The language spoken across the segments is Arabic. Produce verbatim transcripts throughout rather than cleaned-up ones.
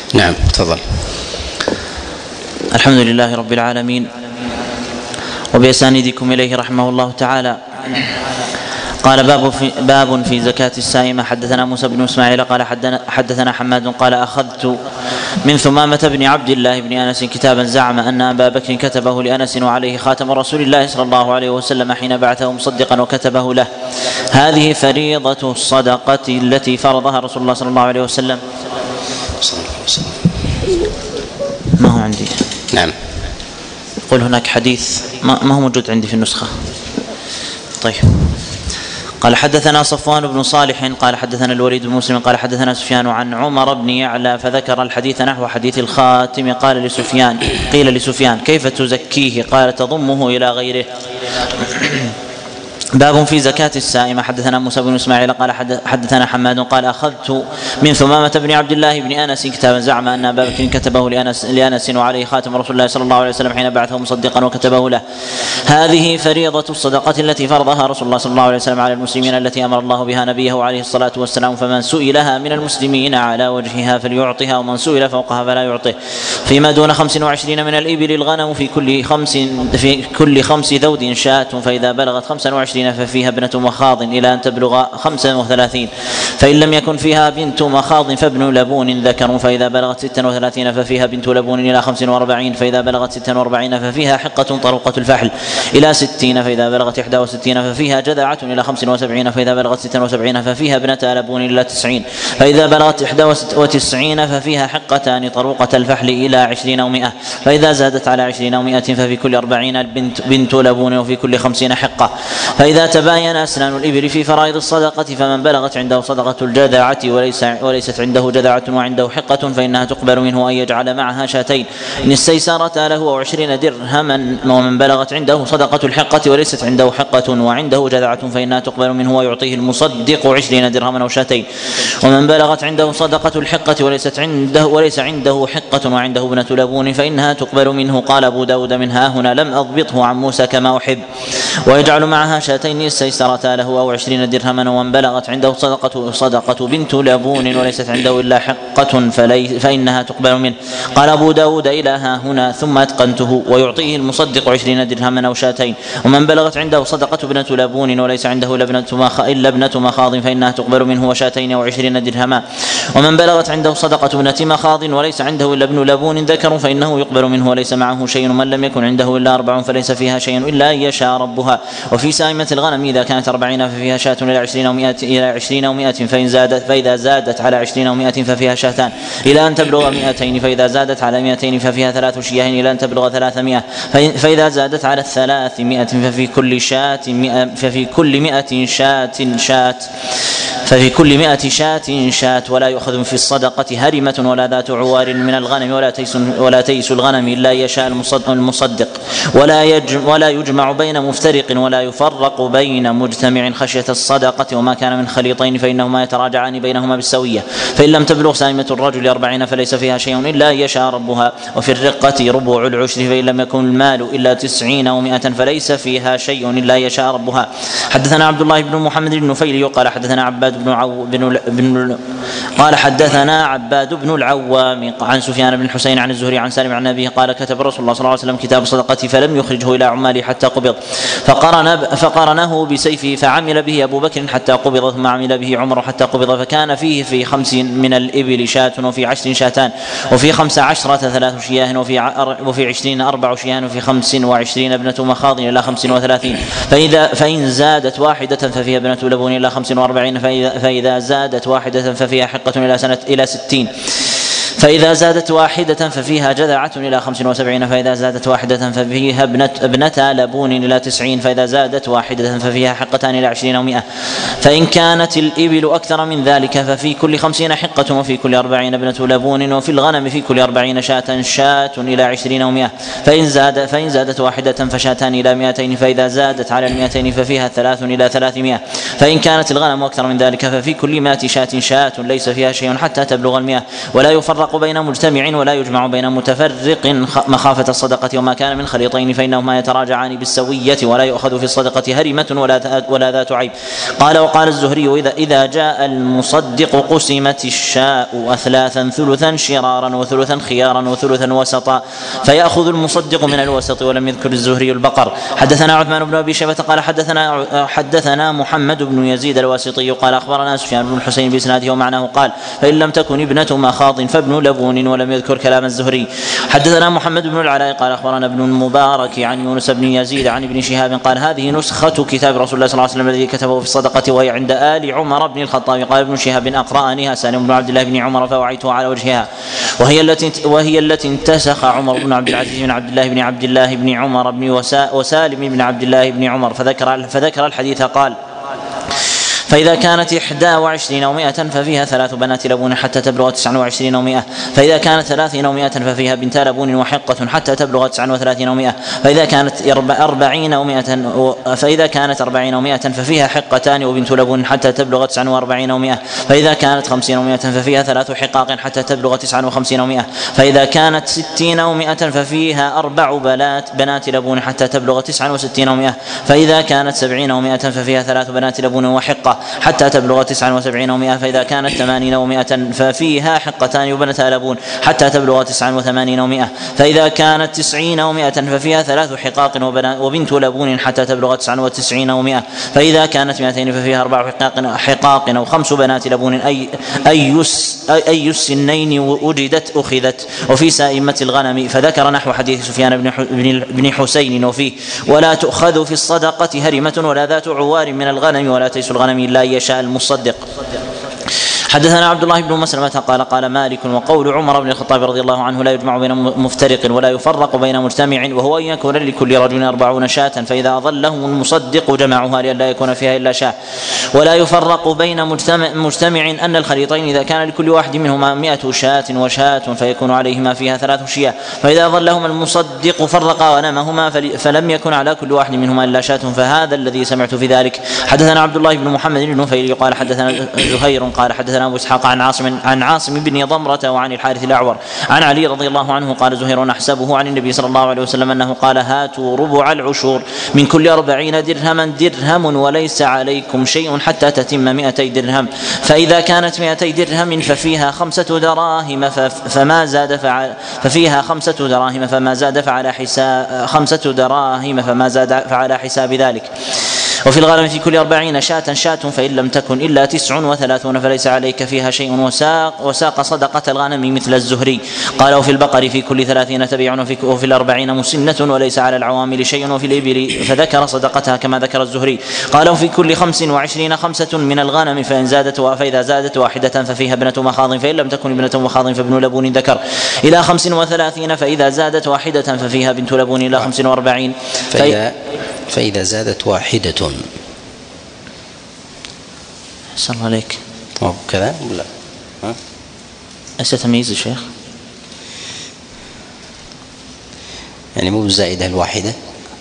نعم تفضل. الحمد لله رب العالمين وبأسانيدكم إليه رحمه الله تعالى. قال باب في, باب في زكاة السائمة. حدثنا موسى بن إسماعيل قال حدثنا حماد قال أخذت من ثمامة بن عبد الله بن أنس كتابا زعم أن أبا بكر كتبه لأنس وعليه خاتم رسول الله صلى الله عليه وسلم حين بعثه مصدقا وكتبه له: هذه فريضة الصدقة التي فرضها رسول الله صلى الله عليه وسلم. ما هو عندي. نعم. قل هناك حديث ما هو موجود عندي في النسخة. طيب. قال حدثنا صفوان بن صالح قال حدثنا الوليد بن مسلم قال حدثنا سفيان عن عمر بن يعلى فذكر الحديث نحو حديث الخاتم. قال لسفيان قيل لسفيان: كيف تزكيه؟ قال: تضمه إلى غيره. باب في زكاة السائمة. حدثنا موسى بن إسماعيل قال حدثنا حماد قال أخذت من ثمامة بن عبد الله بن أنس كتابا زعم أن أبا بكر كتبه لأنس, لأنس وعليه خاتم رسول الله صلى الله عليه وسلم حين بعثه مصدقا وكتبه له: هذه فريضة الصدقة التي فرضها رسول الله صلى الله عليه وسلم على المسلمين التي أمر الله بها نبيه عليه الصلاة والسلام، فمن سئلها من المسلمين على وجهها فليعطها، ومن سئل فوقها فلا يعطه. فيما دون خمس وعشرين من الإبل الغنم في كل خمس في كل خمس ذود شاة، فإذا بلغت خمسا وعشرين ففيها ابنة مخاض إلى أن تبلغ خمسا وثلاثين، فإن لم يكن فيها بنت مخاض فابن لبون ذكر، فإذا بلغت ستا وثلاثين ففيها بنت لبون إلى خمس وأربعين، فإذا بلغت ستا وأربعين ففيها حقة طروقة الفحل إلى ستين، فإذا بلغت إحدى وستين ففيها جذعة إلى خمس وسبعين، فإذا بلغت ستا وسبعين ففيها ابنة لبون إلى تسعين، فإذا بلغت إحدى وتسعين ففيها حقتان طروقة الفحل إلى عشرين ومائة، فإذا زادت على عشرين ومائة ففي كل أربعين بنت, بنت لبون، وفي كل خمسين حقة. فإذا تباين أسنان الإبل في فرائض الصدقة فمن بلغت عنده صدقة الجذعة وليس وليست عنده جذعة وعنده حقة فإنها تقبل منه أن يجعل معها شاتين إن استيسرتا له أو عشرين درهما. ومن بلغت عنده صدقة الحقة وليست عنده حقة وعنده جذعة فإنها تقبل منه ويعطيه المصدق عشرين درهما أو شاتين. ومن بلغت عنده صدقة الحقة وليست عنده وليس عنده حقة وعنده ابنة لبون فإنها تقبل منه. قال أبو داود: من ها هنا لم أضبطه عن موسى كما أحب. ويجعل معها شاتين استيسرتا له أو عشرين درهما. ومن بلغت عنده صدقة, صدقة بنت لبون وليست عنده إلا حقة فإنها تقبل منه. قال أبو داود: إلى ها هنا ثم أتقنته. ويعطيه المصدق عشرين درهما أو شاتين. ومن بلغت عنده صدقة ابنة لبون وليس عنده إلا ابنة مخاض فإنها تقبل منه وشاتين أو عشرين درهما. ومن بلغت عنده صدقة ابنة مخاض وليس عنده إلا ابن لبون ذكر فإنه يقبل منه وليس معه شيء. ومن لم يكن عنده إلا أربع فليس فيها شيء إلا أن يشاء ربها. وفي سائمة الغنم إذا كانت أربعين ففيها شاة إلى عشرين ومائة إلى عشرين ومائة فإن زادت فإذا زادت على عشرين ومائة ففيها شاتان إلى أن تبلغ مائتين، فإذا زادت على مائتين ففيها ثلاث شياه إلى أن تبلغ ثلاثمائة، فإذا زادت على الثلاثمائة ففي كل شاة ففي كل مائة شاة شاة ففي كل مائة شاة شاة. ولا يؤخذ في الصدقة هرمة ولا ذات عوار من الغنم ولا تيس ولا تيس الغنم إلا يشاء المصدق. ولا يجمع ولا يجمع بين مفترق ولا يفرق بين مجتمع خشية الصدقة. وما كان من خليطين فإنهما يتراجعان بينهما بالسوية. فإن لم تبلغ سائمة الرجل أربعين فليس فيها شيء إلا يشاء ربها. وفي الرقة ربع العشر فإن لم يكن المال إلا تسعين ومائة فليس فيها شيء إلا يشاء ربها. حدثنا عبد الله بن محمد بن نفيل قال حدثنا عباد بن عو بن, بن قال حدثنا عباد بن العوام عن سفيان بن الحسين عن الزهري عن سالم عن أبيه قال: كتب رسول الله صلى الله عليه وسلم كتاب صدقة فلم يخرجه إلى عماله حتى قبض، فقرن فقرنه بسيفه فعمل به أبو بكر حتى قبض، ثم عمل به عمر حتى قبض، فكان فيه في خمس من الإبل شاة وفي عشر شاتان وفي خمس عشرة ثلاث شياه وفي وفي عشرين أربع شياه وفي خمس وعشرين ابنة مخاض إلى خمس وثلاثين، فإذا فإن زادت واحدة ففيها ابنة لبون إلى خمس وأربعين، فإذا, فإذا زادت واحدة ففيها حقة إلى سنة إلى ستين، فإذا زادت واحدة ففيها جذعة إلى خمس وسبعين، فإذا زادت واحدة ففيها ابنة, ابنة لبون إلى تسعين، فإذا زادت واحدة ففيها حقتان إلى عشرين ومائة. فإن كانت الإبل أكثر من ذلك ففي كل خمسين حقة وفي كل أربعين ابنة لبون، وفي الغنم في كل أربعين شاة شاة إلى عشرين ومائة. فإن, زاد فإن زادت واحدة فشاتان إلى مائتين، فإذا زادت على المائتين ففيها ثلاث إلى ثلاثمائة. فإن كانت الغنم أكثر من ذلك ففي كل مائة شاة شاة ليس فيها شيء حتى تبلغ المائة. ولا يفرق يفرق بين مجتمع ولا يجمع بين متفرق مخافة الصدقة، وما كان من خليطين فإنهما يتراجعان بالسوية ولا يؤخذ في الصدقة هرمة ولا ولا ذات عيب. قال وقال الزهري إذا إذا جاء المصدق قسمت الشاء أثلاثا ثلثا شرارا وثلثا خيارا وثلثا وسطا فيأخذ المصدق من الوسط. ولم يذكر الزهري البقر. حدثنا عثمان بن أبي شيبة قال حدثنا حدثنا محمد بن يزيد الواسطي قال أخبرنا سفيان بن الحسين بإسناده ومعناه قال فإن لم تكن ابنة مخاض فابن لبون. ولم يذكر كلام الزهري. حدثنا محمد بن العلاء قال أخبرنا ابن المبارك عن يونس بن يزيد عن ابن شهاب قال هذه نسخة كتاب رسول الله صلى الله عليه وسلم الذي كتبه في الصدقة وهي عند آل عمر بن الخطاب. قال ابن شهاب أقرأنيها سالم بن عبد الله بن عمر فوعيتها على وجهها وهي التي وهي التي انتسخ عمر بن عبد العزيز بن عبد الله بن عبد الله بن عمر بن وسالم بن عبد الله بن عمر فذكر فذكر الحديث قال فإذا كانت إحدى وعشرين ومائة ففيها ثلاث بنات لبون حتى تبلغ تسعا وعشرين ومائة. فإذا كانت ثلاثين ومائة ففيها بنتا لبون وحقة حتى تبلغ تسعا وثلاثين ومائة. فإذا كانت أربعين ومائة فإذا كانت أربعين ومائة ففيها حقتان وبنت لبون حتى تبلغ تسعا وأربعين ومائة. فإذا كانت خمسين ومائة ففيها ثلاث حقاق حتى تبلغ تسعا وخمسين ومائة. فإذا كانت ستين ومائة ففيها أربع بنات بنات لبون حتى تبلغ تسعا وستين ومائة. فإذا كانت سبعين ومائة ففيها ثلاث بنات لبون وحقة حتى تبلغ تسعا وسبعين ومائة. فإذا كانت ثمانين ومائة ففيها حقتان وبنتا لبون حتى تبلغ تسعا وثمانين ومائة. فإذا كانت تسعين ومائة ففيها ثلاث حقاق وبنت لبون حتى تبلغ تسعا وتسعين ومائة. فإذا كانت مائتين ففيها أربع حقاق, حقاق أو خمس بنات لبون أي أي أي السنين وجدت أخذت. وفي سائمة الغنم فذكر نحو حديث سفيان بن حسين وفيه ولا تؤخذ في الصدقة هرمة ولا ذات عوار من الغنم ولا تيس الغنم إلا يشاء المصدق. حدثنا عبد الله بن مسلمة قال قال مالك وقول عمر بن الخطاب رضي الله عنه لا يجمع بين مفترق ولا يفرق بين مجتمع وهو أن يكون لكل رجل أربعون شاة فإذا أظلهم المصدق جمعوها لئلا يكون فيها إلا شاة. ولا يفرق بين مجتمع, مجتمع أن الخليطين إذا كان لكل واحد منهما مئة شاة وشاة فيكون عليهما فيها ثلاث شياه. فإذا أظلهما المصدق فرق غنمهما فلم يكن على كل واحد منهما إلا شاة فهذا الذي سمعت في ذلك. حدثنا عبد الله بن محمد بن نفيل قال حدثنا زهير قال حدثنا أبو إسحاق عن عاصم عن عاصم بن ضمرة وعن الحارث الأعور عن علي رضي الله عنه قال زهير نحسبه عن النبي صلى الله عليه وسلم أنه قال هاتوا ربع العشور من كل أربعين درهما درهم وليس عليكم شيء حتى تتم مئتي درهم. فإذا كانت مئتي درهم ففيها خمسة دراهم فما زاد فعلى ففيها خمسة دراهم فما زاد فعلى حساب خمسة دراهم فما زاد فعلى حساب ذلك. وفي الغنم في كل أربعين شاة شاة فإن لم تكن إلا تسع وثلاثون فليس عليك فيها شيء. وساق, وساق صدقة الغنم مثل الزهري. قال وفي البقر في كل ثلاثين تبيع وفي الأربعين مسنة وليس على العوامل شيء. وفي الإبل فذكر صدقتها كما ذكر الزهري. قال وفي كل خمس وعشرين خمسة من الغنم فإن زادت فإذا زادت واحدة ففيها ابنة مخاض فإن لم تكن ابنة مخاض فابن لبون ذكر إلى خمس وثلاثين فإذا زادت واحدة ففيها بنت لبون إلى خمس وأربعين. فإذا, فإذا زادت واحدة صلى الله عليك كذا ولا ها أيش تمييز الشيخ؟ يعني مو بالزائدة الواحدة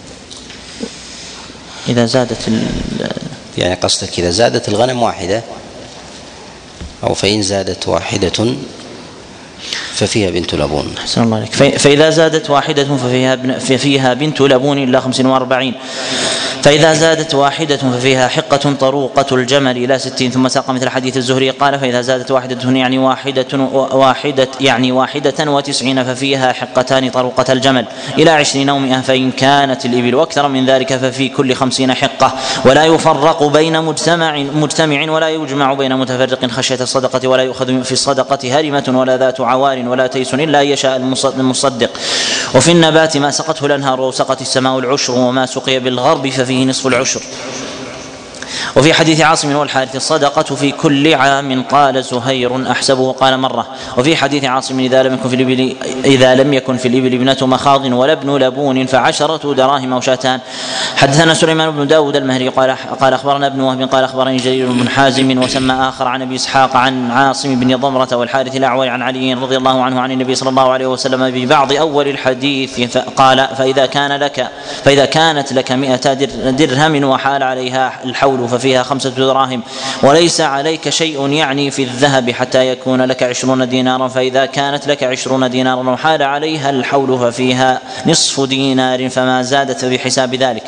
إذا زادت ال... يعني قصدك إذا زادت الغنم واحدة أو فإن زادت واحدة ففيها بنت لبون. أحسن الله عليك. فإذا زادت واحدة ففيها ففيها بنت لبون إلى خمس وأربعين. فإذا زادت واحدة ففيها حقة طروقة الجمل إلى ستين. ثم ساق مثل حديث الزهري قال فإذا زادت واحدة يعني واحدة واحدة يعني واحدة وتسعين ففيها حقتان طروقة الجمل إلى عشرين ومئة. فإن كانت الإبل أكثر من ذلك ففي كل خمسين حقة. ولا يفرق بين مجتمع مجتمع ولا يجمع بين متفرق خشية الصدقة ولا يؤخذ في الصدقة هرمة ولا ذات عوار ولا تيس إلا يشاء المصدق. وفي النبات ما سقته الأنهار وسقت السماء العشر وما سقي بالغرب ففيه نصف العشر. وفي حديث عاصم والحارث الصدقة في كل عام قال زهير أحسبه قال مرة. وفي حديث عاصم إذا لم يكن في الإبل إذا لم يكن في الإبل ابنة مخاض ولا ابن لبون فعشرة دراهم أو شاتان. حدثنا سليمان بن داود المهري قال قال أخبرنا ابن وهب قال أخبرني جرير بن حازم وسمى آخر عن أبي إسحاق عن عاصم بن ضمرة والحارث الأعور عن علي رضي الله عنه عن النبي صلى الله عليه وسلم ببعض أول الحديث قال فإذا كان لك فإذا كانت لك مئة درهم وحال عليها الحول ففيها خمسة دراهم وليس عليك شيء يعني في الذهب حتى يكون لك عشرون دينارا، فإذا كانت لك عشرون دينارا وحال عليها الحول ففيها نصف دينار فما زادت بحساب ذلك.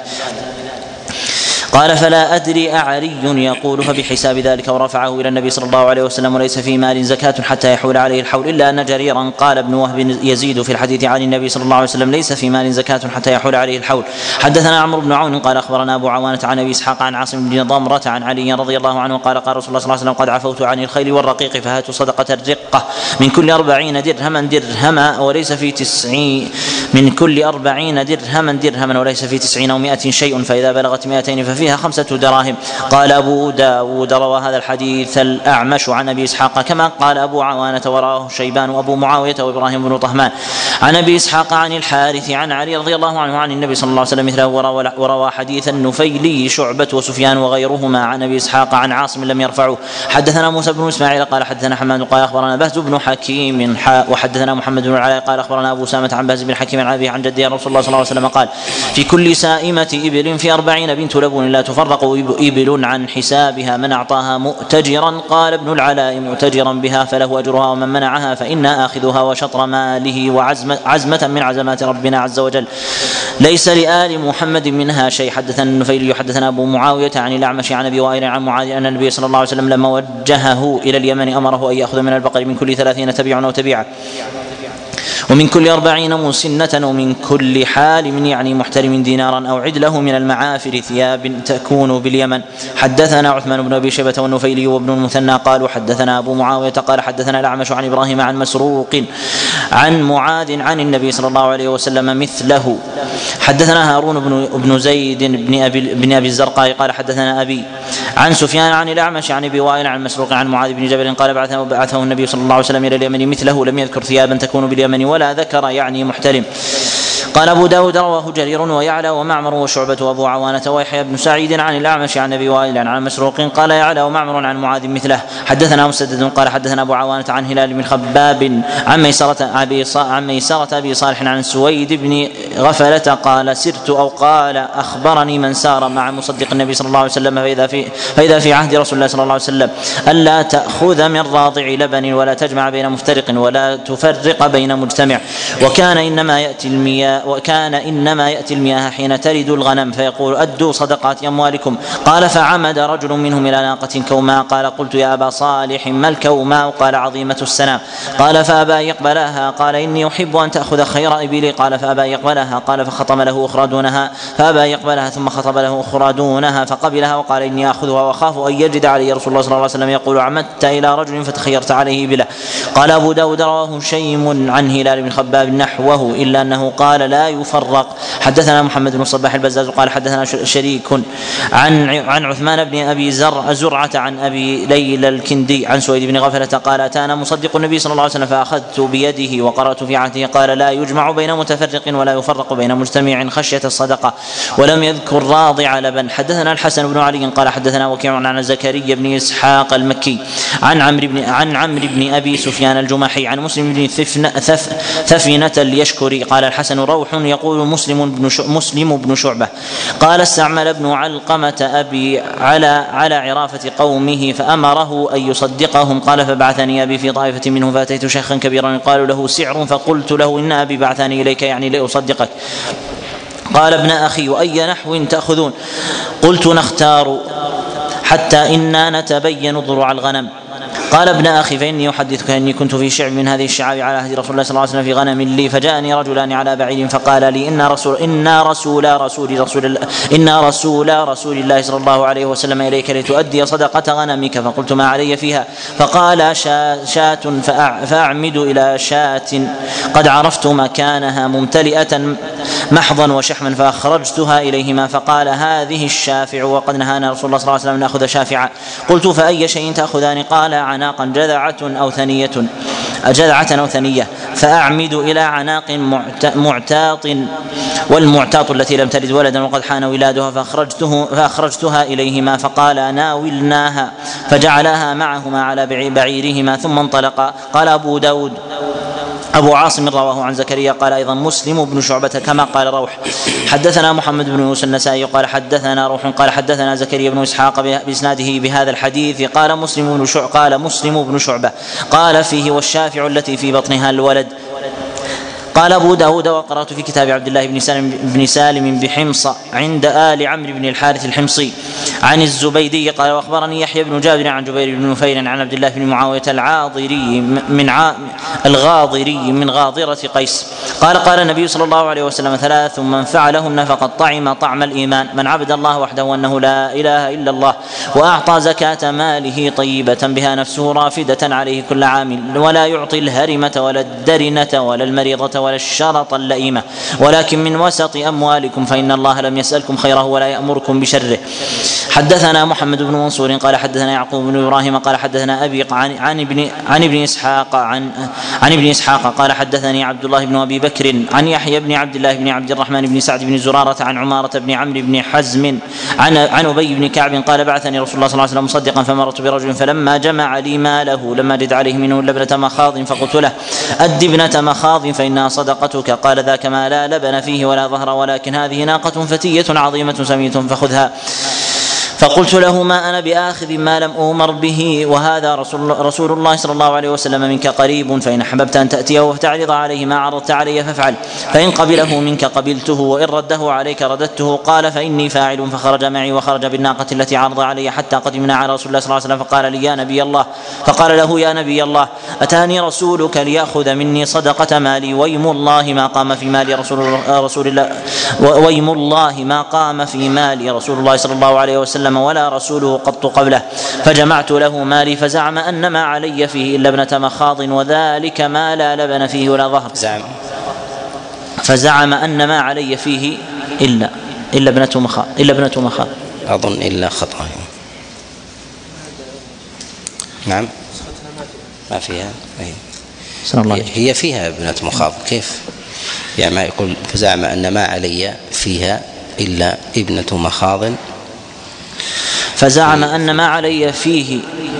قال فلا أدري أعري يقول فبحساب ذلك ورفعه إلى النبي صلى الله عليه وسلم وليس في مال زكاة حتى يحول عليه الحول، إلا أن جريرا قال ابن وهب يزيد في الحديث عن النبي صلى الله عليه وسلم ليس في مال زكاة حتى يحول عليه الحول. حدثنا عمرو بن عون قال أخبرنا أبو عوانة عن أبي إسحاق عن عاصم بن ضمرة عن علي رضي الله عنه قال قال رسول الله صلى الله عليه وسلم قد عفوت عن الخيل والرقيق فهاتوا صدقة الرقة من كل أربعين درهما درهما وليس في تسعين من كل أربعين درهما درهما وليس في تسعين أو مائة شيء، فإذا بلغت مائتين ففيها خمسة دراهم. قال أبو داود روى هذا الحديث الأعمش عن أبي إسحاق كما قال أبو عوانة وراه شيبان وأبو معاوية وإبراهيم بن طهمان عن أبي إسحاق عن الحارث عن علي رضي الله عنه عن النبي صلى الله عليه وسلم مثله، وروى حديث النفيلي شعبة وسفيان وغيرهما عن أبي إسحاق عن عاصم لم يرفعوه. حدثنا موسى بن إسماعيل قال حدثنا حماد قال أخبرنا بهز بن حكيم وحدثنا محمد بن العلاء قال أخبرنا أبو سامة عن بهز بن حكيم عن أبيه عن جده رسول الله صلى الله عليه وسلم قال في كل سائمة إبل في أربعين بنت لبون لا تفرق إبل عن حسابها من أعطاها مؤتجرا. قال ابن العلاء مؤتجرا بها فله أجرها ومن منعها فإنا آخذها وشطر ماله وعزمة من عزمات ربنا عز وجل ليس لآل محمد منها شيء. حدثنا النفيلي حدثنا أبو معاوية عن الأعمش عن أبي وائل عن معاذ أن النبي صلى الله عليه وسلم لما وجهه إلى اليمن أمره أن يأخذ من البقر من كل ثلاثين تبيعا أو تبيعا ومن كل أربعين مسنة ومن كل حالم يعني محترم دينارا أو عدله من المعافر ثياب تكون باليمن. حدثنا عثمان بن أبي شيبة والنفيلي وابن المثنى قالوا حدثنا أبو معاوية قال حدثنا الأعمش عن إبراهيم عن مسروق عن معاذ عن النبي صلى الله عليه وسلم مثله. حدثنا هارون بن, بن زيد بن أبي, بن أبي الزرقاء قال حدثنا أبي عن سفيان عن الأعمش عن أبي وائل عن مسروق عن معاذ بن جبل قال بعثه, بعثه النبي صلى الله عليه وسلم إلى اليمن مثله لم يذكر ثيابا تكون باليمن ولا ذكر يعني محترم. قال أبو داود رواه جرير ويعلى ومعمر وشعبة وأبو عوانة ويحيى بن سعيد عن الأعمش عن أبي وائل عن مسروق قال يعلى ومعمر عن معاذ مثله. حدثنا مسدد قال حدثنا أبو عوانة عن هلال بن خباب عن ميسرة أبي عن ميسرة أبي صالح عن سويد بن غفلة قال سرت أو قال أخبرني من سار مع مصدق النبي صلى الله عليه وسلم فإذا في فإذا في عهد رسول الله صلى الله عليه وسلم ألا تأخذ من راضع لبن ولا تجمع بين مفترق ولا تفرق بين مجتمع وكان إنما يأتي المياه وكان إنما يأتي المياه حين ترد الغنم فيقول أدوا صدقات أموالكم. قال فعمد رجل منهم إلى ناقة كوماء قال قلت يا أبا صالح ما الكوماء؟ قال عظيمة السنام. قال فأبى يقبلها قال إني أحب أن تأخذ خير إبلي. قال فأبى يقبلها قال فخطم له أخرى دونها فأبى يقبلها ثم خطب له أخرى دونها فقبلها وقال إني أخذها وأخاف أن يجد علي رسول الله صلى الله عليه وسلم يقول عمدت إلى رجل فتخيرت عليه بلا. قال أبو داود رواه شيم عن هلال بن خباب نحوه إلا أنه قال لا يفرق. حدثنا محمد بن الصباح البزاز قال حدثنا شريك عن عن عثمان بن ابي زر زرعه عن ابي ليلى الكندي عن سويد بن غفلة قال اتانا مصدق النبي صلى الله عليه وسلم فاخذت بيده وقرات في عهده قال لا يجمع بين متفرق ولا يفرق بين مجتمع خشيه الصدقه ولم يذكر راضع لبن. حدثنا الحسن بن علي قال حدثنا وكيع عن زكريا بن اسحاق المكي عن عمرو بن عن عمرو بن ابي سفيان الجمحي عن مسلم بن ثفنة اليشكري قال الحسن روح يقول مسلم بن مسلم بن شعبة قال استعمل ابن علقمة أبي على على عرافة قومه فأمره أن يصدقهم قال فبعثني أبي في طائفة منهم فأتيت شيخا كبيرا قالوا له سعر فقلت له إن أبي بعثني إليك يعني لأصدقك. قال ابن أخي وأي نحو تأخذون؟ قلت نختار حتى إنا نتبين ضروع الغنم. قال ابن أخي فإني أحدثك أني كنت في شعب من هذه الشعاب على عهد رسول الله صلى الله عليه وسلم في غنم لي فجاءني رجلان على بعير فقال لي إن رسول إن رسول رسول رسول الله إن رسول رسول الله صلى الله عليه وسلم إليك لتؤدي صدقة غنمك. فقلت ما علي فيها؟ فقال شاة فأعمد إلى شاة قد عرفت مكانها ممتلئة محضا وشحما فأخرجتها إليهما فقال هذه الشافع وقد نهانا رسول الله صلى الله عليه وسلم أن نأخذ شافعا. قلت فأي شيء تأخذان؟ قال عناقا جذعة أو ثنية جذعة أو ثنية فأعمد إلى عناق معتاط والمعتاط التي لم تلد ولدا وقد حان ولادها فأخرجته فأخرجتها إليهما فقال ناولناها فجعلها معهما على بعيرهما ثم انطلقا. قال أبو داود أبو عاصم رواه عن زكريا قال أيضا مسلم بن شعبة كما قال روح. حدثنا محمد بن يوسف النسائي قال حدثنا روح قال حدثنا زكريا بن إسحاق بإسناده بهذا الحديث قال مسلم بن شعبة قال مسلم بن شعبة قال فيه والشافع التي في بطنها الولد. قال أبو داود وقرأت في كتاب عبد الله بن سالم, بن سالم بحمص عند آل عمرو بن الحارث الحمصي عن الزبيدي قال وأخبرني يحيى بن جابر عن جبير بن نفير عن عبد الله بن معاوية العاضري من ع... الغاضري من غاضرة قيس قال قال النبي صلى الله عليه وسلم ثلاث من فعلهن فقد طعم طعم الإيمان من عبد الله وحده أنه لا إله إلا الله وأعطى زكاة ماله طيبة بها نفسه رافدة عليه كل عام ولا يعطي الهرمة ولا الدرنة ولا المريضة ولا الشرط اللئيمة ولكن من وسط أموالكم فإن الله لم يسألكم خيره ولا يأمركم بشره. حدثنا محمد بن منصور قال حدثنا يعقوب بن إبراهيم قال حدثنا أبي عن, عن, ابن, عن ابن إسحاق عن, عن ابن إسحاق قال حدثني عبد الله بن أبي بكر عن يحيى بن عبد الله بن عبد الرحمن بن سعد بن زرارة عن عمارة بن عمرو بن حزم عن, عن أبي بن كعب قال بعثني رسول الله صلى الله عليه وسلم مصدقا فمرت برجل فلما جمع لي ماله لم أجد عليه منه إلا ابنة مخاض فقلت له أد ابنة مخاض فإنها صدقتك قال ذاك ما لا لبن فيه ولا ظهر ولكن هذه ناقة فتية عظيمة سمية فخذها. فقلت له ما أنا بآخذ ما لم أؤمر به وهذا رسول, رسول الله صلى الله عليه وسلم منك قريب فإن أحببت أن تأتيه وتعرض عليه ما عرضت علي فافعل فإن قبله منك قبلته وإن رده عليك رددته. قال فإني فاعل فخرج معي وخرج بالناقة التي عرض علي حتى قدمنا على رسول الله صلى الله عليه وسلم فقال لي يا نبي الله فقال له يا نبي الله أتاني رسولك ليأخذ مني صدقة مالي ويم الله ما قام في مال رسول, رسول الله ويم الله ما قام في مال رسول الله صلى الله عليه وسلم ولا رسوله قط قبله فجمعت له مالي فزعم أن ما علي فيه إلا ابنة مخاض وذلك ما لا لبن فيه ولا ظهر زعم فزعم أن ما علي فيه إلا إلا ابنة مخاض إلا ابنة مخاض أظن إلا خطأ نعم ما فيها هي, هي فيها ابنة مخاض كيف يعني ما يقول فزعم أن ما علي فيها إلا ابنة مخاض فزعم أن ما علي فيه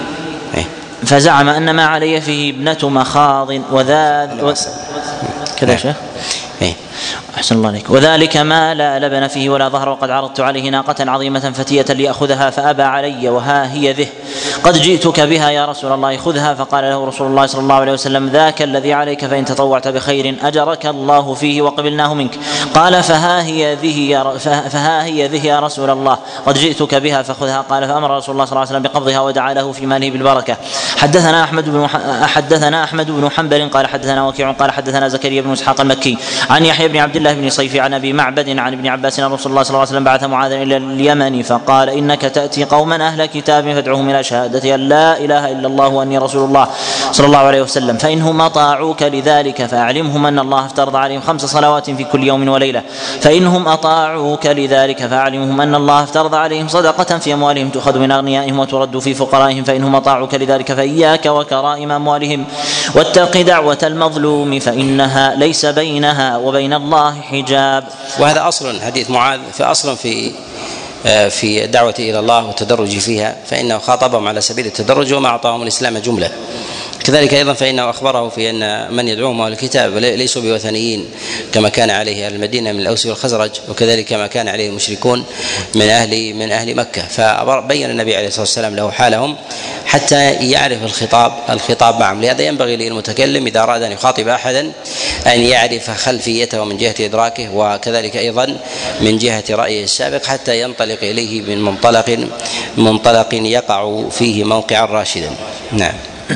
فزعم أن ما علي فيه ابنة مخاض وذا كذا شيخ أحسن الله عليك وذلك ما لا لبن فيه ولا ظهر وقد عرضت عليه ناقة عظيمة فتية ليأخذها فأبى علي وها هي ذه قد جئتك بها يا رسول الله خذها فقال له رسول الله صلى الله عليه وسلم ذاك الذي عليك فإن تطوعت بخير أجرك الله فيه وقبلناه منك. قال فها هي ذه يا, فها هي ذه يا رسول الله قد جئتك بها فخذها. قال فأمر رسول الله صلى الله عليه وسلم بقبضها ودعا له في ماله بالبركة. حدثنا أحمد بن حدثنا أحمد بن حنبل قال حدثنا وكيع قال حدثنا زكريا بن إسحاق المكي عن يحيى بن عبد الله بن صيفي عن أبي معبد عن ابن عباس أن رسول الله صلى الله عليه وسلم بعث معاذا إلى اليمن فقال إنك تأتي قوما أهل كتاب فادعوهم إلى شهادة أن لا إله إلا الله وأني رسول الله صلى الله عليه وسلم فإنهم أطاعوك لذلك فأعلمهم أن الله افترض عليهم خمس صلوات في كل يوم وليلة فإنهم أطاعوك لذلك فأعلمهم أن الله افترض عليهم صدقة في أموالهم تؤخذ من أغنيائهم وترد في فقرائهم فإنهم أطاعوك لذلك فإياك وكرائم أموالهم واتق دعوة المظلوم فإنها ليس بينها وبين الله حجاب. وهذا أصل حديث معاذ فأصل في في الدعوة إلى الله والتدرج فيها فإنه خاطبهم على سبيل التدرج وما أعطاهم الإسلام جملة. كذلك أيضا فإنه أخبره في أن من يدعوهم أهل الكتاب ليسوا بوثنيين كما كان عليه أهل المدينة من الأوس والخزرج وكذلك كما كان عليه المشركون من أهل من أهل مكة. فبين النبي عليه الصلاة والسلام له حالهم حتى يعرف الخطاب الخطاب معهم. لهذا ينبغي للمتكلم إذا أراد أن يخاطب أحدا أن يعرف خلفيته من جهة إدراكه وكذلك أيضا من جهة رأيه السابق حتى ينطلق إليه من منطلق منطلق يقع فيه موقعا راشدا. نعم.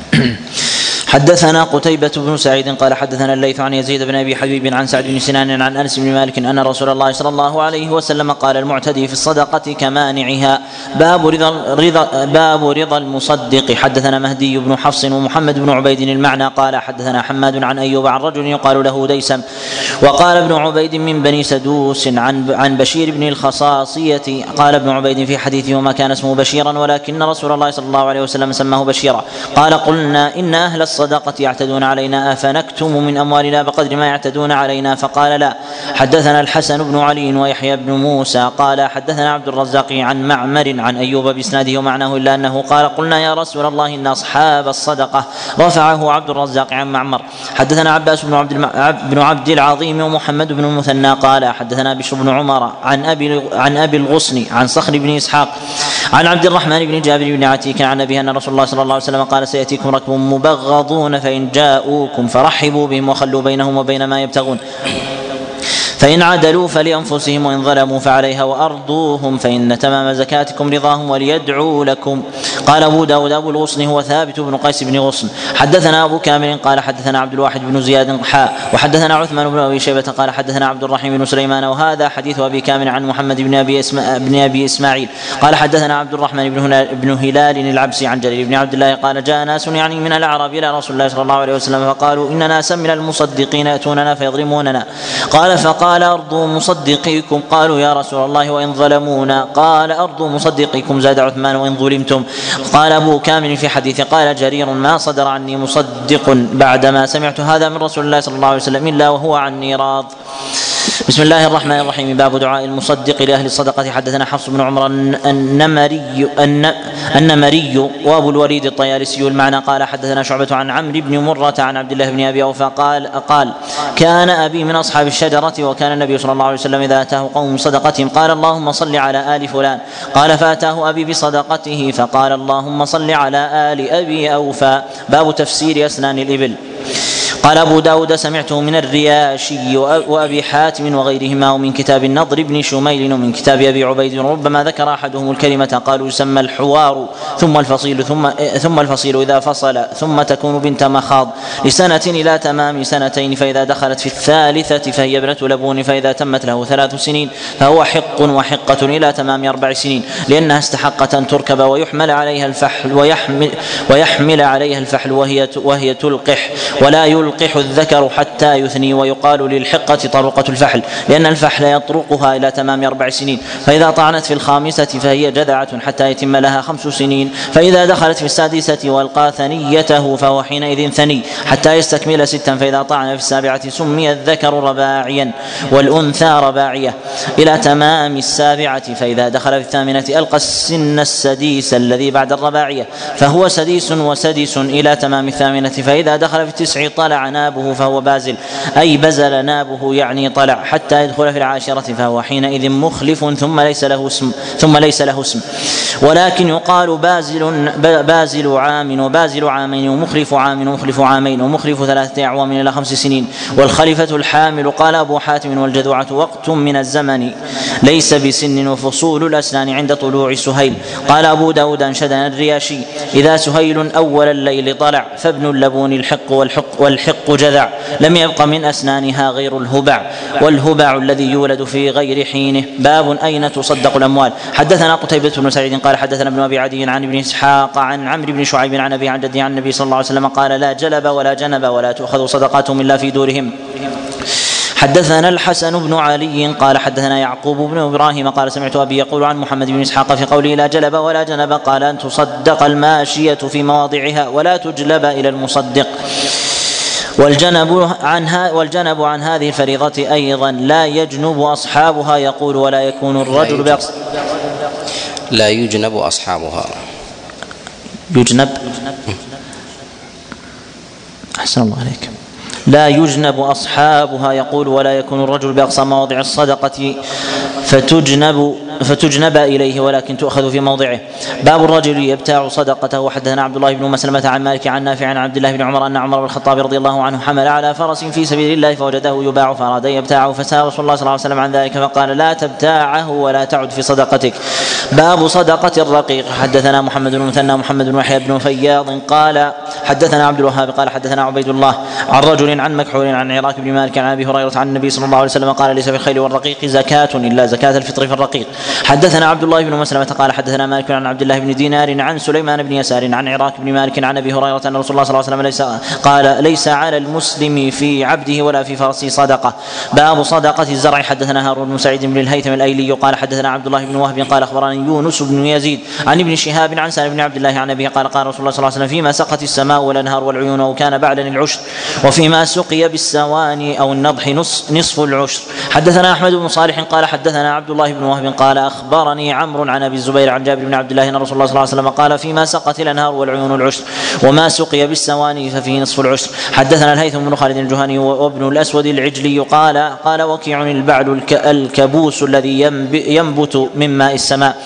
حدثنا قتيبة بن سعيد قال حدثنا الليث عن يزيد بن أبي حبيب عن سعد بن سنان عن أنس بن مالك أن رسول الله صلى الله عليه وسلم قال المعتدي في الصدقة كمانعها باب رضا, رضا باب رضا المصدق. حدثنا مهدي بن حفص ومحمد بن عبيد المعنى قال حدثنا حماد عن أيوب عن رجل يقال له ديسم وقال ابن عبيد من بني سدوس عن عن بشير بن الخصاصية قال ابن عبيد في حديثه وما كان اسمه بشيرا ولكن رسول الله صلى الله عليه وسلم سماه بشيرا. قال قلنا إن أهل الصدقة الصدقة يعتدون علينا أفنكتم من أموالنا بقدر ما يعتدون علينا؟ فقال لا. حدثنا الحسن بن علي ويحيى بن موسى قال حدثنا عبد الرزاق عن معمر عن أيوب بإسناده ومعناه إلا أنه قال قلنا يا رسول الله إن أصحاب الصدقة. رفعه عبد الرزاق عن معمر. حدثنا عباس بن عبد, الم... بن عبد العظيم ومحمد بن المثنى قال حدثنا بشر بن عمر عن أبي عن أبي الغصن عن صخر بن إسحاق عن عبد الرحمن بن جابر بن عتيك عن أبيه أن رسول الله صلى الله عليه وسلم قال سيأتيكم ركب مبغضون فإن جاءوكم فرحبوا بهم وخلوا بينهم وبين ما يبتغون فإن عدلوا فلأنفسهم وإن ظلموا فعليها وأرضوهم فإن تمام زكاتكم رضاهم وليدعوا لكم. قال أبو داود أبو الغصن هو ثابت بن قيس بن غصن. حدثنا أبو كامل قال حدثنا عبد الواحد بن زياد حاء وحدثنا عثمان بن أبي شيبة قال حدثنا عبد الرحيم بن سليمان وهذا حديث أبي كامل عن محمد بن أبي, إسما بن أبي إسماعيل قال حدثنا عبد الرحمن بن هلال العبسي عن جرير بن عبد الله قال جاء ناس يعني من الأعراب إلى رسول الله صلى الله عليه وسلم فقالوا إن ناسا من المصدقين يأتوننا فيظلموننا. قال فقال أرضوا مصدقيكم. قالوا يا رسول الله وإن ظلمونا؟ قال أرضوا مصدقيكم. زاد عثمان وإن ظلمتم. قال أبو كامل في حديث قال جرير ما صدر عني مصدق بعدما سمعت هذا من رسول الله صلى الله عليه وسلم إلا وهو عني راض. بسم الله الرحمن الرحيم. باب دعاء المصدق لأهل الصدقة. حدثنا حفص بن عمر النمري النمري وأبو الوليد الطيالسي المعنى قال حدثنا شعبة عن عمرو بن مرة عن عبد الله بن أبي أوفى قال قال كان أبي من أصحاب الشجرة وكان النبي صلى الله عليه وسلم إذا أتاه قوم صدقتهم قال اللهم صل على آل فلان. قال فأتاه أبي بصدقته فقال اللهم صل على آل أبي أوفى. باب تفسير أسنان الإبل. قال أبو داود سمعته من الرياشي وأبي حاتم وغيرهما ومن كتاب النضر بن شميل ومن كتاب أبي عبيد ربما ذكر أحدهم الكلمة قالوا يسمى الحوار ثم الفصيل ثم, ثم الفصيل إذا فصل ثم تكون بنت مخاض لسنة إلى تمام سنتين فإذا دخلت في الثالثة فهي ابنة لبون فإذا تمت له ثلاث سنين فهو حق وحقة إلى تمام أربع سنين لأنها استحقت أن تركب ويحمل عليها الفحل ويحمل, ويحمل عليها الفحل وهي, وهي تلقح ولا يلقح يلقح الذكر حتى يثني ويقال للحقة طرقة الفحل لأن الفحل يطرقها إلى تمام أربع سنين فإذا طعنت في الخامسة فهي جذعة حتى يتم لها خمس سنين فإذا دخلت في السادسة والقى ثنيته فهو حينئذ ثني حتى يستكمل ستا فإذا طعن في السابعة سمي الذكر رباعيا والأنثى رباعية إلى تمام السابعة فإذا دخل في الثامنة ألقى السن السديس الذي بعد الرباعية فهو سديس وسدس إلى تمام الثامنة فإذا دخل في التسع طلع نابه فهو بازل أي بزل نابه يعني طلع حتى يدخل في العاشرة فهو حينئذ مخلف ثم ليس له اسم ثم ليس له اسم ولكن يقال بازل بازل عام وبازل عامين ومخلف عام ومخلف عامين ومخلف ثلاثة أعوام إلى خمس سنين والخليفة الحامل. قال أبو حاتم والجذوعة وقت من الزمن ليس بسن وفصول الأسنان عند طلوع سهيل. قال أبو داود أنشدنا الرياشي إذا سهيل أول الليل طلع فابن اللبون الحق والحق والحق جذع لم يبق من أسنانها غير الهبع والهبع الذي يولد في غير حينه. باب أين تصدق الأموال. حدثنا قتيبة بن سعيد قال حدثنا ابن أبي عدي عن ابن إسحاق عن عمرو بن شعيب عن أبي عن جدي عن النبي صلى الله عليه وسلم قال لا جلب ولا جنب ولا تؤخذ صدقاتهم إلا في دورهم. حدثنا الحسن بن علي قال حدثنا يعقوب بن إبراهيم قال سمعت أبي يقول عن محمد بن إسحاق في قوله لا جلب ولا جنب قال أن تصدق الماشية في مواضعها ولا تجلب إلى المصدق. والجنب عنها والجنب عن هذه الفريضة أيضا لا يجنب أصحابها يقول ولا يكون الرجل بأقصى لا يجنب أصحابها يجنب أحسن الله عليك لا يجنب أصحابها يقول ولا يكون الرجل بأقصى مواضع الصدقة فتجنب فتجنب إليه ولكن تؤخذ في موضعه. باب الرجل يبتاع صدقته. وحدثنا عبد الله بن مسلمة عن مالك عن نافع عن عبد الله بن عمر أن عمر بن الخطاب رضي الله عنه حمل على فرس في سبيل الله فوجده يباع فأراد يبتاعه فسأل رسول الله صلى الله عليه وسلم عن ذلك فقال لا تبتاعه ولا تعد في صدقتك. باب صدقة الرقيق. حدثنا محمد بن مثنى محمد بن يحيى بن فياض قال حدثنا عبد الوهاب قال حدثنا عبيد الله عن رجل عن مكحول عن عراك بن مالك عن أبي هريرة عن النبي صلى الله عليه وسلم قال ليس في الخيل والرقيق زكاة إلا زكاة الفطر في الرقيق حدثنا عبد الله بن مسلمة قال حدثنا مالك عن عبد الله بن دينار عن سليمان بن يسار عن عراك بن مالك عن ابي هريرة ان رسول الله صلى الله عليه وسلم ليس قال ليس على المسلم في عبده ولا في فرسه صدقة. باب صدقة الزرع. حدثنا هارون بن سعيد بن الهيثم الايلي قال حدثنا عبد الله بن وهب قال اخبرني يونس بن يزيد عن ابن شهاب عن سالم بن عبد الله عن ابي قال قال رسول الله صلى الله عليه وسلم فيما سقت السماء والانهار والعيون وكان بعدا العشر وفيما سقي بالسواني او النضح نصف العشر. حدثنا احمد بن صالح قال حدثنا عبد الله بن وهب قال اخبرني عمرو عن ابي الزبير عن جابر بن عبد الله ان رسول الله صلى الله عليه وسلم قال فيما سقت الانهار والعيون العشر وما سقي بالسواني ففيه نصف العشر. حدثنا الهيثم بن خالد الجهني وابن الاسود العجلي قال قال وكيع البعل الكبوس الذي ينبت من ماء السماء.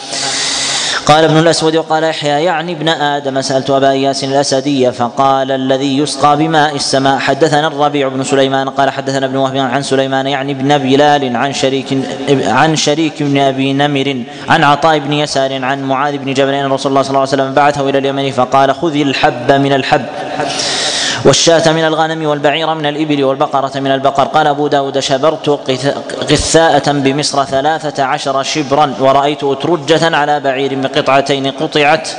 قال ابن الأسود وقال يحيى يعني ابن آدم سألت أبا إياس الأسدي فقال الذي يسقى بماء السماء. حدثنا الربيع بن سليمان قال حدثنا ابن وهب عن سليمان يعني ابن بلال عن شريك عن شريك بن أبي نمر عن عطاء بن يسار عن معاذ بن جبل أن رسول الله صلى الله عليه وسلم بعثه إلى اليمن فقال خذ الحب من الحب والشاة من الغنم والبعير من الإبل والبقرة من البقر. قال أبو داود شبرت قثاءة بمصر ثلاثة عشر شبرا ورأيت أترجة على بعير بقطعتين قطعت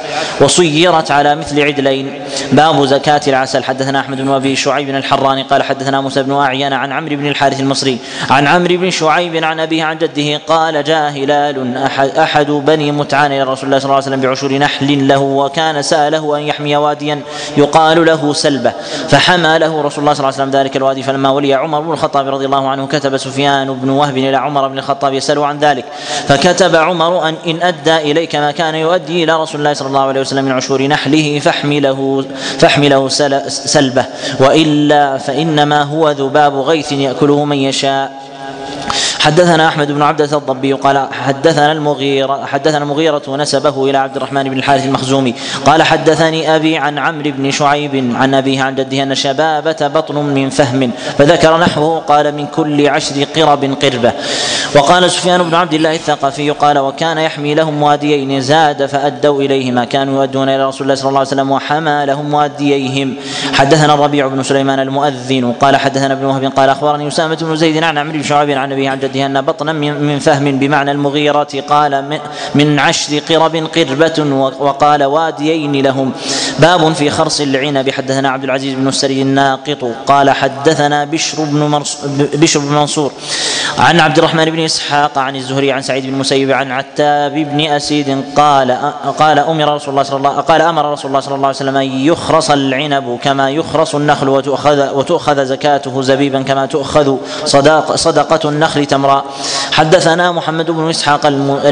وصيرت على مثل عدلين. باب زكاة العسل. حدثنا أحمد بن أبي شعيب الحراني قال حدثنا موسى بن أعين عن عمرو بن الحارث المصري عن عمرو بن شعيب عن أبيه عن جده قال جاء هلال أحد, أحد بني متعان إلى رسول الله صلى الله عليه وسلم بعشور نحل له وكان سأله أن يحمي واديا يقال له سلبة فحمى له رسول الله صلى الله عليه وسلم ذلك الوادي. فلما ولي عمر بن الخطاب رضي الله عنه كتب سفيان بن وهب إلى عمر بن الخطاب يسأله عن ذلك فكتب عمر أن إن أدى إليك ما كان يؤدي إلى رسول الله صلى الله عليه وسلم من عشور نحله فاحمله, فاحمله سلبه وإلا فإنما هو ذباب غيث يأكله من يشاء. حدثنا أحمد بن عبدة الضبي قال حدثنا المغيرة حدثنا المغيرة ونسبه إلى عبد الرحمن بن الحارث المخزومي قال حدثني أبي عن عمرو بن شعيب عن أبيه عن جده أن شبابة بطن من فهم فذكر نحوه قال من كل عشر قرب قربة. وقال سفيان بن عبد الله الثقفي قال وكان يحمي لهم واديين زاد فأدوا إليه ما كانوا يؤدون إلى رسول الله صلى الله عليه وسلم وحمى لهم وادييهم. حدثنا الربيع بن سليمان المؤذن قال حدثنا ابن وهب قال أخبرني أسامة بن زيد عن عمرو بن شعيب عن أبيه عن جده أن بطنا من فهم بمعنى المغيرة قال من عشر قرب قربة وقال واديين لهم. باب في خرص العنب. حدثنا عبد العزيز بن السري الناقط قال حدثنا بشر بن بشر بن منصور عن عبد الرحمن بن اسحاق عن الزهري عن سعيد بن المسيب عن عتاب بن اسيد قال قال امر رسول الله صلى الله قال امر رسول الله صلى الله عليه وسلم ان يخرص العنب كما يخرص النخل وتؤخذ وتؤخذ زكاته زبيبا كما تؤخذ صدق صدقة النخل تمرا. حدثنا محمد بن اسحاق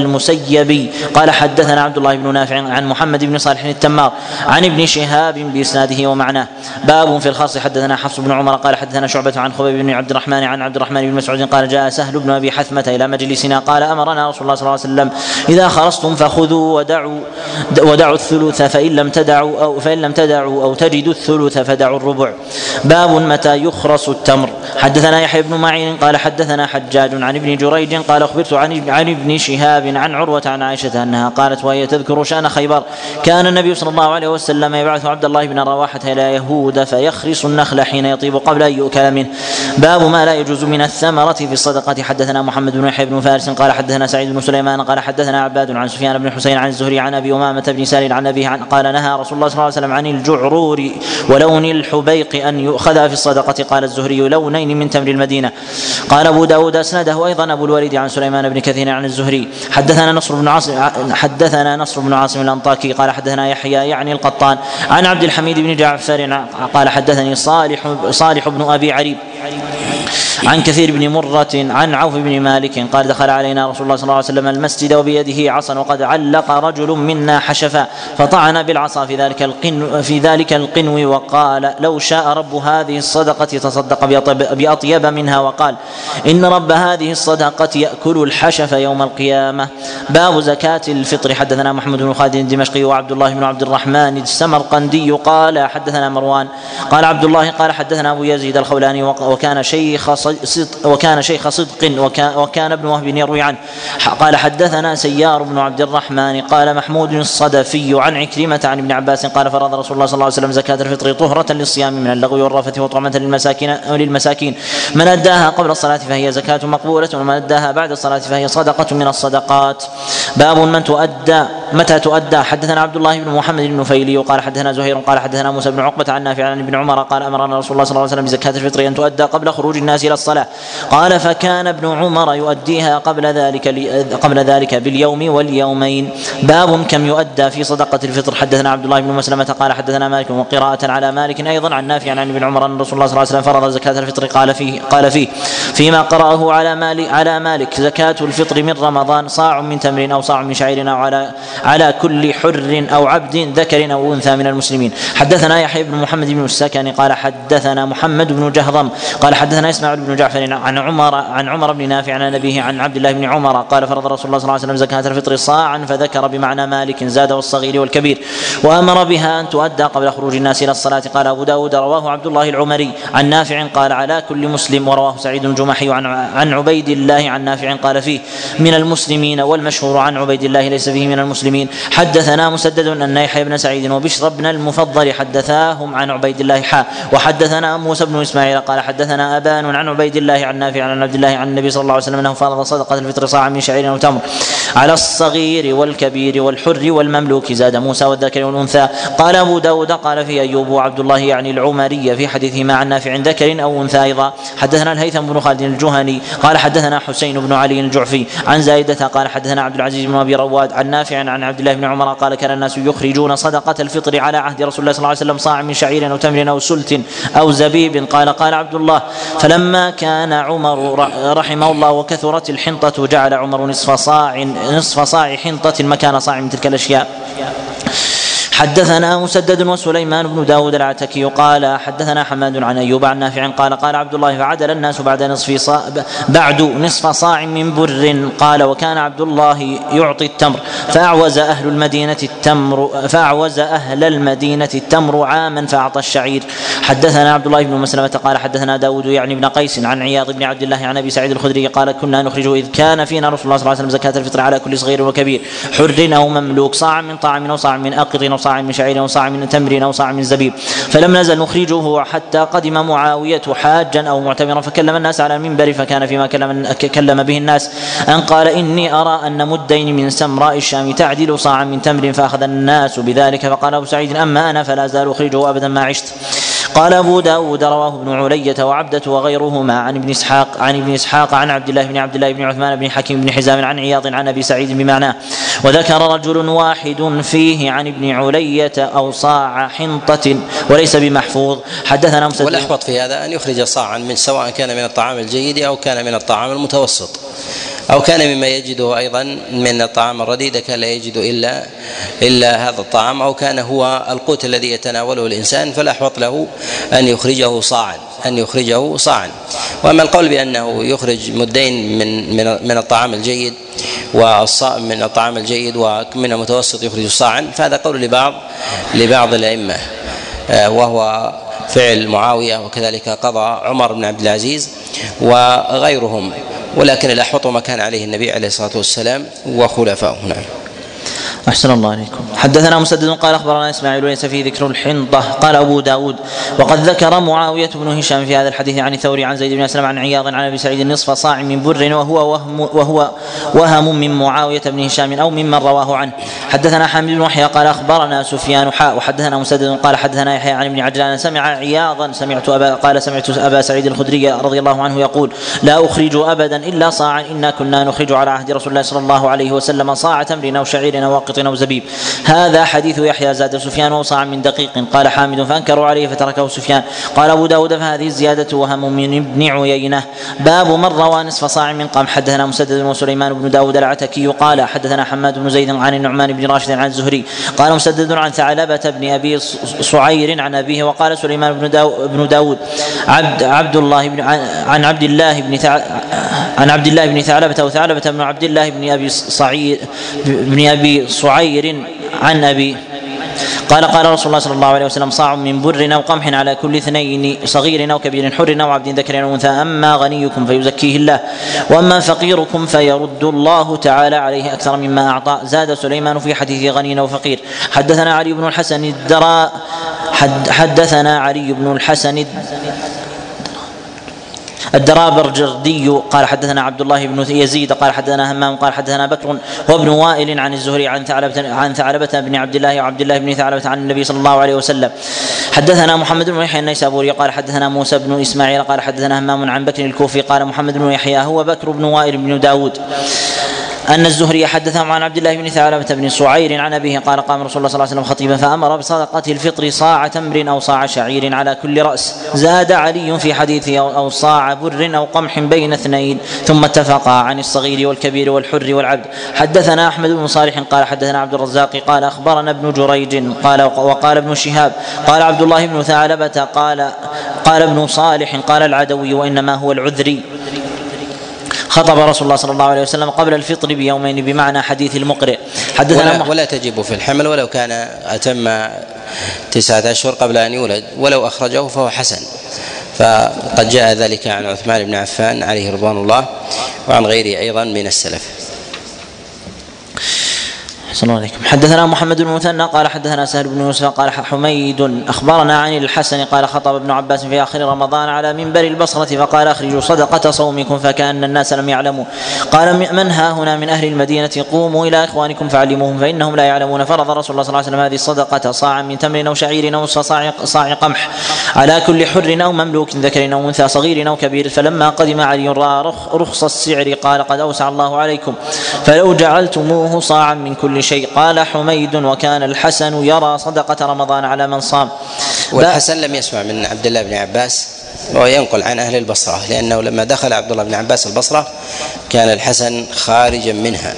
المسيبي قال حدثنا عبد الله بن نافع عن محمد بن صالح التمار عن ابن شهاب باسناده ومعناه. باب في الخاص. حدثنا حفص بن عمر قال حدثنا شعبة عن خبيب بن عبد الرحمن عن عبد الرحمن بن مسعود قال جاء سهل بن ابي حثمة الى مجلسنا قال امرنا رسول الله صلى الله عليه وسلم اذا خرجتم فخذوا ودعوا ودعوا الثلث فان لم تدعوا او فان لم تدعوا او تجدوا الثلث فدعوا الربع. باب متى يخرص التمر. حدثنا يحيى بن معين قال حدثنا حجاج عن ابن جريج قال اخبرت عن عن ابن شهاب عن عروة عن عائشة انها قالت وهي تذكر شأن خيبر كان النبي صلى الله عليه وسلم يبعث عبد الله بن رواحة الى يهود فيخرص النخل حين يطيب قبل ان يؤكل منه. باب ما لا يجوز من الثمرة في الصدقة. حدثنا محمد بن يحيى بن فارس قال حدثنا سعيد بن سليمان قال حدثنا عباد عن سفيان بن حسين عن الزهري عن ابي امامة بن سالم عن ابيه قال نهى رسول الله صلى الله عليه وسلم عن الجعرور ولون الحبيق ان يؤخذ في الصدقة. قال الزهري لونين من تمر المدينة. قال ابو داود اسنده ايضا ابو الوليد عن سليمان بن كثير عن الزهري. حدثنا نصر بن عاصم حدثنا نصر بن عاصم الانطاكي قال حدثنا يحيى يعني القطان عن عبد الحميد بن جعفر قال حدثني صالح صالح بن ابي عريب عن كثير بن مرة عن عوف بن مالك قال دخل علينا رسول الله صلى الله عليه وسلم المسجد وبيده عصا وقد علق رجل منا حشفا فطعن بالعصا في ذلك القنو في ذلك القنو وقال لو شاء رب هذه الصدقة تصدق بأطيب منها وقال إن رب هذه الصدقة يأكل الحشف يوم القيامة. باب زكاة الفطر. حدثنا محمد بن خالد الدمشقي وعبد الله بن عبد الرحمن السمرقندي قال حدثنا مروان قال عبد الله قال حدثنا أبو يزيد الخولاني وكان شيخ صدق وكان شيخ صدق وكان, وكان ابن وهب يروي عنه. قال حدثنا سيار بن عبد الرحمن قال محمود الصدفي عن عكرمة عن ابن عباس قال فرض رسول الله صلى الله عليه وسلم زكاة الفطر طهرة للصيام من اللغو والرفث وطعمة للمساكين أو للمساكين من أداها قبل الصلاة فهي زكاة مقبولة ومن أداها بعد الصلاة فهي صدقة من الصدقات. باب من تؤدى متى تؤدى. حدثنا عبد الله بن محمد النفيلي قال حدثنا زهير قال حدثنا موسى بن عقبة عن نافع عن ابن عمر قال أمرنا رسول الله صلى الله عليه وسلم بزكاة الفطر أن تؤدى قبل خروج الناس إلى الصلاة. قال فكان ابن عمر يؤديها قبل ذلك قبل ذلك باليوم واليومين. باب كم يؤدى في صدقة الفطر. حدثنا عبد الله بن مسلمة قال حدثنا مالك وقراءة على مالك أيضا عن نافع عن ابن عمر أن رسول الله صلى الله عليه وسلم فرض زكاة الفطر قال فيه قال فيه فيما قرأه على مالك على مالك زكاة الفطر من رمضان صاع من تمر أو صاع من شعير أو على على كل حر أو عبد ذكر أو أنثى من المسلمين. حدثنا يحيى بن محمد بن السكن قال حدثنا محمد بن جهضم قال حدثنا اسماعيل بن جعفر عن عمر عن عمر بن نافع عن نبيه عن عبد الله بن عمر قال فرض رسول الله صلى الله عليه وسلم زكاة الفطر صاعا فذكر بمعنى مالك زاد والصغير والكبير وأمر بها أن تؤدى قبل خروج الناس إلى الصلاة. قال أبو داود رواه عبد الله العمري عن نافع قال على كل مسلم. ورواه سعيد الجمحي عن عن عبيد الله عن نافع قال فيه من المسلمين والمشهور عن عبيد الله ليس فيه من المسلمين. حدثنا مسدد أن يحيى بن سعيد وبشر بن المفضل حدثاهم عن عبيد الله حا وحدثنا موسى بن إسماعيل قال حدثنا أبان عن عبيد الله عن نافع عن عبد الله عن النبي صلى الله عليه وسلم أنه فرض صدقة الفطر صاعا من شعير أو تمر على الصغير والكبير والحر والمملوك زاد موسى والذكر والأنثى. قال أبو داود قال في أيوب وعبد الله يعني العمري في حديثهما عن نافع ذكر أو أنثى أيضا. حدثنا الهيثم بن خالد الجهني قال حدثنا حسين بن علي الجعفي عن زائدة قال حدثنا عبد العزيز بن أبي رواد عن نافع عن عبد الله بن عمر قال كان الناس يخرجون صدقة الفطر على عهد رسول الله صلى الله عليه وسلم صاع من شعير أو تمر أو سلت أو زبيب. قال قال عبد الله فلما كان عمر رحمه الله وكثرت الحنطة جعل عمر نصف صاع نصف صاع حنطة مكان صاع من تلك الأشياء. حدثنا مسدد وسليمان بن داود العتكي قال حدثنا حماد عن أيوب عن نافع قال قال عبد الله فعدل الناس بعد نصف صاع بعد نصف صاع من بر. قال وكان عبد الله يعطي التمر فأعوز أهل المدينة التمر فأعوز أهل المدينة التمر عاما فأعطى الشعير. حدثنا عبد الله بن مسلمة قال حدثنا داود يعني بن قيس عن عياض بن عبد الله عن أبي سعيد الخدري قال كنا نخرج إذ كان فينا رسول الله صلى الله عليه وسلم زكاة الفطر على كل صغير وكبير حر أو مملوك صاع من طعام أو صاع من أقر أو صاع من شعير أو صاع من تمر أو صاع من زبيب. فلم نزل نخرجه حتى قدم معاوية حاجا أو معتمرا فكلم الناس على المنبر فكان فيما كلم, كلم به الناس أن قال إني أرى أن مدين من سمراء الشام تعدل صاعا من تمر فأخذ الناس بذلك. فقال أبو سعيد أما أنا فلا أزال أخرجه أبدا ما عشت. قال أبو داود رواه ابن علية وعبدة وغيرهما عن ابن إسحاق عن ابن إسحاق عن عبد الله بن عبد الله بن عثمان بن حكيم بن حزام عن عياض عن أبي سعيد بمعناه. وذكر رجل واحد فيه عن ابن علية أو صاع حنطة وليس بمحفوظ. حدثنا مسدد. والأحوط في هذا أن يخرج صاعا من سواء كان من الطعام الجيد أو كان من الطعام المتوسط أو كان مما يجده أيضا من الطعام الرديء كان لا يجد إلا إلا هذا الطعام أو كان هو القوت الذي يتناوله الإنسان فالأحوط له أن يخرجه صاعا أن يخرجه صاعا. وأما القول بأنه يخرج مدين من من من الطعام الجيد والصائم من الطعام الجيد ومن المتوسط يخرج صاعا فهذا قول لبعض لبعض الأئمة وهو فعل معاوية وكذلك قضى عمر بن عبد العزيز وغيرهم. ولكن الأحوط ما كان عليه النبي عليه الصلاة والسلام وخلفائه. نعم. أحسن الله عليكم. حدثنا مسدد قال أخبرنا إسماعيل وليس فيه ذكر الحنطة. قال أبو داود وقد ذكر معاوية بن هشام في هذا الحديث عن الثوري عن زيد بن أسلم عن عياض عن أبي سعيد نصف صاع من بر وهو وهم, وهو وهم من معاوية بن هشام أو ممن رواه عنه. حدثنا حامد بن يحيى قال أخبرنا سفيان حاء وحدثنا مسدد قال حدثنا يحيى عن ابن عجلان سمع عياضا سمعت أبا قال سمعت أبا سعيد الخدري رضي الله عنه يقول لا أخرج أبدا إلا صاعا إنا كنا نخرج على عهد رسول الله صلى الله عليه وسلم صاع تمر أو شعير أو واقط أو زبيب. هذا حديث يحيى زاد سفيان وصاع من دقيق. قال حامد فأنكروا عليه فتركه سفيان. قال أبو داود فهذه الزيادة وهم من ابن عيينة. باب من روى نصف صاع من قمح. حدثنا مسدد وسليمان بن داود العتكي قال حدثنا حماد بن زيد عن النعمان بن راشد عن الزهري قال مسدد عن ثعلبة بن أبي صعير عن أبيه. وقال سليمان بن داود, بن داود عبد, عبد الله بن عن عبد الله بن عن عبد الله بن ثعلبة وثعلبة بن عبد الله بن أبي صعير بن أبي صعير عن أبي قال قال رسول الله صلى الله عليه وسلم صاع من بر أو قمح على كل اثنين صغير أو كبير حر أو عبد ذكر أو أنثى أما غنيكم فيزكيه الله وأما فقيركم فيرد الله تعالى عليه أكثر مما أعطى. زاد سليمان في حديث غني أو فقير. حدثنا علي بن الحسن الدراء حد حدثنا علي بن الحسن الدرابرجردي قال حدثنا عبد الله بن يزيد قال حدثنا همام قال حدثنا بكر وابن وائل عن الزهري عن ثعلبة عن ثعلبة بن عبد الله وعبد الله بن ثعلبة عن النبي صلى الله عليه وسلم. حدثنا محمد بن يحيى النيسابوري قال حدثنا موسى بن اسماعيل قال حدثنا همام عن بكر الكوفي قال محمد بن يحيى هو بكر بن وائل بن داود أن الزهري حدثهم عن عبد الله بن ثعلبة بن صعير عن أبيه قال قام رسول الله صلى الله عليه وسلم خطيبا فأمر بصدقة الفطر صاع تمر أو صاع شعير على كل رأس. زاد علي في حديثه أو صاع بر أو قمح بين اثنين ثم اتفقا عن الصغير والكبير والحر والعبد. حدثنا أحمد بن صالح قال حدثنا عبد الرزاق قال أخبرنا ابن جريج قال وقال ابن شهاب قال عبد الله بن ثعلبة قال قال ابن صالح قال العدوي وإنما هو العذري. خطب رسول الله صلى الله عليه وسلم قبل الفطر بيومين بمعنى حديث المقرئ. حدثنا ولا, ولا تجب في الحمل ولو كان أتم تسعة أشهر قبل أن يولد ولو أخرجه فهو حسن، فقد جاء ذلك عن عثمان بن عفان عليه رضوان الله وعن غيره أيضا من السلف. صلى الله عليكم. حدثنا محمد بن مثنى قال حدثنا سهل بن يوسف قال حميد أخبرنا عن الحسن قال خطب ابن عباس في آخر رمضان على منبر البصرة فقال أخرجوا صدقة صومكم فكأن الناس لم يعلموا. قال من ها هنا من أهل المدينة قوموا إلى إخوانكم فعلموهم فإنهم لا يعلمون. فرض رسول الله صلى الله عليه وسلم هذه الصدقة صاعا من تمر أو شعير أو صاع, صاع قمح على كل حر أو مملوك ذكر أو أنثى صغير أو كبير. فلما قدم علي رأى رخص السعر قال قد أوسع الله عليكم فلو جعلتموه صاعا من كل شيء. قال حميد وكان الحسن يرى صدقة رمضان على من صام. والحسن لم يسمع من عبد الله بن عباس وينقل عن أهل البصرة، لأنه لما دخل عبد الله بن عباس البصرة كان الحسن خارجا منها،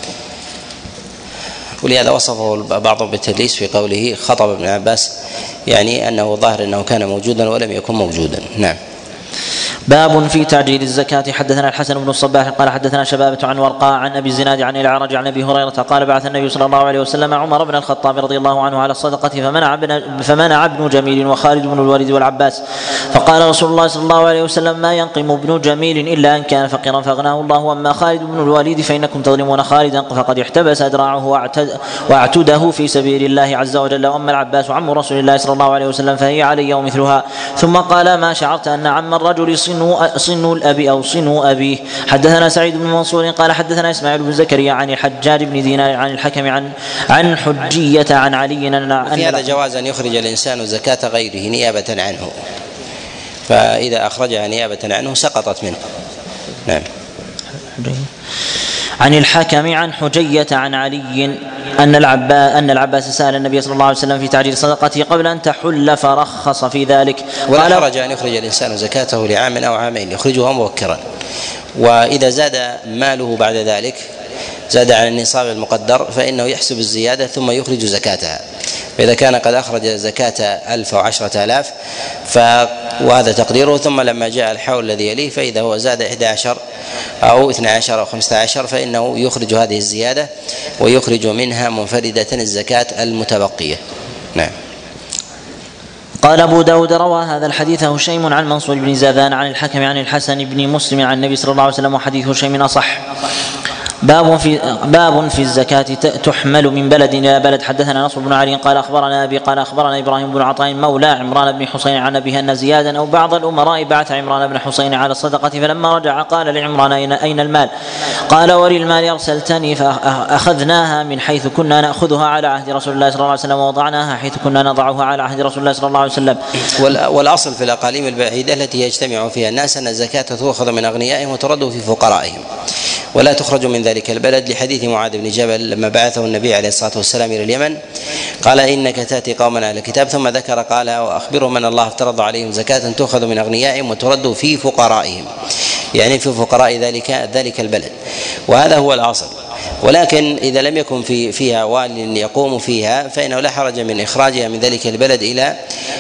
ولهذا وصفه بعضهم بالتدليس في قوله خطب ابن عباس، يعني أنه ظاهر أنه كان موجودا ولم يكن موجودا. نعم. باب في تعجيل الزكاة. حدثنا الحسن بن الصباح قال حدثنا شبابة عن ورقاء عن أبي الزناد عن الأعرج عن أبي هريرة قال بعث النبي صلى الله عليه وسلم عمر بن الخطاب رضي الله عنه على الصدقة فمنع ابن, فمنع ابن جميل وخالد بن الوليد والعباس. فقال رسول الله صلى الله عليه وسلم ما ينقم ابن جميل إلا أن كان فقيرا فأغناه الله، وأما خالد بن الوليد فإنكم تظلمون خالدا فقد احتبس أدراعه واعتد واعتده في سبيل الله عز وجل، وأما العباس عم رسول الله صلى الله عليه وسلم فهي علي ومثلها. ثم قال ما شعرت أن عم الرجل صنو, صنو الأب أو صنو أبيه. حدثنا سعيد بن منصور قال حدثنا إسماعيل بن زكريا عن الحجاج بن دينار عن الحكم عن عن حجية عن علي أن في هذا جواز أن يخرج الإنسان زكاة غيره نيابة عنه، فإذا أخرجها نيابة عنه سقطت منه. نعم. عن الحكم عن حجية عن علي أن العباس أن العباس سأل النبي صلى الله عليه وسلم في تعجيل صدقته قبل أن تحل فرخص في ذلك. ولا حرج أن يخرج الإنسان زكاته لعام أو عامين، يخرجها مبكرا، وإذا زاد ماله بعد ذلك زاد عن النصاب المقدر فإنه يحسب الزيادة ثم يخرج زكاتها. فإذا كان قد أخرج زكاة ألف أو عشرة آلاف ف... وهذا تقديره، ثم لما جاء الحول الذي يليه فإذا هو زاد إحدى عشر أو اثنى عشر أو خمسة عشر فإنه يخرج هذه الزيادة ويخرج منها منفردة الزكاة المتبقية. نعم. قال أبو داود روى هذا الحديث هشيم عن منصور بن زاذان عن الحكم عن الحسن بن مسلم عن النبي صلى الله عليه وسلم، وحديث هشيم أصح. باب في باب في الزكاة تحمل من بلد إلى بلد. حدثنا نصر بن علي قال أخبرنا أبي قال أخبرنا إبراهيم بن عطاء مولى عمران بن حسين عن أبيه أن زيادا أو بعض الأمراء بعث عمران بن حسين على الصدقة، فلما رجع قال لعمران أين المال؟ قال وللمال أرسلتني فأخذناها من حيث كنا نأخذها على عهد رسول الله صلى الله عليه وسلم ووضعناها حيث كنا نضعها على عهد رسول الله صلى الله عليه وسلم. والأصل في الأقاليم البعيدة التي يجتمع فيها الناس أن الزكاة تؤخذ من أغنيائهم وترد في فقرائهم ولا تخرج من ذلك البلد، لحديث معاذ بن جبل لما بعثه النبي عليه الصلاة والسلام إلى اليمن قال إنك تأتي قوما أهل الكتاب، ثم ذكر قال وأخبرهم أن الله افترض عليهم زكاة تؤخذ من أغنيائهم وترد في فقرائهم، يعني في فقراء ذلك ذلك البلد، وهذا هو الأصل. ولكن إذا لم يكن في فيها وال يقوم فيها فإنه لا حرج من إخراجها من ذلك البلد إلى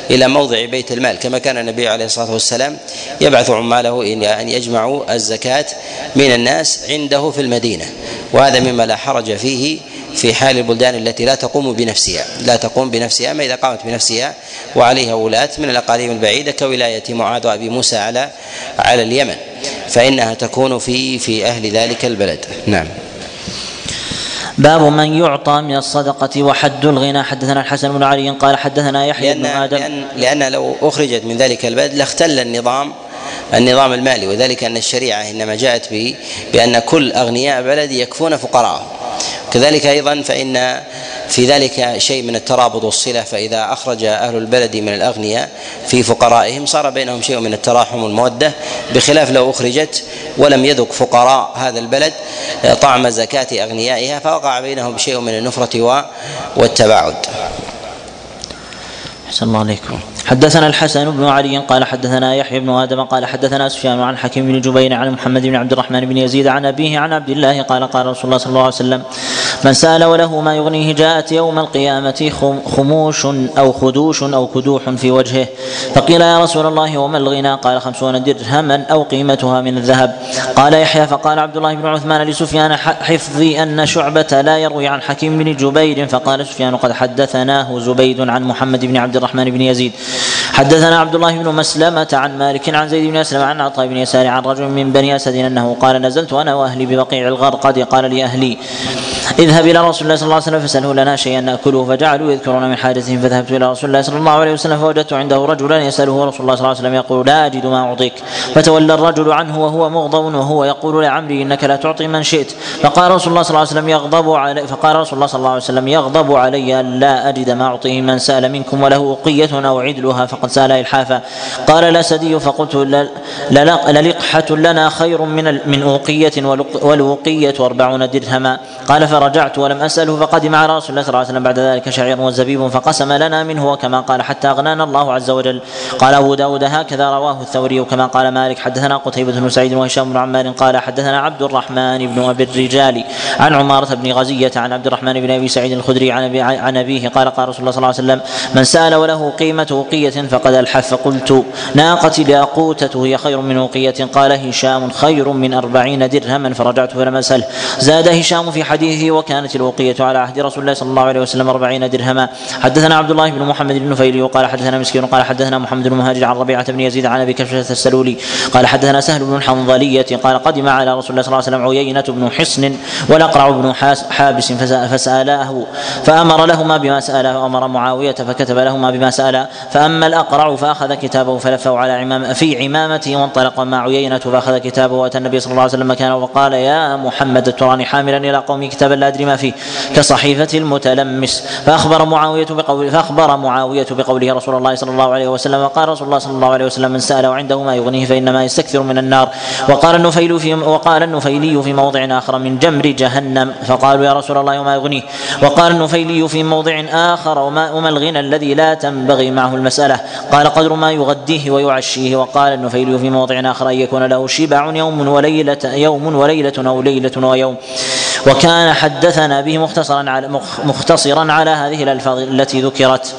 إلى موضع بيت المال، كما كان النبي عليه الصلاة والسلام يبعث عماله أن يجمعوا الزكاة من الناس عنده في المدينة، وهذا مما لا حرج فيه في حال البلدان التي لا تقوم بنفسها لا تقوم بنفسها أما إذا قامت بنفسها وعليها ولاة من الأقاليم البعيدة كولاية معاذ وأبي موسى على على اليمن، فإنها تكون في في أهل ذلك البلد. نعم. باب من يعطى من الصدقة وحد الغنى. حدثنا الحسن بن علي قال حدثنا يحيى بن آدم لأن, لأن لو أخرجت من ذلك البلد لاختل النظام النظام المالي، وذلك أن الشريعة إنما جاءت به بأن كل أغنياء بلد يكفون فقراءهم، كذلك أيضا فإن في ذلك شيء من الترابط والصلة، فإذا أخرج أهل البلد من الأغنياء في فقرائهم صار بينهم شيء من التراحم والمودة، بخلاف لو أخرجت ولم يذق فقراء هذا البلد طعم زكاة أغنيائها فوقع بينهم شيء من النفرة والتباعد. أحسن الله عليكم. حدثنا الحسن بن علي قال حدثنا يحيى بن آدم قال حدثنا سفيان عن حكيم بن جبير عن محمد بن عبد الرحمن بن يزيد عن أبيه عن عبد الله قال قال رسول الله صلى الله عليه وسلم من سأل وله ما يغنيه جاءت يوم القيامة خموش أو خدوش أو كدوح في وجهه، فقيل يا رسول الله وما الغنى؟ قال خمسون درهما أو قيمتها من الذهب. قال يحيى فقال عبد الله بن عثمان لسفيان حفظي أن شعبة لا يروي عن حكيم بن جبير، فقال سفيان قد حدثناه زبيد عن محمد بن عبد الرحمن بن يزيد. حدثنا عبد الله بن مسلمة عن مالك عن زيد بن أسلم عن عطاء بن يسار عن رجل من بني أسد أنه قال نزلت أنا وأهلي ببقيع الغرقد، قال لي أهلي اذهب إلى رسول الله صلى الله عليه وسلم فسأله لنا شيئا نأكله، فجعلوا يذكرون من حاجتهم، فذهبت إلى رسول الله صلى الله عليه وسلم فوجدت عنده رجلا يسأله ورسول الله صلى الله عليه وسلم يقول لا أجد ما أعطيك، فتولى الرجل عنه وهو مغضب وهو يقول لعمري إنك لا تعطي من شئت، فقال رسول الله صلى الله عليه وسلم يغضب علي فقال رسول الله صلى الله عليه وسلم يغضب علي لا أجد ما أعطيه من سأل منكم وله أقية أو عدلها فقد سأل إلحافا. قال الأسدي فقلت للقحة لنا خير من من أوقية والوقية أربعون درهما. قال فرجعت ولم أسأله، فقدم على رسول الله صلى الله عليه وسلم بعد ذلك شعير وزبيب فقسم لنا منه وكما قال حتى أغنانا الله عز وجل. قال أبو داود هكذا رواه الثوري وكما قال مالك. حدثنا قتيبة بن سعيد وهشام بن عمار قال حدثنا عبد الرحمن بن أبي الرجال عن عمارة بن غزية عن عبد الرحمن بن أبي سعيد الخدري عن أبيه قال قال رسول الله صلى الله عليه وسلم من سأل وله قيمة وقية فقد ألحف. فقلت ناقتي لاقوتة هي خير من وقية؟ قال هشام خير من أربعين درهما، فرجعت فلم أسأله. زاد هشام في حديثه وكانت الوقية على عهد رسول الله صلى الله عليه وسلم أربعين درهما. حدثنا عبد الله بن محمد بن نفيل قال حدثنا مسكين قال حدثنا محمد بن مهاجر عن ربيعة بن يزيد عن أبي كبشة السلولي قال حدثنا سهل بن الحنظلية قال قدم على رسول الله صلى الله عليه وسلم عيينة بن حصن والأقرع بن حابس فسألاه فأمر لهما بما سأله، وأمر معاوية فكتب لهما بما سأل، فأما الأقرع فأخذ كتابه فلفه على عمام في عمامته وانطلق مع عيينة فأخذ كتابه وأتى النبي صلى الله عليه وسلم مكانه وقال يا محمد تراني حاملا إلى قومي كتابا لا أدري ما فيه كصحيفة المتلمس. فأخبر معاوية بقول فأخبر معاوية بقوله رسول الله صلى الله عليه وسلم. وقال رسول الله صلى الله عليه وسلم من سأل وعنده ما يغنيه فإنما يستكثر من النار. وقال النفيل في وقال النفيلي في موضع آخر من جمر جهنم، فقالوا يا رسول الله وما يغنيه؟ وقال النفيلي في موضع آخر وما, وما الغنى الذي لا تنبغي معه المسألة؟ قال قدر ما يغديه ويعشيه. وقال النفيلي في موضع آخر أن يكون له شبع يوم وليلة يوم وليلة أو ليلة ويوم. وكان حدثنا به مختصرا على مختصرا على هذه الألفاظ التي ذكرت.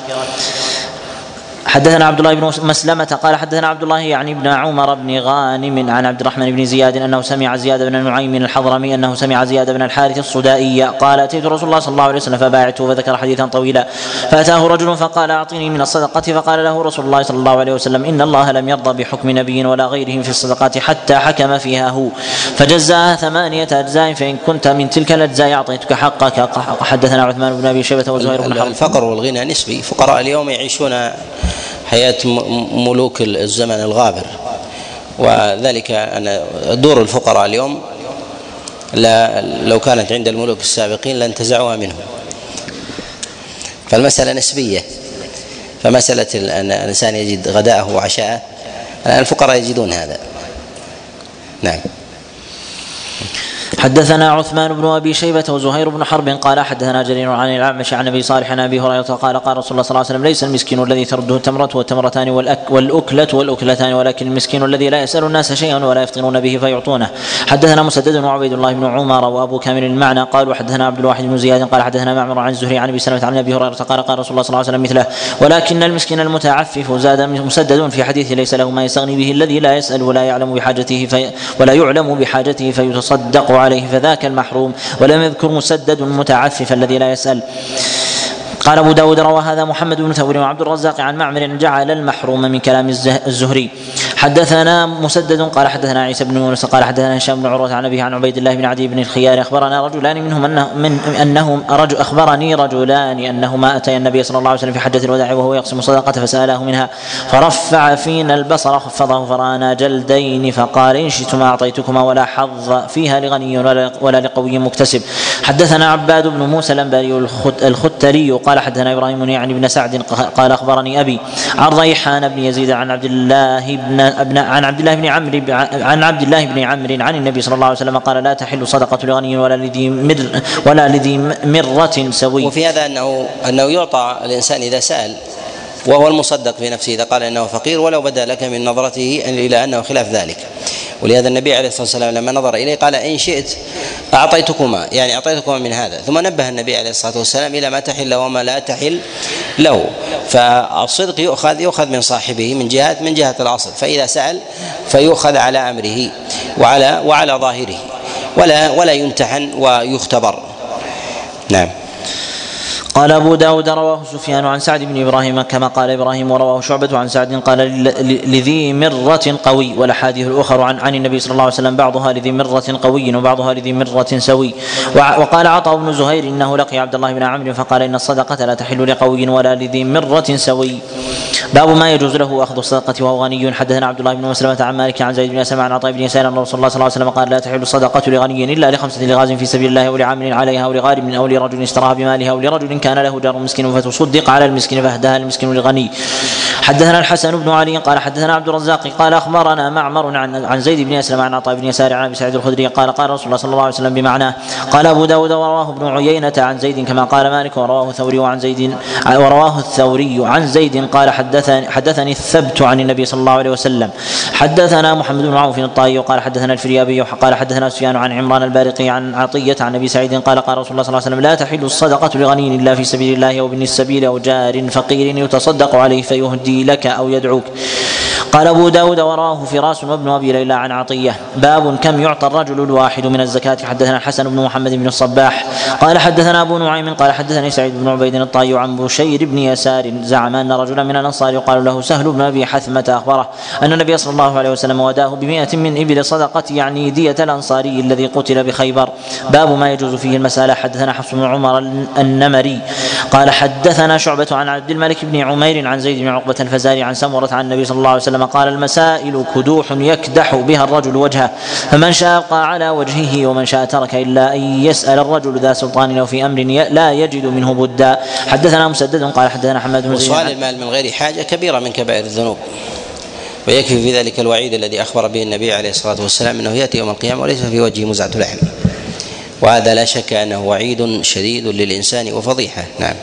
حدثنا عبد الله بن مسلمة قال حدثنا عبد الله يعني ابن عمر بن غانم عن عبد الرحمن بن زياد أنه سمع زياد بن نعيم الحضرمي أنه سمع زياد بن الحارث الصدائي قال أتيت رسول الله صلى الله عليه وسلم فبايعته فذكر حديثا طويلا، فأتاه رجل فقال أعطني من الصدقة، فقال له رسول الله صلى الله عليه وسلم إن الله لم يرضى بحكم نبي ولا غيره في الصدقات حتى حكم فيها هو، فجزاها ثمانية أجزاء فإن كنت من تلك الأجزاء أعطيتك حقك. حدثنا عثمان بن أبي شيبة وزهير بن حرب. الفقر والغنى نسبي، فقراء اليوم يعيشون حياة ملوك الزمن الغابر، وذلك أن دور الفقراء اليوم لا لو كانت عند الملوك السابقين لانتزعوها منهم، فالمسألة نسبية. فمسألة أن الإنسان يجد غداءه وعشاءه الآن الفقراء يجدون هذا. نعم. حدثنا عثمان بن ابي شيبه وزهير بن حرب قال حدثنا جرير عن الاعمش عن ابي صالح عن ابي هريره قال قال رسول الله صلى الله عليه وسلم ليس المسكين الذي ترده التمره والتمرتان والأك والاكله والاكلتان ولكن المسكين الذي لا يسال الناس شيئا ولا يفطرون به فيعطونه. حدثنا مسدد وعبيد الله بن عمر وابو كامل المعنى قال وحدثنا عبد الواحد بن زياد قال حدثنا معمر عن الزهري عن ابي سلمة عن ابي هريره قال قال رسول الله صلى الله عليه وسلم مثله ولكن المسكين المتعفف زاد مسدد في حديث ليس له ما يستغني به الذي لا يسال ولا يعلم بحاجته في ولا يعلم بحاجته فيتصدق عليه فذاك المحروم ولم يذكر مسدد متعفف الذي لا يسأل. قال أبو داود روى هذا محمد بن ثور وعبد الرزاق عن معمر جعل المحروم من كلام الزهري. حدثنا مسدد قال حدثنا عيسى بن يونس قال حدثنا هشام بن عروة عن أبيه عن عبيد الله بن عدي بن الخيار أخبرنا رجلان منهم أنه من أنهم رجل أخبرني رجلان أنهما أتيا النبي صلى الله عليه وسلم في حجة الوداع وهو يقسم صدقة فسأله منها فرفع فينا البصر خفضه فرآنا جلدين فقال إن شئتما أعطيتكما ولا حظ فيها لغني ولا لقوي مكتسب. حدثنا عباد بن موسى الأنباري الختلي قال حدثنا إبراهيم يعني بن سعد قال أخبرني أبي عن ريحان بن يزيد عن عبد الله بن ابن عن عبد الله بن عمرو عن عبد الله بن عمرو عن النبي صلى الله عليه وسلم قال لا تحل صدقة لغني ولا لذي مر ولا لذي مرة سوي. وفي هذا أنه أنه يعطى الإنسان إذا سأل وهو المصدق في نفسه إذا قال إنه فقير ولو بدا لك من نظرته إلى أنه خلاف ذلك. ولهذا النبي عليه الصلاة والسلام لما نظر إليه قال إن شئت أعطيتكما يعني أعطيتكما من هذا ثم نبه النبي عليه الصلاة والسلام إلى ما تحل وما لا تحل له. فالصدق يؤخذ يؤخذ من صاحبه من جهة من جهة الأصل فإذا سأل فيؤخذ على أمره وعلى وعلى ظاهره ولا ولا يمتحن ويختبر. نعم. قال أبو داود رواه سفيان عن سعد بن إبراهيم كما قال إبراهيم ورواه شعبة عن سعد قال لذي مرة قوي والأحاديث الأخرى عن, عن النبي صلى الله عليه وسلم بعضها لذي مرة قوي وبعضها لذي مرة سوي. وقال عطاء بن زهير إنه لقي عبد الله بن عمرو فقال إن الصدقة لا تحل لقوي ولا لذي مرة سوي. باب ما يجوز له أخذ الصدقة وهو غني. حدثنا عبد الله بن مسلمة عن مالك عن زيد بن أسلم عن عطاء بن يسار أن رسول الله صلى الله عليه وسلم قال لا تحل الصدقة لغني إلا لخمسة لغاز في سبيل الله أو لعامل عليها أو لغارم أو لرجل اشتراها بمالها أو لرجل كان له جار مسكين فتصدق على المسكين فاهداها المسكين للغني. حدثنا الحسن بن علي قال حدثنا عبد الرزاق قال اخبرنا معمر عن عن زيد بن اسلم عن عطاء بن يسار عن ابي سعيد الخدري قال قال رسول الله صلى الله عليه وسلم بمعناه. قال ابو داود ورواه ابن عيينة عن زيد كما قال مالك ورواه الثوري عن زيد ورواه الثوري عن زيد قال حدثني حدثني الثبت عن النبي صلى الله عليه وسلم. حدثنا محمد بن عوف الطائي قال حدثنا الفريابي قال حدثنا سفيان عن عمران البارقي عن عطية عن ابي سعيد قال قال رسول الله صلى الله عليه وسلم لا تحل الصدقة لغني الا في سبيل الله او بن السبيل او جار فقير يتصدق عليه فيهدي لك او يدعوك. قال أبو داود وراه فراس وابن أبي ليلى عن عطية. باب كم يعطى الرجل الواحد من الزكاة. حدثنا الحسن بن محمد بن الصباح قال حدثنا أبو نعيم قال حدثني سعيد بن عبيد الطائي عن بشير بن يسار زعم أن رجلا من الأنصار يقال له سهل بن أبي حثمة أخبره أن النبي صلى الله عليه وسلم وداه بمئة من إبل صدقة يعني دية الأنصاري الذي قتل بخيبر. باب ما يجوز فيه المسألة. حدثنا حفص بن عمر النمري قال حدثنا شعبة عن عبد الملك بن عمير عن زيد بن عقبة الفزاري عن سمرة عن النبي صلى الله عليه وسلم قال المسائل كدوح يكدح بها الرجل وجهه فمن شاء أبقى على وجهه ومن شاء ترك إلا أن يسأل الرجل ذا سلطان أو في أمر لا يجد منه بدا. حدثنا مسدد قال حدثنا حماد بن زيد. وسؤال المال من غير حاجة كبيرة من كبائر الذنوب ويكفي في ذلك الوعيد الذي أخبر به النبي عليه الصلاة والسلام أنه يأتي يوم القيامة وليس في وجهه مزعة لحم وهذا لا شك أنه وعيد شديد للإنسان وفضيحة. نعم.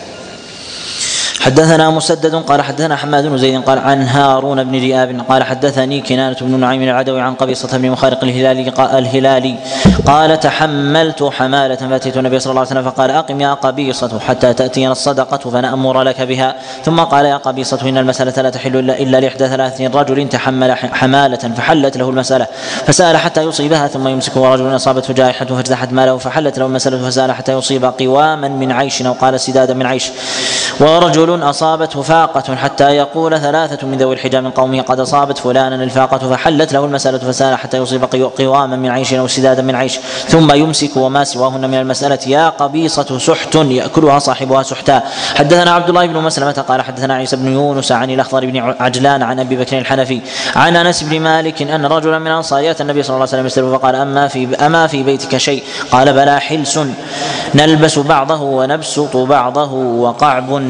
حدثنا مسدد قال حدثنا حماد بن زيد قال عن هارون بن رئاب قال حدثني كنانة بن نعيم العدوي عن قبيصة بن مخارق الهلالي قال, الهلالي قال تحملت حمالة فأتيت النبي صلى الله عليه وسلم فقال أقم يا قبيصة حتى تأتينا الصدقة فنأمر لك بها. ثم قال يا قبيصة إن المسألة لا تحل إلا لإحدى ثلاث رجل تحمل حمالة فحلت له المسألة فسأل حتى يصيبها ثم يمسك ورجل أصابته جائحة فاجتاحت ماله فحلت له المسألة فسأل حتى يصيب قواما من عيش أو قال سدادا من عيش ورجل أصابته فاقة حتى يقول ثلاثة من ذوي الحجى من قومه قد أصابت فلانا الفاقة فحلت له المسألة فسال حتى يصيب قواما من عيش أو سدادا من عيش ثم يمسك وما سواهن من المسألة. يا قبيصة سحت يأكلها صاحبها سحتا. حدثنا عبد الله بن مسلمة قال حدثنا عيسى بن يونس عن الأخضر بن عجلان عن أبي بكر الحنفي عن أنس بن مالك أن رجلا من الأنصار أتى النبي صلى الله عليه وسلم يسأله فقال أما في أما في بيتك شيء؟ قال بلى حلس نلبس بعضه ونبسط بعضه وقعب نشرب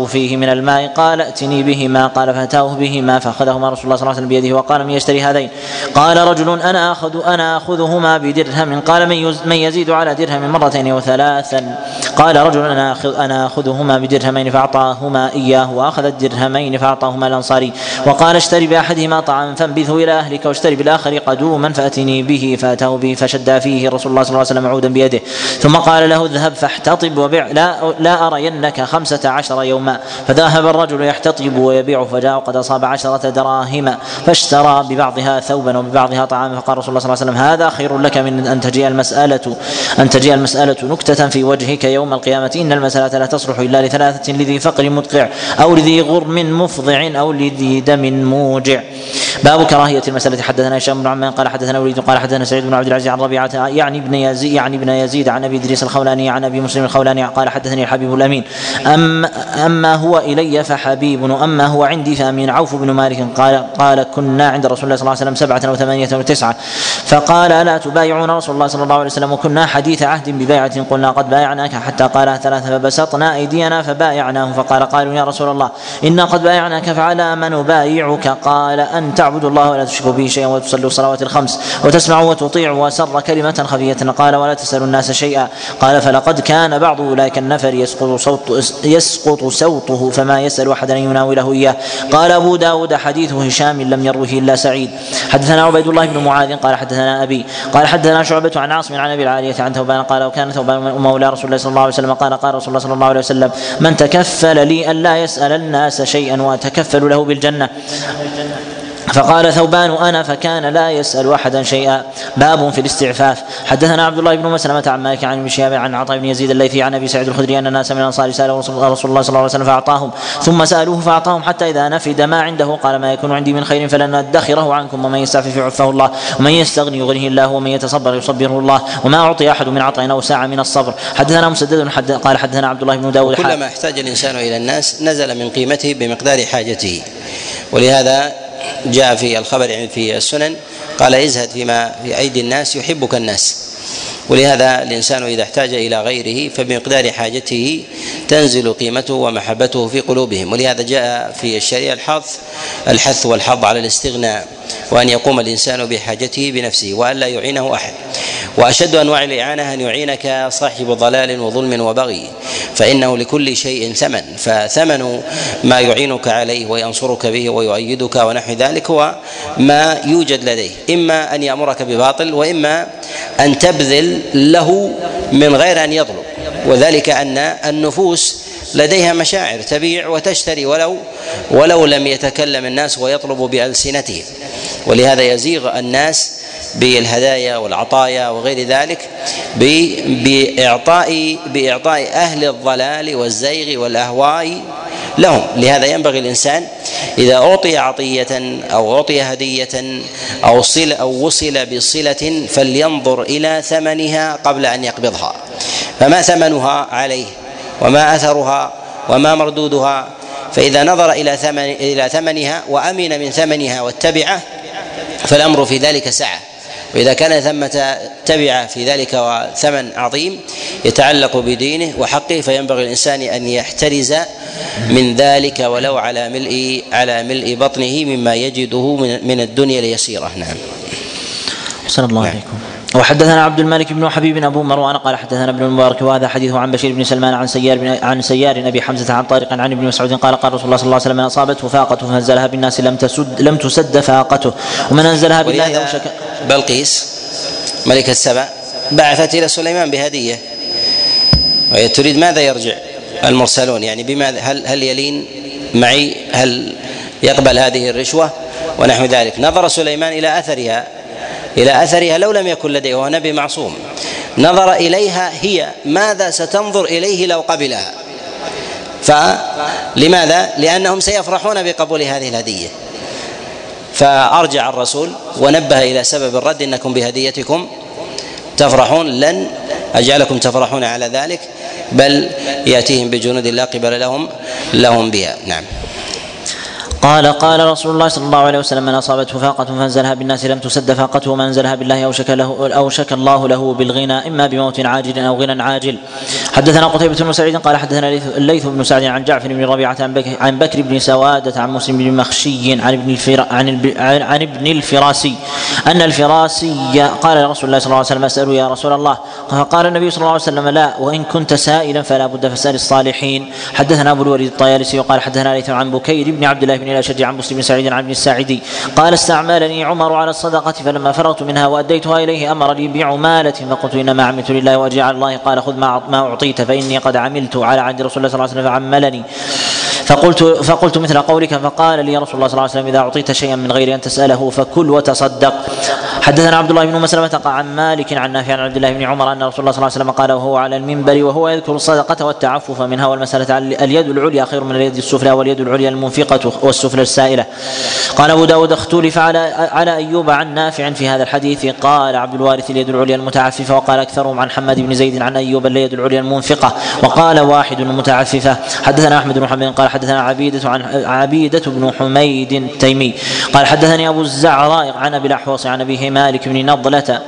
فيه من الماء قال ائتني بهما قال فأتاه بهما فأخذهما رسول الله صلى الله عليه وسلم بيده وقال من يشتري هذين قال رجل أنا أخذ أنا أخذهما بدرهم قال من يزيد على درهم مرتين وثلاثا قال رجل أنا أخذ أنا أخذهما بدرهمين فأعطاهما إياه وأخذ الدرهمين فأعطاهما الأنصاري وقال اشتري بأحدهما طعاما فانبذه إلى أهلك واشتري بالآخر قدوما فأتني به فأتاه به فشد فيه رسول الله صلى الله عليه وسلم عودا بيده ثم قال له اذهب فاحتطب وبيع لا, لا أرينك خمسة عشر يوما فذهب الرجل يحتطب ويبيع فجاء قد أصاب عشرة دراهم فاشترى ببعضها ثوبا وببعضها طعاما فقال رسول الله صلى الله عليه وسلم هذا خير لك من أن تجيء المسألة أن تجيء المسألة نكتة في وجهك يوم القيامة إن المسألة لا تصلح إلا لثلاثة لذي فقر مدقع أو لذي غرم مفضع أو لذي دم موجع. باب كراهية المسألة. حدثنا هشام بن عمان قال حدثنا وليد قال حدثنا سعيد بن عبد العزيز عن ربيعة يعني ابن يزيد يعني ابن يزيد عن أبي إدريس الخولاني عن أبي مسلم الخولاني قال حدثني الحبيب الأمين أما, أما هو إلي فحبيب وأما هو عندي فأمين. عوف بن مالك قال قال كنا عند رسول الله صلى الله عليه وسلم سبعة أو ثمانية أو تسعة فقال ألا تبايعون رسول الله صلى الله عليه وسلم وكنا حديث عهد ببيعة قلنا قد بايعناك حتى قال ثلاثة فبسطنا أيدينا فبايعناه فقال قالوا يا رسول الله إنا قد بايعناك فعلى من نبايعك قال أن تعبدوا الله ولا تشركوا به شيئا وتصلوا الصلوات الخمس وتسمعوا وتطيعوا وسر كلمة خفية قال ولا تسألوا الناس شيئا قال فلقد كان بعض أولئك النفر يسقط, صوت يسقط صوته فما يسأل أحدا يناوله إياه. قال أبو داود حديث هشام لم يروه إلا سعيد. حدثنا عبيد الله بن معاذ قال حدثنا أبي قال حدثنا شعبة عن عاصم عن أبي العالية عن ثوبان قال وكان ثوبان مولى رسول الله صلى الله عليه وسلم قال قال رسول الله صلى الله عليه وسلم من تكفل لي أن لا يسأل الناس شيئا وأتكفل له بالجنة فقال ثوبان أنا فكان لا يسأل أحدا شيئا. باب في الاستعفاف. حدثنا عبد الله بن مسلمة عن مالك عن ابن شهاب عن عطاء بن يزيد الليثي عن أبي سعيد الخدري أن الناس من الأنصار سألوا رسول الله صلى الله عليه وسلم فأعطاهم ثم سألوه فأعطاهم حتى إذا نفد ما عنده قال ما يكون عندي من خير فلن أدخره عنكم ومن يستعفف يعفه الله ومن يستغني يغنيه الله ومن يتصبر يصبره الله وما أعطي أحد من عطاء أو ساعة من الصبر. حدثنا مسدد حد قال حدثنا عبد الله بن داود كلما احتاج الإنسان إلى الناس نزل من قيمته بمقدار حاجته ولهذا جاء في الخبر في السنن قال ازهد فيما في أيدي الناس يحبك الناس. ولهذا الإنسان إذا احتاج إلى غيره فبمقدار حاجته تنزل قيمته ومحبته في قلوبهم. ولهذا جاء في الشريعة الحث الحث والحظ على الاستغناء وأن يقوم الإنسان بحاجته بنفسه وأن لا يعينه أحد. وأشد أنواع الإعانة أن يعينك صاحب ضلال وظلم وبغي فإنه لكل شيء ثمن فثمن ما يعينك عليه وينصرك به ويؤيدك ونحو ذلك هو ما يوجد لديه إما أن يأمرك بباطل وإما أن تبذل له من غير أن يطلب. وذلك أن النفوس لديها مشاعر تبيع وتشتري ولو ولو لم يتكلم الناس ويطلب بألسنتهم. ولهذا يزيغ الناس بالهدايا والعطايا وغير ذلك بإعطاء بإعطاء أهل الضلال والزيغ والأهواء لهم. لهذا ينبغي الإنسان إذا أعطي عطية أو أعطي هدية أو صل أو وصل بصلة فلينظر إلى ثمنها قبل أن يقبضها فما ثمنها عليه وما أثرها وما مردودها. فإذا نظر إلى ثمن إلى ثمنها وأمن من ثمنها واتبعه فالأمر في ذلك سعة. وإذا كان ثمة تبع في ذلك وثمن عظيم يتعلق بدينه وحقه فينبغي الإنسان أن يحترز من ذلك ولو على ملء على ملء بطنه مما يجده من الدنيا ليسيره. نعم. صلى الله عليكم. وحدثنا عبد الملك بن حبيب أبو مروان قال حدثنا ابن المبارك وهذا حديثه عن بشير بن سلمان عن سيار بن عن سيار أبي حمزة عن طارق عن ابن مسعود قال قال رسول الله صلى الله عليه وسلم من أصابته فاقته فأنزلها بالناس لم تسد لم تسد فاقته ومن أنزلها بالله أوشك. بلقيس ملكة سبأ بعثت إلى سليمان بهدية وهي تريد ماذا يرجع المرسلون يعني بماذا هل هل يلين معي هل يقبل هذه الرشوة ونحو ذلك. نظر سليمان إلى أثرها إلى أثرها لو لم يكن لديه وهو نبي معصوم نظر إليها هي ماذا ستنظر إليه لو قبلها. فلماذا؟ لأنهم سيفرحون بقبول هذه الهدية. فأرجع الرسول ونبه إلى سبب الرد إنكم بهديتكم تفرحون لن أجعلكم تفرحون على ذلك بل يأتيهم بجنود لا قبل لهم لهم بها. نعم. قال قال رسول الله صلى الله عليه وسلم: من اصابته فاقة فانزلها بالناس لم تسد فاقته ومن انزلها بالله اوشك له اوشك الله له بالغنى اما بموت عاجل او غنى عاجل. حدثنا قتيبة بن سعيد قال حدثنا الليث بن سعد عن جعفر بن ربيعة عن بكر بن سوادة عن مسلم بن مخشي عن ابن الفرا عن, عن ابن الفراسي ان الفراسي قال لرسول الله صلى الله عليه وسلم: اسأل يا رسول الله. فقال النبي صلى الله عليه وسلم: لا، وان كنت سائلا فلا بد فاسأل الصالحين. حدثنا ابو الوليد الطيالسي وقال حدثنا ليث عن بكير بن عبد الله بن الاشج عن مسلم بن سعيد عن ابن الساعدي قال: استعملني عمر على الصدقة فلما فرغت منها واديتها اليه امر لي بعمالة فقلت انما عملت لله واجري على الله. قال: خذ ما اعطيت فاني قد عملت على عهد رسول الله صلى الله عليه وسلم فعملني. فقلت فقلت مثل قولك. فقال لي رسول الله صلى الله عليه وسلم: اذا اعطيت شيئا من غير ان تساله فكل وتصدق. حدثنا عبد الله بن مسلمة عن مالك عن نافع عن عبد الله بن عمر ان رسول الله صلى الله عليه وسلم قال وهو على المنبر وهو يذكر الصدقة والتعفف منها والمسألة: اليد العليا خير من اليد السفلى واليد العليا المنفقة والسفلى السائلة. قال ابو داود: اختلف على على ايوب عن نافع في هذا الحديث. قال عبد الوارث: اليد العليا المتعففة. وقال اكثرهم عن حماد بن زيد عن ايوب: اليد العليا المنفقة. وقال واحد المتعففة. حدثنا احمد بن محمد قال حدثنا عبيدة عن عبيدة بن حميد التيمي قال حدثني ابو الزعراء عن ابي الاحوص عن ابيه مالك بن نضلة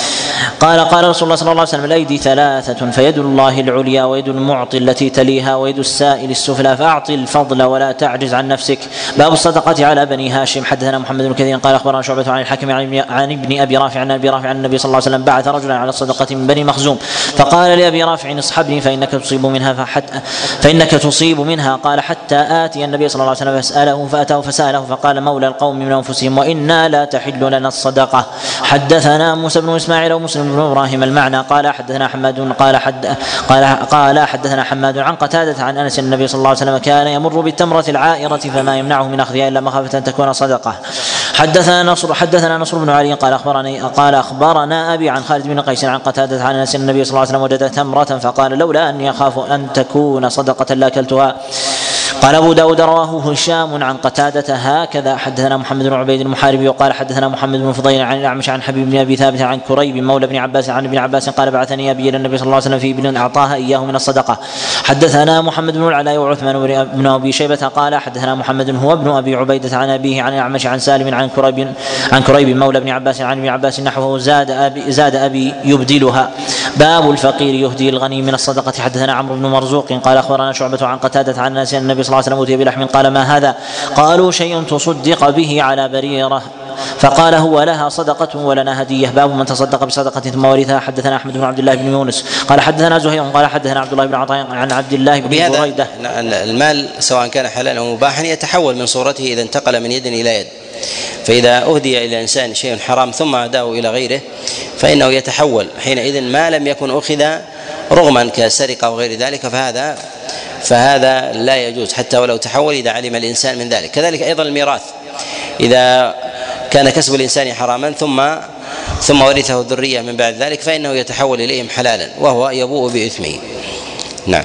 قال قال رسول الله صلى الله عليه وسلم: الايدي ثلاثة فيد الله العليا ويد المعطي التي تليها ويد السائل السفلى فاعطي الفضل ولا تعجز عن نفسك. باب الصدقة على بني هاشم. حدثنا محمد بن كثير قال اخبرنا شعبة عن الحكم عن ابن ابي رافع عن ابي رافع عن النبي صلى الله عليه وسلم بعث رجلا على الصدقة من بني مخزوم فقال لابي رافع: اصحبني فانك تصيب منها فحتى فانك تصيب منها. قال: حتى اتي النبي صلى الله عليه وسلم فاساله فاتاه فساله فقال: مولى القوم من انفسهم وانا لا تحل لنا الصدقة. حدثنا موسى بن اسماعيل ومسلم بن ابراهيم المعنى قال حدثنا حماد قال حد قال قال حدثنا حماد عن قتادة عن انس النبي صلى الله عليه وسلم كان يمر بالتمرة العائرة فما يمنعه من اخذها الا مخافة ان تكون صدقة. حدثنا نصر حدثنا نصر بن علي قال اخبرني قال اخبرنا ابي عن خالد بن قيس عن قتادة عن انس النبي صلى الله عليه وسلم وجد تمرة فقال: لولا اني اخاف ان تكون صدقة لاكلتها. قال ابو داود: رواه هشام عن قتادة هكذا. حدثنا محمد بن عبيد المحاربي وقال حدثنا محمد بن فضيل عن الاعمش عن حبيب بن ابي ثابت عن كريب مولى بن عباس عن ابن عباس قال: بعثني ابي الى النبي صلى الله عليه وسلم في ابن اعطاها اياه من الصدقة. حدثنا محمد بن العلاء وعثمان بن ابي شيبة قال حدثنا محمد هو ابن ابي عبيدة عن ابيه عن الاعمش عن سالم عن كريب عن كريب مولى بن عباس عن ابن عباس نحوه زاد ابي زاد ابي يبدلها. باب الفقير يهدي الغني من الصدقة. حدثنا عمرو بن مرزوق قال اخبرنا شعبة عن قتادة عن انس النبي صلى الله عليه وسلم اوتي بلحم قال: ما هذا؟ قالوا: شيء تصدق به على بريرة. فقال: هو لها صدقة ولنا هدية. باب من تصدق بصدقة ثم ورثها. حدثنا احمد بن عبد الله بن يونس قال حدثنا زهير قال حدثنا عبد الله بن عطاء عن عبد الله بن بريدة. المال سواء كان حلالا او مباحا يتحول من صورته اذا انتقل من يد الى يد، فاذا اهدي الى انسان شيء حرام ثم اداه الى غيره فانه يتحول حينئذ ما لم يكن اخذ رغما كسرقة وغير ذلك، فهذا فهذا لا يجوز حتى ولو تحول إذا علم الإنسان من ذلك. كذلك أيضا الميراث إذا كان كسب الإنسان حراما ثم ثم ورثه الذرية من بعد ذلك فإنه يتحول إليهم حلالا وهو يبوء بإثمه. نعم.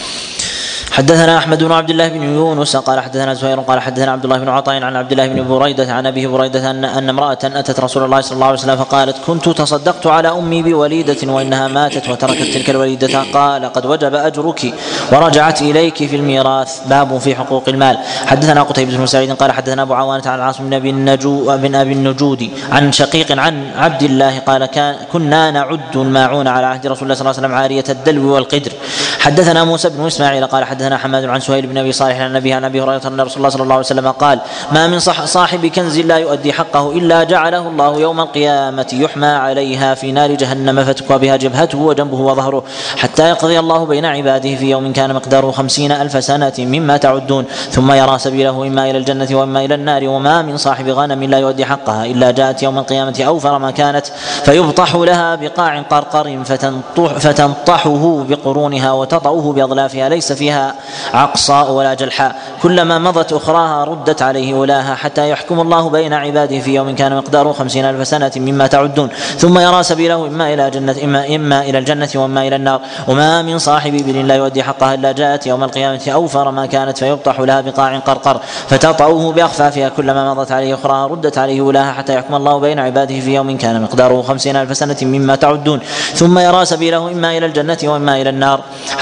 حدثنا احمد بن عبد الله بن يونس قال حدثنا زهير قال حدثنا عبد الله بن عطاء عن عبد الله بن بريدة عن ابيه بريدة ان ان امرأة اتت رسول الله صلى الله عليه وسلم فقالت: كنت تصدقت على امي بوليدة وانها ماتت وتركت تلك الوليدة. قال: قد وجب اجرك ورجعت اليك في الميراث. باب في حقوق المال. حدثنا قتيبة بن سعيد قال حدثنا ابو عوانة عن عاصم بن ابي النجو بن ابي النجود عن شقيق عن عبد الله قال: كان كنا نعد الماعون على عهد رسول الله صلى الله عليه وسلم عارية الدلو والقدر. حدثنا موسى بن اسماعيل قال حدثنا حماد عن سهيل بن ابي صالح عن النبي عن ابي هريره ان رسول الله صلى الله عليه وسلم قال: ما من صاحب كنز لا يؤدي حقه الا جعله الله يوم القيامه يحمى عليها في نار جهنم فتكوى بها جبهته وجنبه وظهره حتى يقضي الله بين عباده في يوم كان مقداره خمسين الف سنه مما تعدون ثم يرى سبيله اما الى الجنه واما الى النار. وما من صاحب غنم لا يؤدي حقها الا جاءت يوم القيامه اوفر ما كانت فيبطح لها بقاع قرقر فتنطح فتنطحه بقرونها وتطأه باظلافها ليس فيها عقصاء ولا جلحاء. كلما مضت أخراها ردت عليه أولاها حتى يحكم الله بين عباده في يوم كان مقداره خمسين ألف سنة مما تعدون ثم يرى سبيله إما إلى جنة إما, إما إلى الجنة وإما إلى النار. وما من صاحب إبل لا يؤدي حقها إلا جاءت يوم القيامة أوفر ما كانت فيبطح لها بقاع قرقر فتطأه بأخفافها. كلما مضت عليه أخراها ردت عليه أولاها حتى يحكم الله بين عباده في يوم كان مقداره خمسين ألف سنة مما تعدون ثم يرى سبيله إما إلى الجنة وإما إلى النار.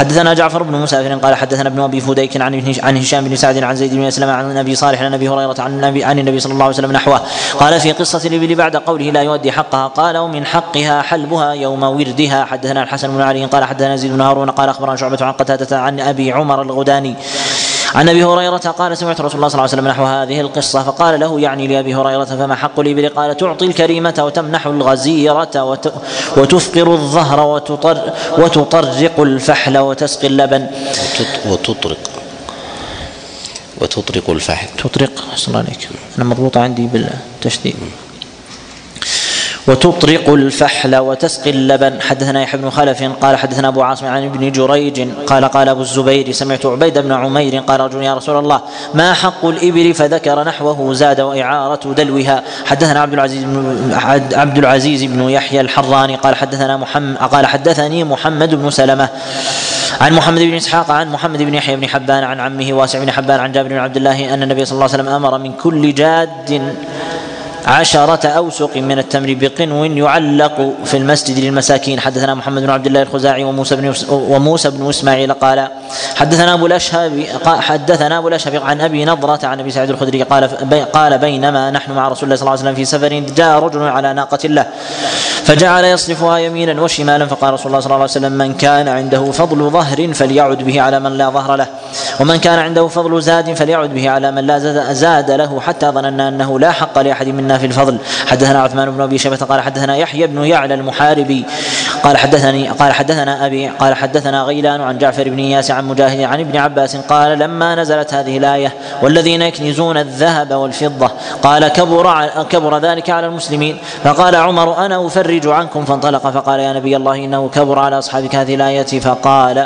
حدثنا جعفر بن مسافر قال حدثنا ابن ابي فديك عن عن هشام بن سعد عن زيد بن اسلم عن النبي صالح عن ابي هريره عن النبي عن النبي صلى الله عليه وسلم نحوه. قال في قصه الابل بعد قوله لا يؤدي حقها قال ومن حقها حلبها يوم وردها. حدثنا الحسن بن علي قال حدثنا زيد بن هارون قال اخبرنا شعبة عن قتادة عن ابي عمر الغداني عن ابي هريره قال سمعت رسول الله صلى الله عليه وسلم نحو هذه القصه فقال له يعني لابي هريره فما حق الابل؟ قال تعطي الكريمه وتمنح الغزيره وتفقر الظهر وتطر وتطرق الفحل وتسقي اللبن وتطرق وتطرق الفحل تطرق صلى الله عليك انا مضبوطه عندي بالتشديد وتطرق الفحل وتسقي اللبن. حدثنا يحيى بن خلف قال حدثنا ابو عاصم عن ابن جريج قال قال ابو الزبير سمعت عبيد بن عمير قال رجل يا رسول الله ما حق الابل؟ فذكر نحوه زاد واعاره دلوها. حدثنا عبد العزيز بن عبد العزيز بن يحيى الحراني قال حدثنا محمد قال حدثني محمد بن سلمه عن محمد بن اسحاق عن محمد بن يحيى بن حبان عن عمه واسع بن حبان عن جابر بن عبد الله ان النبي صلى الله عليه وسلم امر من كل جاد عشرة أوسق من التمر بقنو يعلق في المسجد للمساكين. حدثنا محمد بن عبد الله الخزاعي وموسى بن وموسى بن إسماعيل قال حدثنا أبو الأشهب حدثنا أبو الأشهب عن أبي نضرة عن أبي سعيد الخدري قال قال بينما نحن مع رسول الله صلى الله عليه وسلم في سفر جاء رجل على ناقة له فجعل يصرفها يمينا وشمالا فقال رسول الله صلى الله عليه وسلم من كان عنده فضل ظهر فليعد به على من لا ظهر له ومن كان عنده فضل زاد فليعد به على من لا زاد له حتى ظننا أنه لا حق لأحد منا في الفضل. حدثنا عثمان بن ابي شيبه قال حدثنا يحيى بن يعلى المحاربي قال حدثني قال حدثنا ابي قال حدثنا غيلان عن جعفر بن اياس عن مجاهد عن ابن عباس قال لما نزلت هذه الايه والذين يكنزون الذهب والفضه قال كبر كبر ذلك على المسلمين فقال عمر انا افرج عنكم فانطلق فقال يا نبي الله انه كبر على اصحابك هذه الايه فقال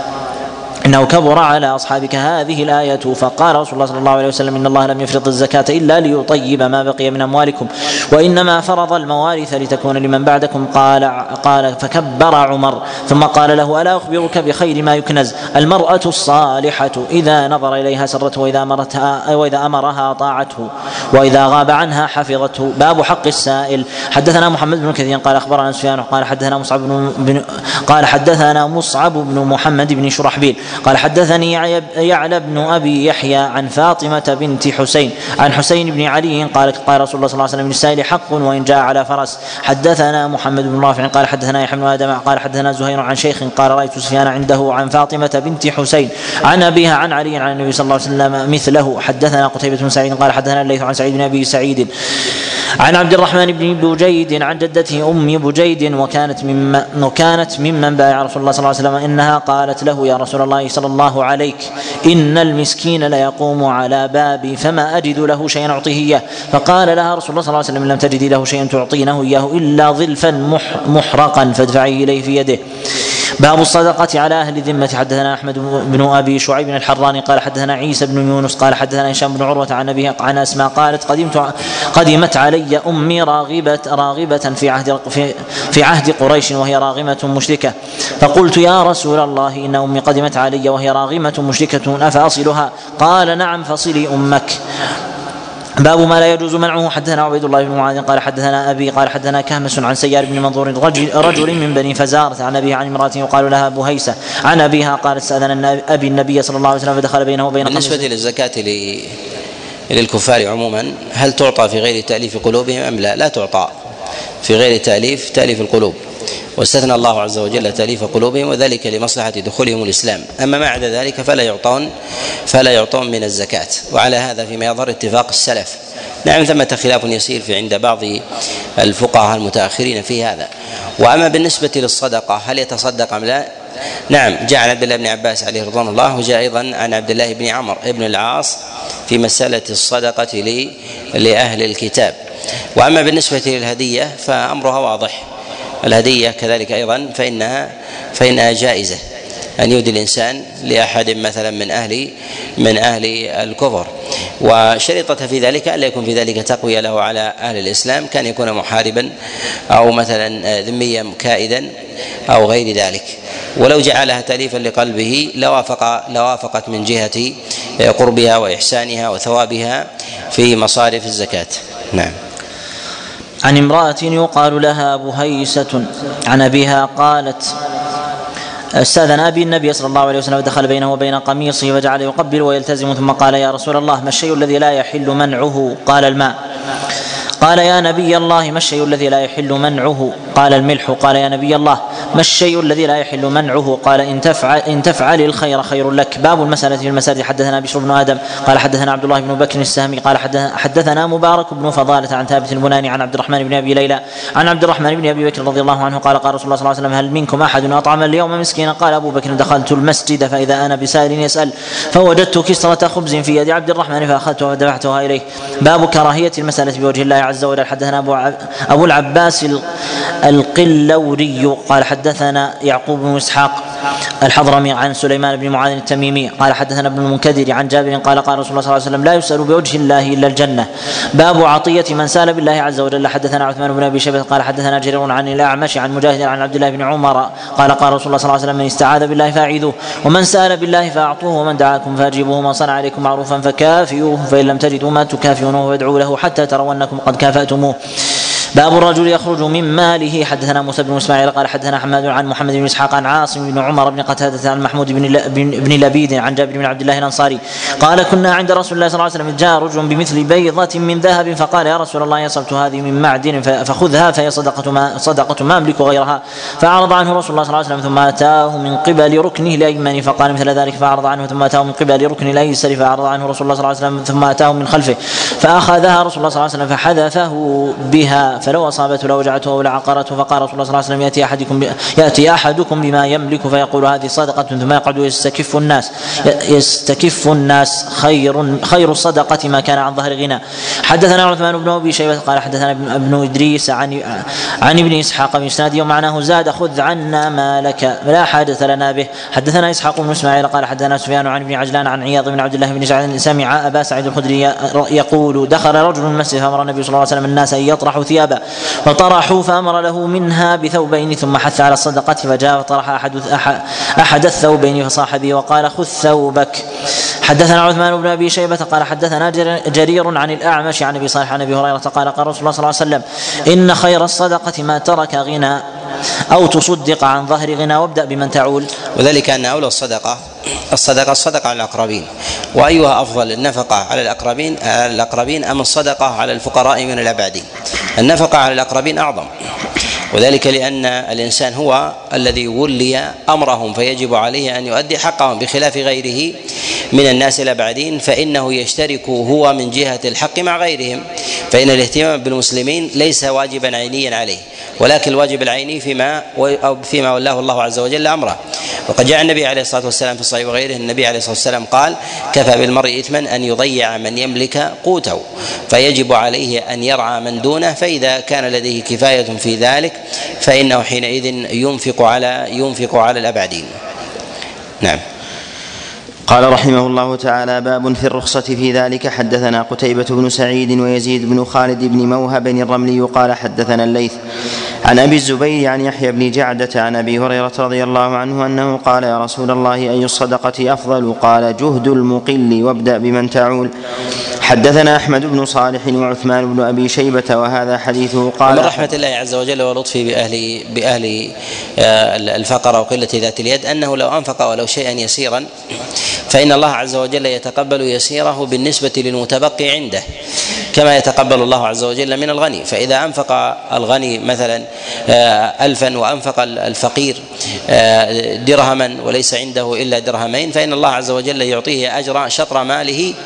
إنه كبر على أصحابك هذه الآية فقال رسول الله صلى الله عليه وسلم إن الله لم يفرض الزكاة إلا ليطيب ما بقي من أموالكم وإنما فرض الموارث لتكون لمن بعدكم. قال قال فكبر عمر ثم قال له ألا أخبرك بخير ما يكنز المرأة الصالحة إذا نظر إليها سرته وإذا أمرتها وإذا أمرها طاعته وإذا غاب عنها حفظته. باب حق السائل. حدثنا محمد بن كثير قال أخبرنا سفيان قال حدثنا مصعب بن قال حدثنا مصعب بن محمد بن شرحبيل قال حدثني يعلى بن أبي يحيى عن فاطمة بنت حسين عن حسين بن علي قال قال رسول الله صلى الله عليه وسلم للسائل حق وإن جاء على فرس. حدثنا محمد بن رافع قال حدثنا يحيى بن آدم قال حدثنا زهير عن شيخ قال رأيت سفيان عنده عن فاطمة بنت حسين عن أبيها عن علي عن النبي صلى الله عليه وسلم مثله. حدثنا قتيبة بن سعيد قال حدثنا الليث عن سعيد بن أبي سعيد عن عبد الرحمن بن بجيد عن جدته أم بجيد وكانت ممن وكانت ممن بايع رسول الله صلى الله عليه وسلم إنها قالت له يا رسول الله صلى الله عليك إن المسكين ليقوم على بابي فما أجد له شيئا أعطيه إياه فقال لها رسول الله صلى الله عليه وسلم لم تجدي له شيئا تعطينه إياه إلا ظلفا محرقا فادفعيه إليه في يده. باب الصدقة على أهل الذمة. حدثنا أحمد بن أبي شعيب الحراني قال حدثنا عيسى بن يونس قال حدثنا هشام بن عروة عن أبيه عن أسماء قالت قدمت قدمت علي أمي راغبة راغبة في عهد في, في عهد قريش وهي راغمة مشركة فقلت يا رسول الله إن أمي قدمت علي وهي راغمة مشركة أفأصلها؟ قال نعم فصلي أمك. باب ما لا يجوز منعه. حدثنا عبيد الله بن معاذ قال حدثنا أبي قال حدثنا كهمس عن سيار بن منظور رجل, رجل من بني فزارة عن أبيه عن امرأة يقال لها بهيسة عن أبيها قالت استأذن أبي النبي صلى الله عليه وسلم فدخل بينه وبين بالنسبة للزكاة للكفار عموما هل تعطى في غير تأليف قلوبهم أم لا؟ لا تعطى في غير تأليف تأليف القلوب واستثنى الله عز وجل تأليف قلوبهم وذلك لمصلحة دخولهم الإسلام. أما ما عدا ذلك فلا يعطون فلا يعطون من الزكاة. وعلى هذا فيما يظهر اتفاق السلف. نعم ثمة خلاف يسير في عند بعض الفقهاء المتأخرين في هذا. وأما بالنسبة للصدقة هل يتصدق أم لا؟ نعم جاء عن عبد الله بن عباس عليه رضوان الله وجاء أيضا عن عبد الله بن عمرو بن العاص في مسألة الصدقة لأهل الكتاب. وأما بالنسبة للهدية فأمرها واضح. الهدية كذلك أيضا فإنها فإنها جائزة أن يهدي الإنسان لأحد مثلا من أهل من أهل الكفر وشريطة في ذلك ألا يكون في ذلك تقوية له على أهل الإسلام كان يكون محاربا أو مثلا ذميا كائدا أو غير ذلك. ولو جعلها تأليفا لقلبه لوافق لوافقت من جهة قربها وإحسانها وثوابها في مصارف الزكاة. نعم. عن امرأة يقال لها بهيسة عن أبيها قالت استاذن ابي النبي صلى الله عليه وسلم ودخل بينه وبين قميصه وجعل يقبل ويلتزم ثم قال يا رسول الله ما الشيء الذي لا يحل منعه؟ قال الماء. قال يا نبي الله ما الشيء الذي لا يحل منعه؟ قال الملح. قال يا نبي الله ما الشيء الذي لا يحل منعه؟ قال إن تفعل, إن تفعل الخير خير لك. باب المسألة في المساجد. حدثنا بشر بن آدم قال حدثنا عبد الله بن بكر السهمي قال حدثنا مبارك بن فضالة عن ثابت البناني عن عبد الرحمن بن أبي ليلى عن عبد الرحمن بن أبي بكر رضي الله عنه قال قال رسول الله صلى الله عليه وسلم هل منكم أحد أطعم اليوم مسكينا؟ قال أبو بكر دخلت المسجد فإذا أنا بسائل يسأل فوجدت كسرة خبز في يد عبد الرحمن فأخذتها ودفعتها إليه. باب كراهية المسألة بوجه الله عز وجل. حدثنا أبو, أبو العباس القلوري قال حدثنا يعقوب بن إسحاق الحضرمي عن سليمان بن معاذ التميمي قال حدثنا ابن المنكدر عن جابر قال قال رسول الله صلى الله عليه وسلم لا يسأل بوجه الله إلا الجنة. باب عطية من سال بالله عز وجل. حدثنا عثمان بن أبي شيبة قال حدثنا جرير عن الأعمش عن مجاهد عن عبد الله بن عمر قال قال رسول الله صلى الله عليه وسلم من استعاذ بالله فأعيذوه ومن سأل بالله فأعطوه ومن دعاكم فأجيبوه ومن صنع عليكم معروفا فكافئوه فإن لم تجدوا ما تكافئونه وادعوا له حتى تروا أنكم قد كافأتموه. باب الرجل يخرج من ماله. حدثنا موسى بن اسماعيل قال حدثنا حماد عن محمد بن اسحاق عن عاصم بن عمر بن قتادة عن محمود بن لبيد عن جابر بن عبد الله الانصاري قال كنا عند رسول الله صلى الله عليه وسلم جاء رجل بمثل بيضة من ذهب فقال يا رسول الله يصبت هذه من معدن فخذها فهي صدقة ما صدقة ما املك غيرها. فأعرض عنه رسول الله صلى الله عليه وسلم ثم أتاه من قبل ركنه الأيمن فقال مثل ذلك فأعرض عنه ثم أتاه من قبل ركن الأيسر فأعرض عنه رسول الله صلى الله عليه وسلم ثم أتاه من خلفه فأخذها رسول الله صلى الله عليه وسلم فحذفه بها فلو أصابته لو وجعته أو لعقرته. فقال رسول الله صلى الله عليه وسلم يأتي أحدكم يأتي أحدكم بما يملك فيقول هذه صدقة ثم يقعد يستكف الناس يستكف الناس خير خير الصدقة ما كان عن ظهر غنى. حدثنا عثمان بن أبي شيبة قال حدثنا ابن إدريس عن عن ابن إسحاق بن إسناده ومعناه زاد خذ عنا ما لك لا حاجة لنا به. حدثنا إسحاق بن إسماعيل قال حدثنا سفيان عن ابن عجلان عن عياض بن عبد الله بن سعد سمع أبا سعيد الخدري يقول دخل رجل المسجد فأمر النبي صلى الله عليه وسلم الناس أن يطرحوا ثيابا فطرحوا فأمر له منها بثوبين ثم حث على الصدقة فجاء وطرح أحد, أحد الثوبين فصاح به وقال خذ ثوبك. حدثنا عثمان بن أبي شيبة قال حدثنا جرير عن الأعمش عن أبي صالح عن أبي هريرة قال قال رسول الله صلى الله عليه وسلم إن خير الصدقة ما ترك غنى أو تصدق عن ظهر غنى وابدأ بمن تعول. وذلك أن أولى الصدقة الصدقة الصدقة على الأقربين. وأيها أفضل النفقة على الأقربين الأقربين أم الصدقة على الفقراء من الأبعدين؟ النفقة على الأقربين أعظم وذلك لأن الإنسان هو الذي ولي أمرهم فيجب عليه أن يؤدي حقهم بخلاف غيره من الناس الأبعدين فإنه يشترك هو من جهة الحق مع غيرهم. فإن الاهتمام بالمسلمين ليس واجبا عينيا عليه ولكن الواجب العيني فيما أو فيما ولاه الله عز وجل أمره. وقد جاء النبي عليه الصلاة والسلام في الصحيح وغيره النبي عليه الصلاة والسلام قال كفى بالمرء إثما أن يضيع من يملك قوته فيجب عليه أن يرعى من دونه فإذا كان لديه كفاية في ذلك فإنه حينئذ ينفق على ينفق على الأبعدين. نعم. قال رحمه الله تعالى باب في الرخصة في ذلك. حدثنا قتيبة بن سعيد ويزيد بن خالد بن موهب الرملي قال حدثنا الليث عن أبي الزبير عن يحيى بن جعدة عن أبي هريرة رضي الله عنه أنه قال يا رسول الله أي الصدقة أفضل؟ قال جهد المقل وابدأ بمن تعول. حدثنا أحمد بن صالح وعثمان بن أبي شيبة وهذا حديثه. قال من رحمة الله عز وجل ولطفه بأهل بأهل الفقر وقلة ذات اليد أنه لو أنفق ولو شيئا يسيرا فإن الله عز وجل يتقبل يسيره بالنسبة للمتبقي عنده كما يتقبل الله عز وجل من الغني. فإذا أنفق الغني مثلا ألفا وأنفق الفقير درهما وليس عنده إلا درهمين فإن الله عز وجل يعطيه أجر شطر ماله.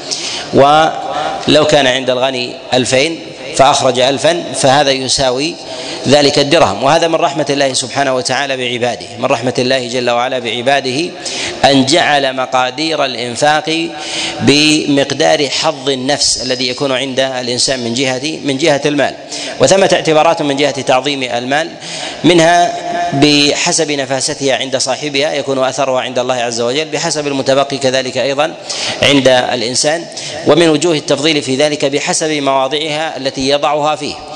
ولو كان عند الغني ألفين فأخرج ألفا فهذا يساوي ذلك الدرهم. وهذا من رحمة الله سبحانه وتعالى بعباده من رحمة الله جل وعلا بعباده أن جعل مقادير الإنفاق بمقدار حظ النفس الذي يكون عند الإنسان من جهة من جهة المال. وثمة اعتبارات من جهة تعظيم المال منها بحسب نفاستها عند صاحبها يكون أثرها عند الله عز وجل بحسب المتبقي كذلك أيضا عند الإنسان. ومن وجوه التفضيل في ذلك بحسب مواضعها التي يضعها فيه.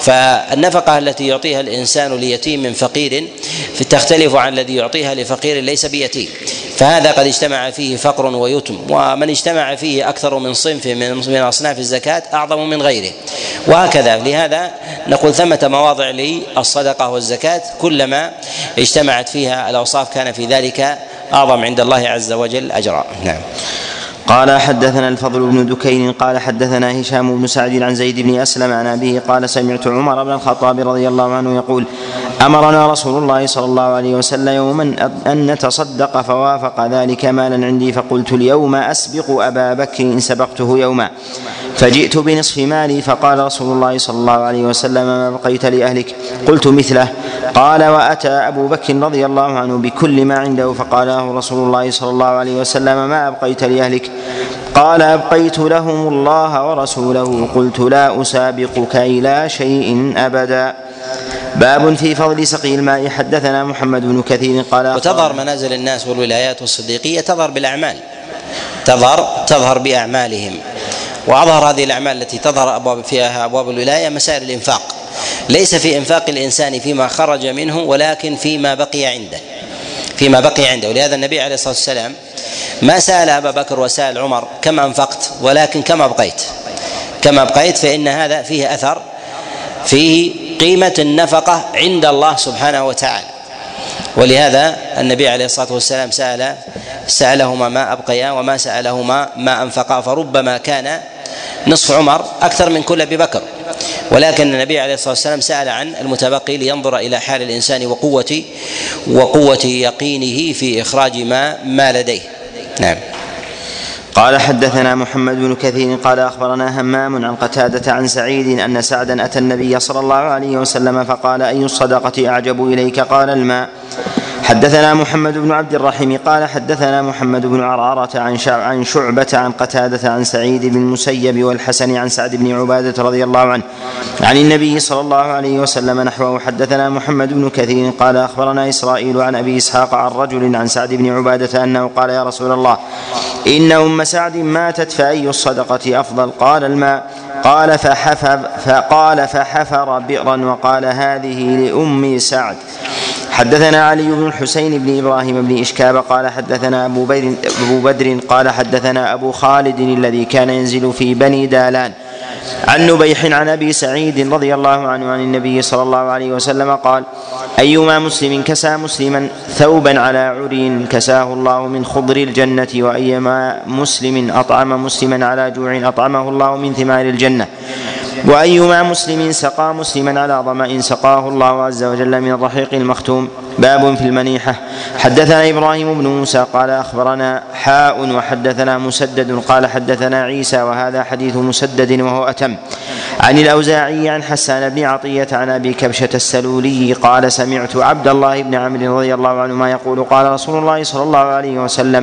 فالنفقة التي يعطيها الإنسان ليتيم فقير تختلف عن الذي يعطيها لفقير ليس بيتيم، فهذا قد اجتمع فيه فقر ويتم، ومن اجتمع فيه أكثر من صنف من أصناف الزكاة أعظم من غيره، وهكذا. لهذا نقول ثمة مواضع للصدقة والزكاة كلما اجتمعت فيها الأوصاف كان في ذلك أعظم عند الله عز وجل أجرا. نعم. قال حدثنا الفضل بن دكين قال حدثنا هشام بن سعد عن زيد بن أسلم عن أبيه قال سمعت عمر بن الخطاب رضي الله عنه يقول أمرنا رسول الله صلى الله عليه وسلم يوما أن نتصدق فوافق ذلك مالا عندي، فقلت اليوم أسبق أبا بكر إن سبقته يوما، فجئت بنصف مالي، فقال رسول الله صلى الله عليه وسلم ما بقيت لأهلك؟ قلت مثله. قال وأتى أبو بكر رضي الله عنه بكل ما عنده، فقال له رسول الله صلى الله عليه وسلم ما أبقيت لأهلك؟ قال أبقيت لهم الله ورسوله. قلت لا أسابقك إلى شيء أبدا. باب في فضل سقي الماء. حدثنا محمد بن كثير قال وتظهر منازل الناس والولايات والصديقية تظهر بالأعمال، تظهر تظهر بأعمالهم، وأظهر هذه الأعمال التي تظهر أبواب فيها أبواب الولاية مسائل الإنفاق، ليس في إنفاق الإنسان فيما خرج منه ولكن فيما بقي عنده، فيما بقي عنده. ولهذا النبي عليه الصلاة والسلام ما سأل أبا بكر وسأل عمر كم أنفقت، ولكن كم أبقيت، كم أبقيت، فإن هذا فيه أثر، فيه قيمة النفقة عند الله سبحانه وتعالى. ولهذا النبي عليه الصلاة والسلام سأل سألهما ما أبقيا وما سألهما ما أنفقا، فربما كان نصف عمر أكثر من كل أبي بكر، ولكن النبي عليه الصلاة والسلام سأل عن المتبقي لينظر إلى حال الإنسان وقوة وقوة يقينه في إخراج ما ما لديه. نعم. قال حدثنا محمد بن كثير قال أخبرنا همام عن قتادة عن سعيد أن سعدا أتى النبي صلى الله عليه وسلم فقال أي الصدقة أعجب إليك؟ قال الماء. حدثنا محمد بن عبد الرحيم قال حدثنا محمد بن عرعرة عن شعبة عن قتادة عن سعيد بن المسيب والحسن عن سعد بن عبادة رضي الله عنه عن النبي صلى الله عليه وسلم نحوه. حدثنا محمد بن كثير قال أخبرنا إسرائيل عن أبي إسحاق عن رجل عن سعد بن عبادة أنه قال يا رسول الله إن أم سعد ماتت فأي الصدقة أفضل؟ قال الماء. قال فحفر, فقال فحفر بئرا وقال هذه لأم سعد. حدثنا علي بن الحسين بن إبراهيم بن إشكاب قال حدثنا أبو بدر, أبو بدر قال حدثنا أبو خالد الذي كان ينزل في بني دالان عن نبيح عن أبي سعيد رضي الله عنه عن النبي صلى الله عليه وسلم قال أيما مسلم كسى مسلما ثوبا على عري كساه الله من خضر الجنة، وأيما مسلم أطعم مسلما على جوع أطعمه الله من ثمار الجنة، وأيما مسلم سقى مسلما على ظمأ سقاه الله عز وجل من الرحيق المختوم. باب في المنيحة. حدثنا إبراهيم بن موسى قال أخبرنا حاء وحدثنا مسدد قال حدثنا عيسى وهذا حديث مسدد وهو أتم عن الأوزاعي عن حسان بن عطية عن أبي كبشة السلولي قال سمعت عبد الله بن عمرو رضي الله عنه ما يقول قال رسول الله صلى الله عليه وسلم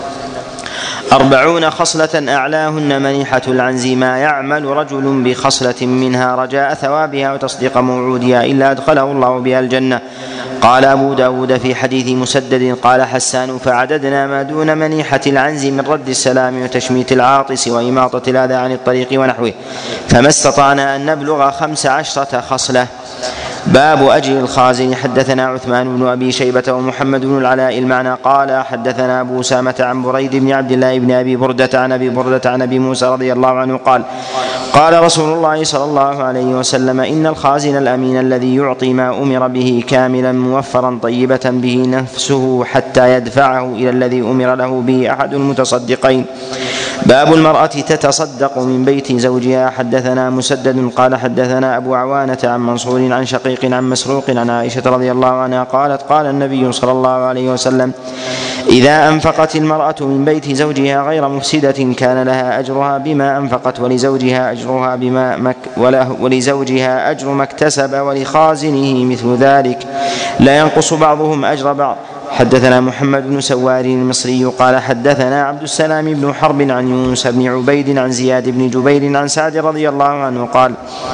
أربعون خصلة أعلاهن منيحة العنز ما يعمل رجل بخصلة منها رجاء ثوابها وتصديق موعودها إلا أدخله الله بها الجنة. قال أبو داود في حديث مسدد قال حسان فعددنا ما دون منيحة العنز من رد السلام وتشميت العاطس وإماطة الأذى عن الطريق ونحوه، فما استطعنا أن نبلغ خمس عشرة خصلة. باب أجر الخازن. حدثنا عثمان بن أبي شيبة ومحمد بن العلاء المعنى قال حدثنا أبو سامة عن بريد بن عبد الله بن أبي بردة عن أبي بردة عن أبي موسى رضي الله عنه قال قال رسول الله صلى الله عليه وسلم إن الخازن الأمين الذي يعطي ما أمر به كاملا موفرا طيبة به نفسه حتى يدفعه إلى الذي أمر له به أحد المتصدقين. باب المرأة تتصدق من بيت زوجها. حدثنا مسدد قال حدثنا أبو عوانة عن منصور عن شقيق عن مسروق عن عائشة رضي الله عنها قالت قال النبي صلى الله عليه وسلم إذا أنفقت المرأة من بيت زوجها غير مفسدة كان لها أجرها بما أنفقت ولزوجها أجرها بما مك ولزوجها أجر ما اكتسب ولخازنه مثل ذلك لا ينقص بعضهم أجر بعض. حدثنا محمد بن سوار المصري قال حدثنا عبد السلام بن حرب عن يونس بن عبيد عن زياد بن جبير عن سعد رضي الله عنه قال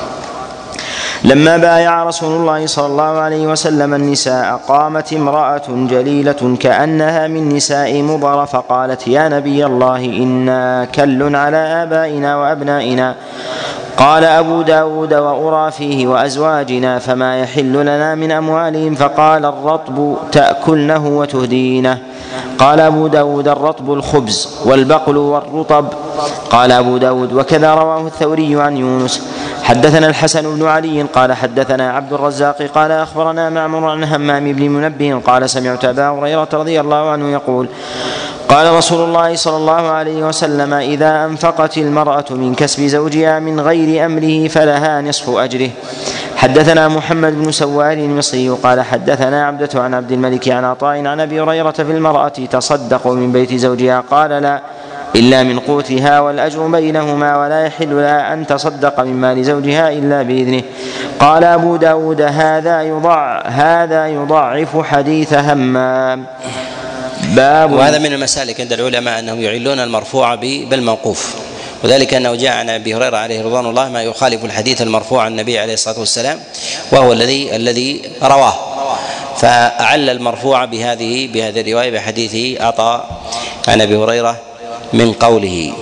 لما بايع رسول الله صلى الله عليه وسلم النساء قامت امرأة جليلة كأنها من نساء مضر فقالت يا نبي الله إنا كل على آبائنا وأبنائنا قال أبو داود وأرى فيه وأزواجنا فما يحل لنا من أموالهم. فقال الرطب تأكلنه وتهدينه. قال أبو داود الرطب الخبز والبقل والرطب. قال أبو داود وكذا رواه الثوري عن يونس. حدثنا الحسن بن علي قال حدثنا عبد الرزاق قال أخبرنا معمر عن همام بن منبه قال سمعت أبا هريرة رضي الله عنه يقول قال رسول الله صلى الله عليه وسلم إذا أنفقت المرأة من كسب زوجها من غير أمره فلها نصف أجره. حدثنا محمد بن سوار المصري قال حدثنا عبدة عن عبد الملك عن عطاء عن أبي هريرة في المرأة تصدق من بيت زوجها قال لا إلا من قوتها والأجر بينهما ولا يحل لها أن تصدق من مال زوجها إلا بإذنه. قال أبو داود هذا يضع هذا يضعف حديث همام. باب. وهذا من المسالك عند العلماء أنهم يعلون المرفوع بالموقوف، وذلك أنه جاء عن أبي هريرة عليه رضوان الله ما يخالف الحديث المرفوع عن النبي عليه الصلاة والسلام، وهو الذي الذي رواه، فأعل المرفوع بهذه بهذه الرواية بحديث عطاء عن أبي هريرة من قوله.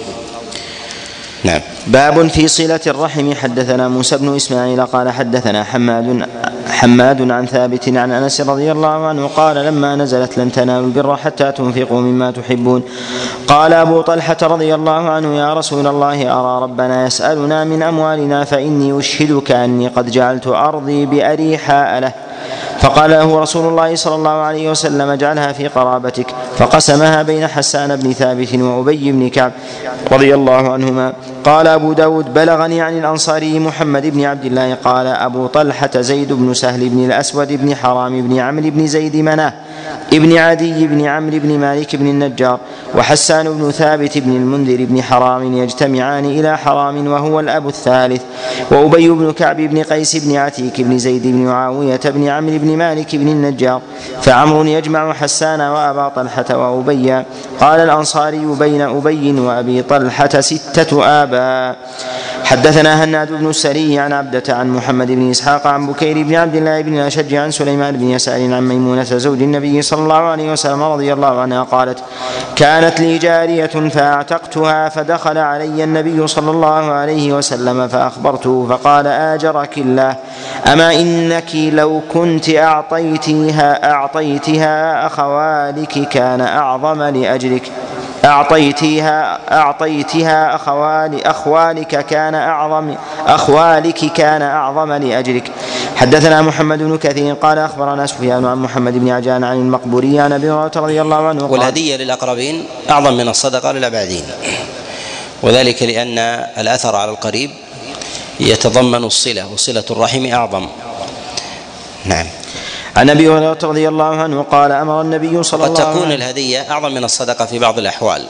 نعم. باب في صلة الرحم. حدثنا موسى بن إسماعيل قال حدثنا حماد حماد عن ثابت عن أنس رضي الله عنه قال لما نزلت لن تنالوا البر حتى تنفقوا مما تحبون قال أبو طلحة رضي الله عنه يا رسول الله أرى ربنا يسألنا من أموالنا فإني أشهدك أني قد جعلت أرضي بأريحاء له. فقال له رسول الله صلى الله عليه وسلم اجعلها في قرابتك، فقسمها بين حسان بن ثابت وأبي بن كعب رضي الله عنهما. قال أبو داود بلغني عن الأنصاري محمد بن عبد الله قال أبو طلحة زيد بن سهل بن الأسود بن حرام بن عمرو بن زيد مناه ابن عدي بن عمرو بن مالك بن النجار وحسان بن ثابت بن المنذر بن حرام يجتمعان إلى حرام وهو الأب الثالث، وأبي بن كعب بن قيس بن عتيك بن زيد بن معاوية بن عمرو بن مالك بن النجار، فعمر يجمع حسان وأبا طلحة وأبي. قال الأنصاري بين أبي وأبي طلحة ستة آباء. حدثنا هناد بن السري عن عبدة عن محمد بن إسحاق عن بكير بن عبد الله بن الأشج عن سليمان بن يسار عن ميمونة زوج النبي صلى الله عليه وسلم رضي الله عنها قالت كانت لي جارية فاعتقتها فدخل علي النبي صلى الله عليه وسلم فأخبرته فقال آجرك الله أما إنك لو كنت أعطيتها أعطيتها أخوالك كان أعظم لأجرك أعطيتها أعطيتها أخوال أخوالك كان أعظم أخوالك كان أعظم لأجرك. حدثنا محمد بن كثير قال أخبرنا سفيان عن محمد بن عجلان عن المقبوري عن أبي هريرة رضي الله عنه قال والهدية للأقربين أعظم من الصدقة للأبعدين، وذلك لأن الأثر على القريب يتضمن الصلة، وصلة الرحم أعظم. نعم. عن أبي هريرة رضي الله عنه قال أمر النبي صلى الله عليه وسلم. قد تكون الهدية أعظم من الصدقة في بعض الأحوال،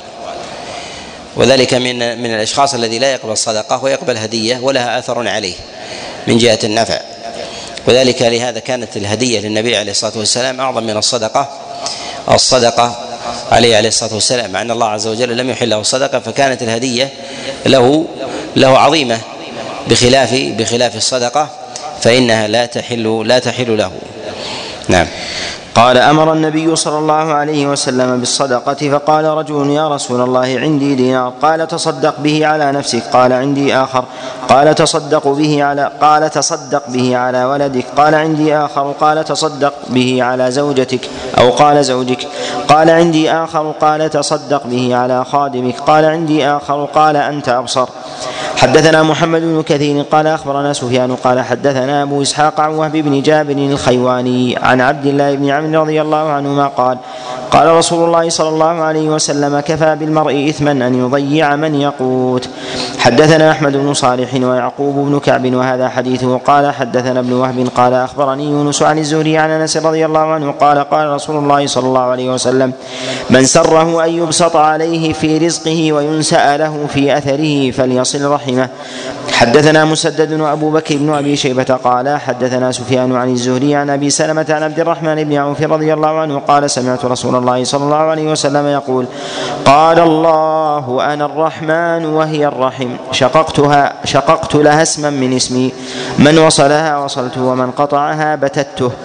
وذلك من من الأشخاص الذي لا يقبل الصدقة ويقبل هدية ولها أثر عليه من جهة النفع، وذلك لهذا كانت الهدية للنبي عليه الصلاة والسلام أعظم من الصدقة الصدقة عليه عليه الصلاة والسلام، مع أن الله عز وجل لم يحل له الصدقة، فكانت الهدية له له عظيمة بخلاف بخلاف الصدقة فإنها لا تحل لا تحل له. نعم. قال أمر النبي صلى الله عليه وسلم بالصدقة فقال رجل يا رسول الله عندي دينار قال تصدق به على نفسك قال عندي آخر قال تصدق به على قال تصدق به على ولدك قال عندي آخر قال تصدق به على زوجتك أو قال زوجك قال عندي آخر قال تصدق به على خادمك قال عندي آخر قال أنت أبصر. حدثنا محمد بن كثير قال أخبرنا سفيان قال حدثنا أبو إسحاق عن وهب بن جابر الخيواني عن عبد الله بن عمرو رضي الله عنهما قال قال رسول الله صلى الله عليه وسلم كفى بالمرء إثما أن يضيع من يقوت. حدثنا أحمد بن صالح ويعقوب بن كعب وهذا حديثه. قال حدثنا ابن وهب قال أخبرني يونس عن الزهري عن أنس رضي الله عنه قال قال رسول الله صلى الله عليه وسلم من سره أن يبسط عليه في رزقه وينسأ له في أثره فليصل رحمه. حدثنا مسدد وأبو بكر بن أبي شيبة قال حدثنا سفيان عن الزهري عن أبي سلمة عن عبد الرحمن بن عوف رضي الله عنه قال سمعت رسول الله صلى الله عليه وسلم يقول قال الله أنا الرحمن وهي الرحم شققتها شققت لها اسما من اسمي من وصلها وصلته ومن قطعها بتته.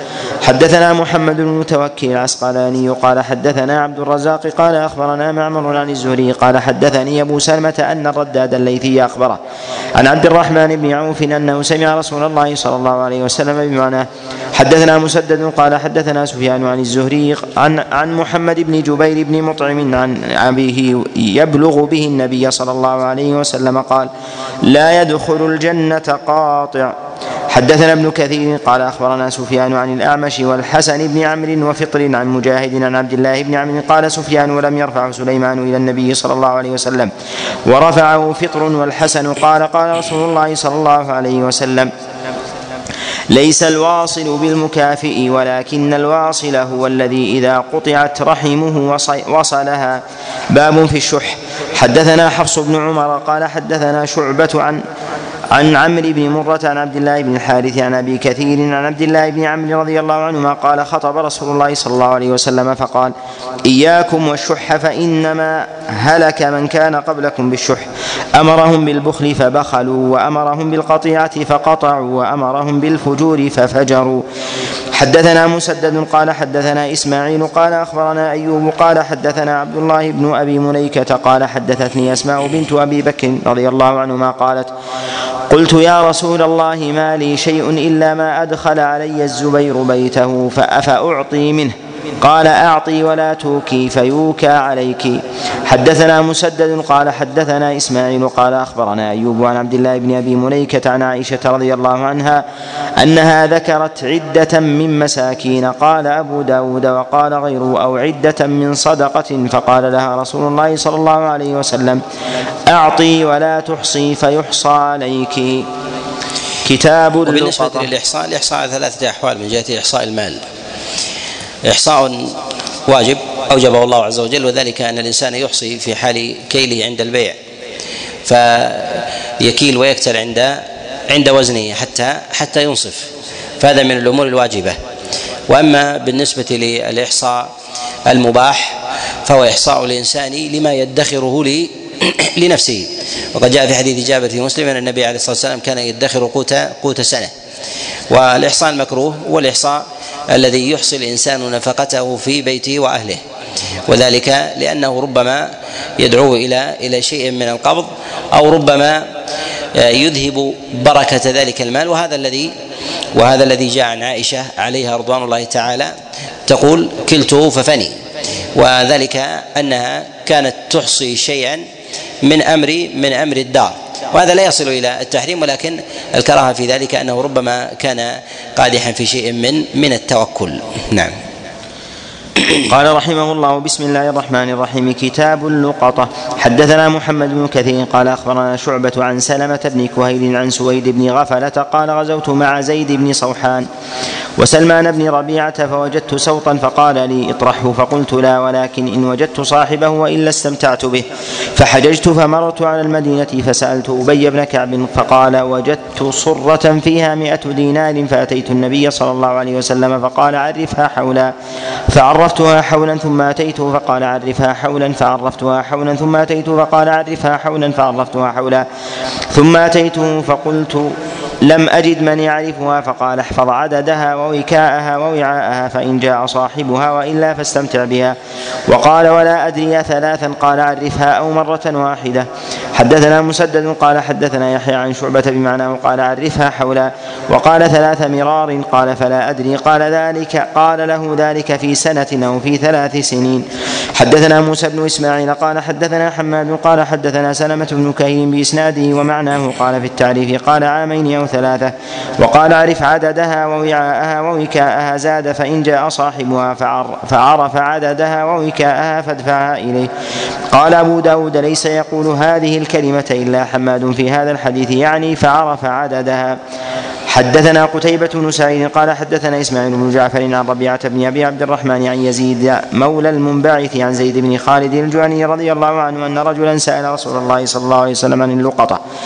حدثنا محمد بن المتوكل العسقلاني قال حدثنا عبد الرزاق قال أخبرنا معمر عن الزهري قال حدثني أبو سلمة أن الرداد الليثي أخبره عن عبد الرحمن بن عوف أنه سمع رسول الله صلى الله عليه وسلم بمعناه. حدثنا مسدد قال حدثنا سفيان عن الزهري عن عن محمد بن جبير بن مطعم عن أبيه يبلغ به النبي صلى الله عليه وسلم قال لا يدخل الجنة قاطع. حدثنا ابن كثير قال أخبرنا سفيان عن الأعمش والحسن بن عمرو وفطر عن مجاهد عن عبد الله بن عمرو قال سفيان ولم يرفع سليمان إلى النبي صلى الله عليه وسلم ورفعه فطر والحسن قال قال رسول الله صلى الله عليه وسلم ليس الواصل بالمكافئ ولكن الواصل هو الذي إذا قطعت رحمه وصلها. باب في الشح. حدثنا حفص بن عمر قال حدثنا شعبة عن عن عمرو بن مرة عن عبد الله بن الحارث عن أبي كثير عن عبد الله بن عمرو رضي الله عنهما قال خطب رسول الله صلى الله عليه وسلم فقال إياكم والشح فإنما هلك من كان قبلكم بالشح أمرهم بالبخل فبخلوا وأمرهم بالقطيعة فقطعوا وأمرهم بالفجور ففجروا. حدثنا مسدد قال حدثنا إسماعيل قال أخبرنا أيوب قال حدثنا عبد الله بن أبي مليكة قال حدثتني أسماء بنت أبي بكر رضي الله عنهما قالت قلت يا رسول الله ما لي شيء إلا ما أدخل علي الزبير بيته فأفأعطي منه قال أعطي ولا توكي فيوكى عليك. حدثنا مسدد قال حدثنا إسماعيل قال أخبرنا أيوب عن عبد الله بن أبي مليكة عن عائشة رضي الله عنها أنها ذكرت عدة من مساكين قال أبو داود وقال غيره أو عدة من صدقة فقال لها رسول الله صلى الله عليه وسلم أعطي ولا تحصي فيحصى عليك. كتاب اللقطة. وبالنسبة للإحصاء الإحصاء ثلاثة أحوال من جهة إحصاء المال. إحصاء واجب أوجبه الله عز وجل وذلك أن الإنسان يحصي في حال كيله عند البيع فيكيل ويكتل عند عند وزنه حتى حتى ينصف فهذا من الأمور الواجبة. وأما بالنسبة للإحصاء المباح فهو إحصاء الإنسان لما يدخره لي لنفسه وقد جاء في حديث جابر في مسلم أن النبي عليه الصلاة والسلام كان يدخر قوت قوت سنة. والإحصاء المكروه هو الإحصاء الذي يحصي الإنسان نفقته في بيته وأهله وذلك لأنه ربما يدعو إلى إلى شيء من القبض أو ربما يذهب بركة ذلك المال وهذا الذي وهذا الذي جاء عن عائشة عليها رضوان الله تعالى تقول كلته ففني وذلك أنها كانت تحصي شيئا من أمر من أمر الدار وهذا لا يصل إلى التحريم ولكن الكراهة في ذلك أنه ربما كان قادحا في شيء من من التوكل. نعم. قال رحمه الله بسم الله الرحمن الرحيم كتاب اللقطة. حدثنا محمد بن كثير قال أخبرنا شعبة عن سلمة بن كهيل عن سويد بن غفلة قال غزوت مع زيد بن صوحان وسلمان بن ربيعة فوجدت سوطا فقال لي اطرحه فقلت لا ولكن إن وجدت صاحبه وإلا استمتعت به فحججت فمرت على المدينة فسألت أبي بن كعب فقال وجدت صرة فيها مئة دينار فأتيت النبي صلى الله عليه وسلم فقال عرفها حولا فعرفتها حولا ثم أتيته فقال عرفها حولا فعرفتها حولا ثم أتيته فقال عرفها حولا فعرفتها حولا ثم أتيته فقلت لم أجد من يعرفها فقال احفظ عددها ووكاءها ووعاءها فإن جاء صاحبها وإلا فاستمتع بها. وقال ولا أدري ثلاثا قال عرفها أو مرة واحدة. حدثنا مسدد قال حدثنا يحيى عن شعبة بمعناه قال عرفها حولا وقال ثلاث مرار قال فلا أدري قال ذلك قال له ذلك في سنة أو في ثلاث سنين. حدثنا موسى بن إسماعيل قال حدثنا حماد قال حدثنا سلمة بن كهيل بإسناده ومعناه قال في التعريف قال عامين أو ثلاثة وقال عرف عددها ووعاءها ووكاءها زاد فإن جاء صاحبها فعرف عددها ووكاءها فادفعها إليه. قال أبو داود ليس يقول هذه الكلمة إلا حماد في هذا الحديث يعني فعرف عددها. حدثنا قتيبة بن سعيد قال حدثنا إسماعيل بن جعفر عن ربيعة بن أبي عبد الرحمن عن يزيد مولى المنبعث عن زيد بن خالد الجهني رضي الله عنه أن رجلا سأل رسول الله صلى الله عليه وسلم عن اللقطة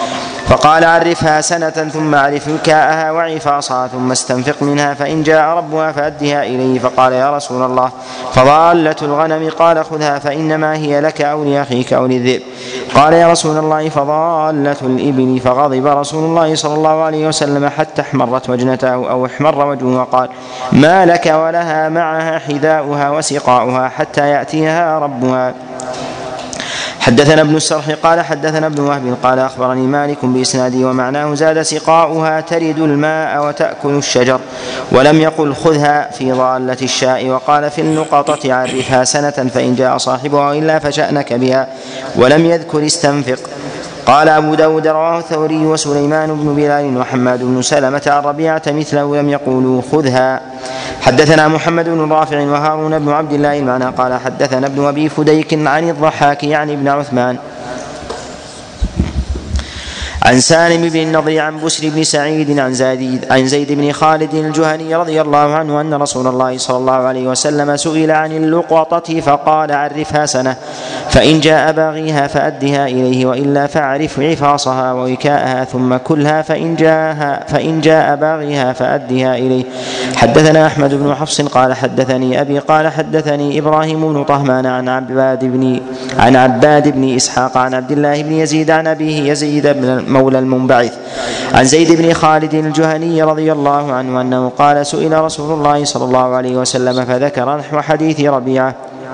فقال عرفها سنة ثم اعرف وكاءها وعفاصها ثم استنفق منها فإن جاء ربها فأدها إليه. فقال يا رسول الله فضالة الغنم؟ قال خذها فإنما هي لك أو لأخيك أو للذئب. قال يا رسول الله فضالة الإبل؟ فغضب رسول الله صلى الله عليه وسلم حتى احمرت وجنته أو احمر وجهه وقال ما لك ولها معها حذاؤها وسقاؤها حتى يأتيها ربها. حدثنا ابن السرح قال حدثنا ابن وهب قال أخبرني مالك بإسناده ومعناه زاد سقاؤها ترد الماء وتأكل الشجر، ولم يقل خذها في ضالة الشاء. وقال في النقطة عرفها سنة فإن جاء صاحبها وإلا فشأنك بها، ولم يذكر استنفق. قال أبو داود رواه الثوري وسليمان بن بلال وحماد بن سلمة عن ربيعة مثله لم يقولوا خذها. حدثنا محمد بن رافع وهارون بن عبد الله المعنى قال حدثنا ابن أبي فديك عن الضحاك يعني ابن عثمان عن سالم بن النضر عن بسر بن سعيد عن زيد, عن زيد بن خالد الجهني رضي الله عنه أن رسول الله صلى الله عليه وسلم سئل عن اللقطة فقال عرفها سنة فإن جاء باغيها فأدها إليه وإلا فاعرف عفاصها ووكاءها ثم كلها فإن جاء, فإن جاء باغيها فأدها إليه. حدثنا أحمد بن حفص قال حدثني أبي قال حدثني إبراهيم بن طهمان عن عباد بن, عن عباد بن إسحاق عن عبد الله بن يزيد عن أبيه يزيد بن مولى المنبعث عن زيد بن خالد الجهني رضي الله عنه أنه قال سئل رسول الله صلى الله عليه وسلم فذكر نحو حديث ربيعة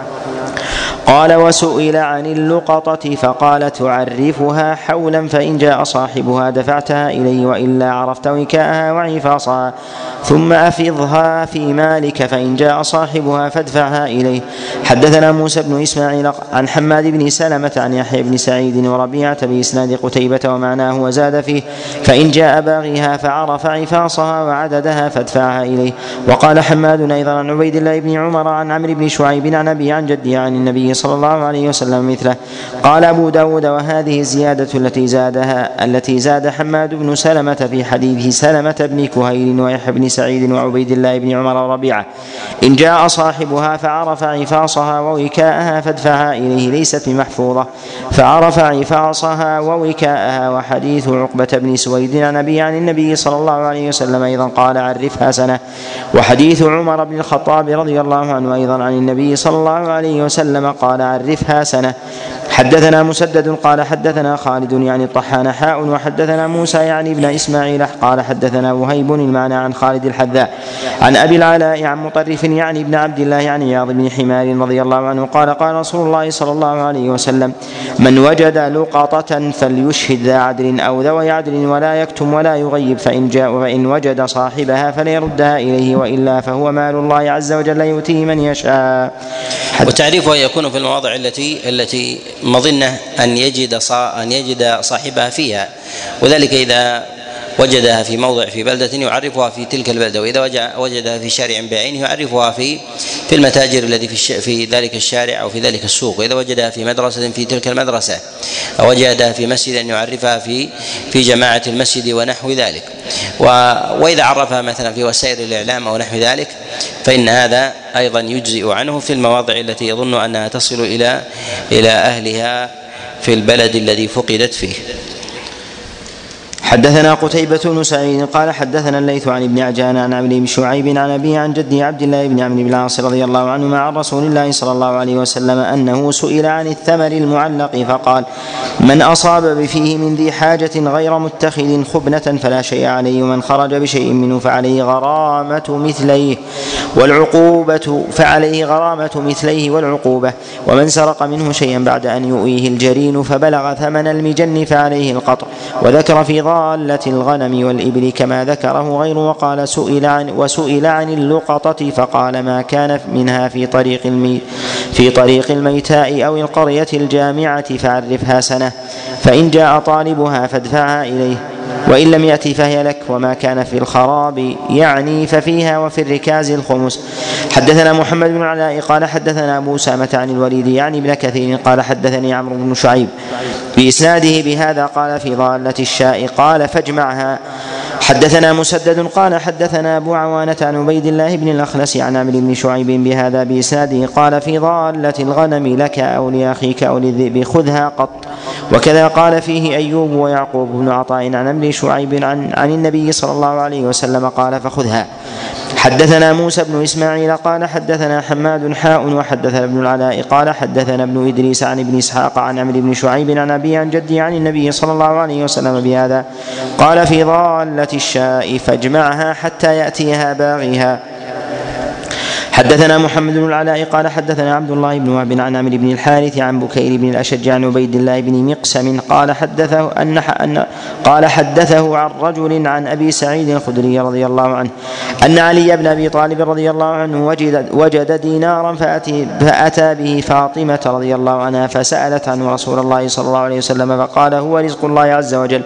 قال وسئل عن اللقطة فقال تعرفها حولا فإن جاء صاحبها دفعتها إليه وإلا عرفت وكاءها وعفاصها ثم أفضها في مالك فإن جاء صاحبها فادفعها إليه. حدثنا موسى بن إسماعيل عن حماد بن سلمة عن يحيى بن سعيد وربيعة بإسناد قتيبة ومعناه وزاد فيه فإن جاء باغيها فعرف عفاصها وعددها فادفعها إليه. وقال حماد أيضا عن عبيد الله بن عمر عن عمرو بن شعيب عن أبي عن جدي عن النبي صلى الله عليه وسلم مثله. قال أبو داود وهذه الزيادة التي زادها التي زاد حماد بن سلمة في حديث سلمة بن كهيل ويحيى بن سعيد وعبيد الله بن عمر وربيعة إن جاء صاحبها فعرف عفاصها ووكاءها فادفعها إليه ليست بمحفوظة فعرف عفاصها ووكاءها. وحديث عقبة بن سويد عن أبي عن النبي صلى الله عليه وسلم أيضا قال عرفها سنة. وحديث عمر بن الخطاب رضي الله عنه أيضا عن النبي صلى الله عليه وسلم قال عرفها سنة. حدثنا مسدد قال حدثنا خالد يعني الطحان حاء وحدثنا موسى يعني ابن إسماعيل قال حدثنا وهيب المعنى عن خالد الحذاء عن أبي العلاء عن مطرف يعني ابن عبد الله يعني عياض بن حمار رضي الله عنه قال قال رسول الله صلى الله عليه وسلم من وجد لقطة فليشهد ذا عدل أو ذوي عدل ولا يكتم ولا يغيب فإن جاء وإن وجد صاحبها فليردها إليه وإلا فهو مال الله عز وجل يؤتيه من يشاء. وتعريفها يكون في المواضع التي التي مظنة أن يجد أن يجد صاحبها فيها، وذلك إذا وجدها في موضع في بلدة يعرفها في تلك البلدة، وإذا وجدها في شارع بعينه يعرفها في في المتاجر الذي في في ذلك الشارع أو في ذلك السوق، وإذا وجدها في مدرسة في تلك المدرسة، أو وجدها في مسجد أن يعرفها في في جماعة المسجد ونحو ذلك. وإذا عرفها مثلا في وسائل الإعلام أو نحو ذلك فإن هذا أيضا يجزئ عنه في المواضع التي يظن أنها تصل إلى إلى أهلها في البلد الذي فقدت فيه. حدثنا قتيبة بن سعيد قال حدثنا الليث عن ابن عجلان عن عمرو بن شعيب عن أبيه عن جده عبد الله بن عمرو بن العاص رضي الله عنهما عن رسول الله صلى الله عليه وسلم أنه سئل عن الثمر المعلق فقال من أصاب بفيه من ذي حاجة غير متخذ خبنة فلا شيء عليه، ومن خرج بشيء منه فعليه غرامة مثليه والعقوبة فعليه غرامة مثليه والعقوبة، ومن سرق منه شيئا بعد أن يؤويه الجرين فبلغ ثمن المجن فعليه القطع. وذكر في ضالة الغنم والإبل كما ذكره غيره. وقال سئل عن وسئل عن اللقطة فقال ما كان منها في طريق المي في طريق الميتاء أو القرية الجامعة فعرفها سنة، فإن جاء طالبها فادفعها إليه وإن لم يأتي فهي لك، وما كان في الخراب يعني ففيها وفي الركاز الخمس. حدثنا محمد بن علاء قال حدثنا أبو أسامة عن الوليد يعني ابن كثير قال حدثني عمرو بن شعيب بإسناده بهذا قال في ضالة الشاء قال فاجمعها. حدثنا مسدد قال حدثنا أبو عوانة عن عبيد الله بن الأخنس عن عمرو بن شعيب بهذا بإسناده قال في ضالة الغنم لك أو لأخيك أو للذئب خذها قط. وكذا قال فيه أيوب ويعقوب بن عطاء عن عمرو شعيب عن, عن النبي صلى الله عليه وسلم قال فخذها. حدثنا موسى بن إسماعيل قال حدثنا حماد حاء وحدثنا ابن العلاء قال حدثنا ابن إدريس عن ابن إسحاق عن عمرو بن شعيب عن أبي عن جدي عن النبي صلى الله عليه وسلم بهذا قال في ضالة الشاء فاجمعها حتى يأتيها باغيها. حدثنا محمد بن العلاء قال حدثنا عبد الله بن وهب عن عمرو بن الحارث عن بكير بن الأشج عن عبيد الله بن مقسم قال حدثه أن, أن قال حدثه عن رجل عن أبي سعيد الخدري رضي الله عنه أن علي بن أبي طالب رضي الله عنه وجد, وجد دينارا فأتي, فأتى به فاطمة رضي الله عنها فسألت عنه رسول الله صلى الله عليه وسلم فقال هو رزق الله عز وجل.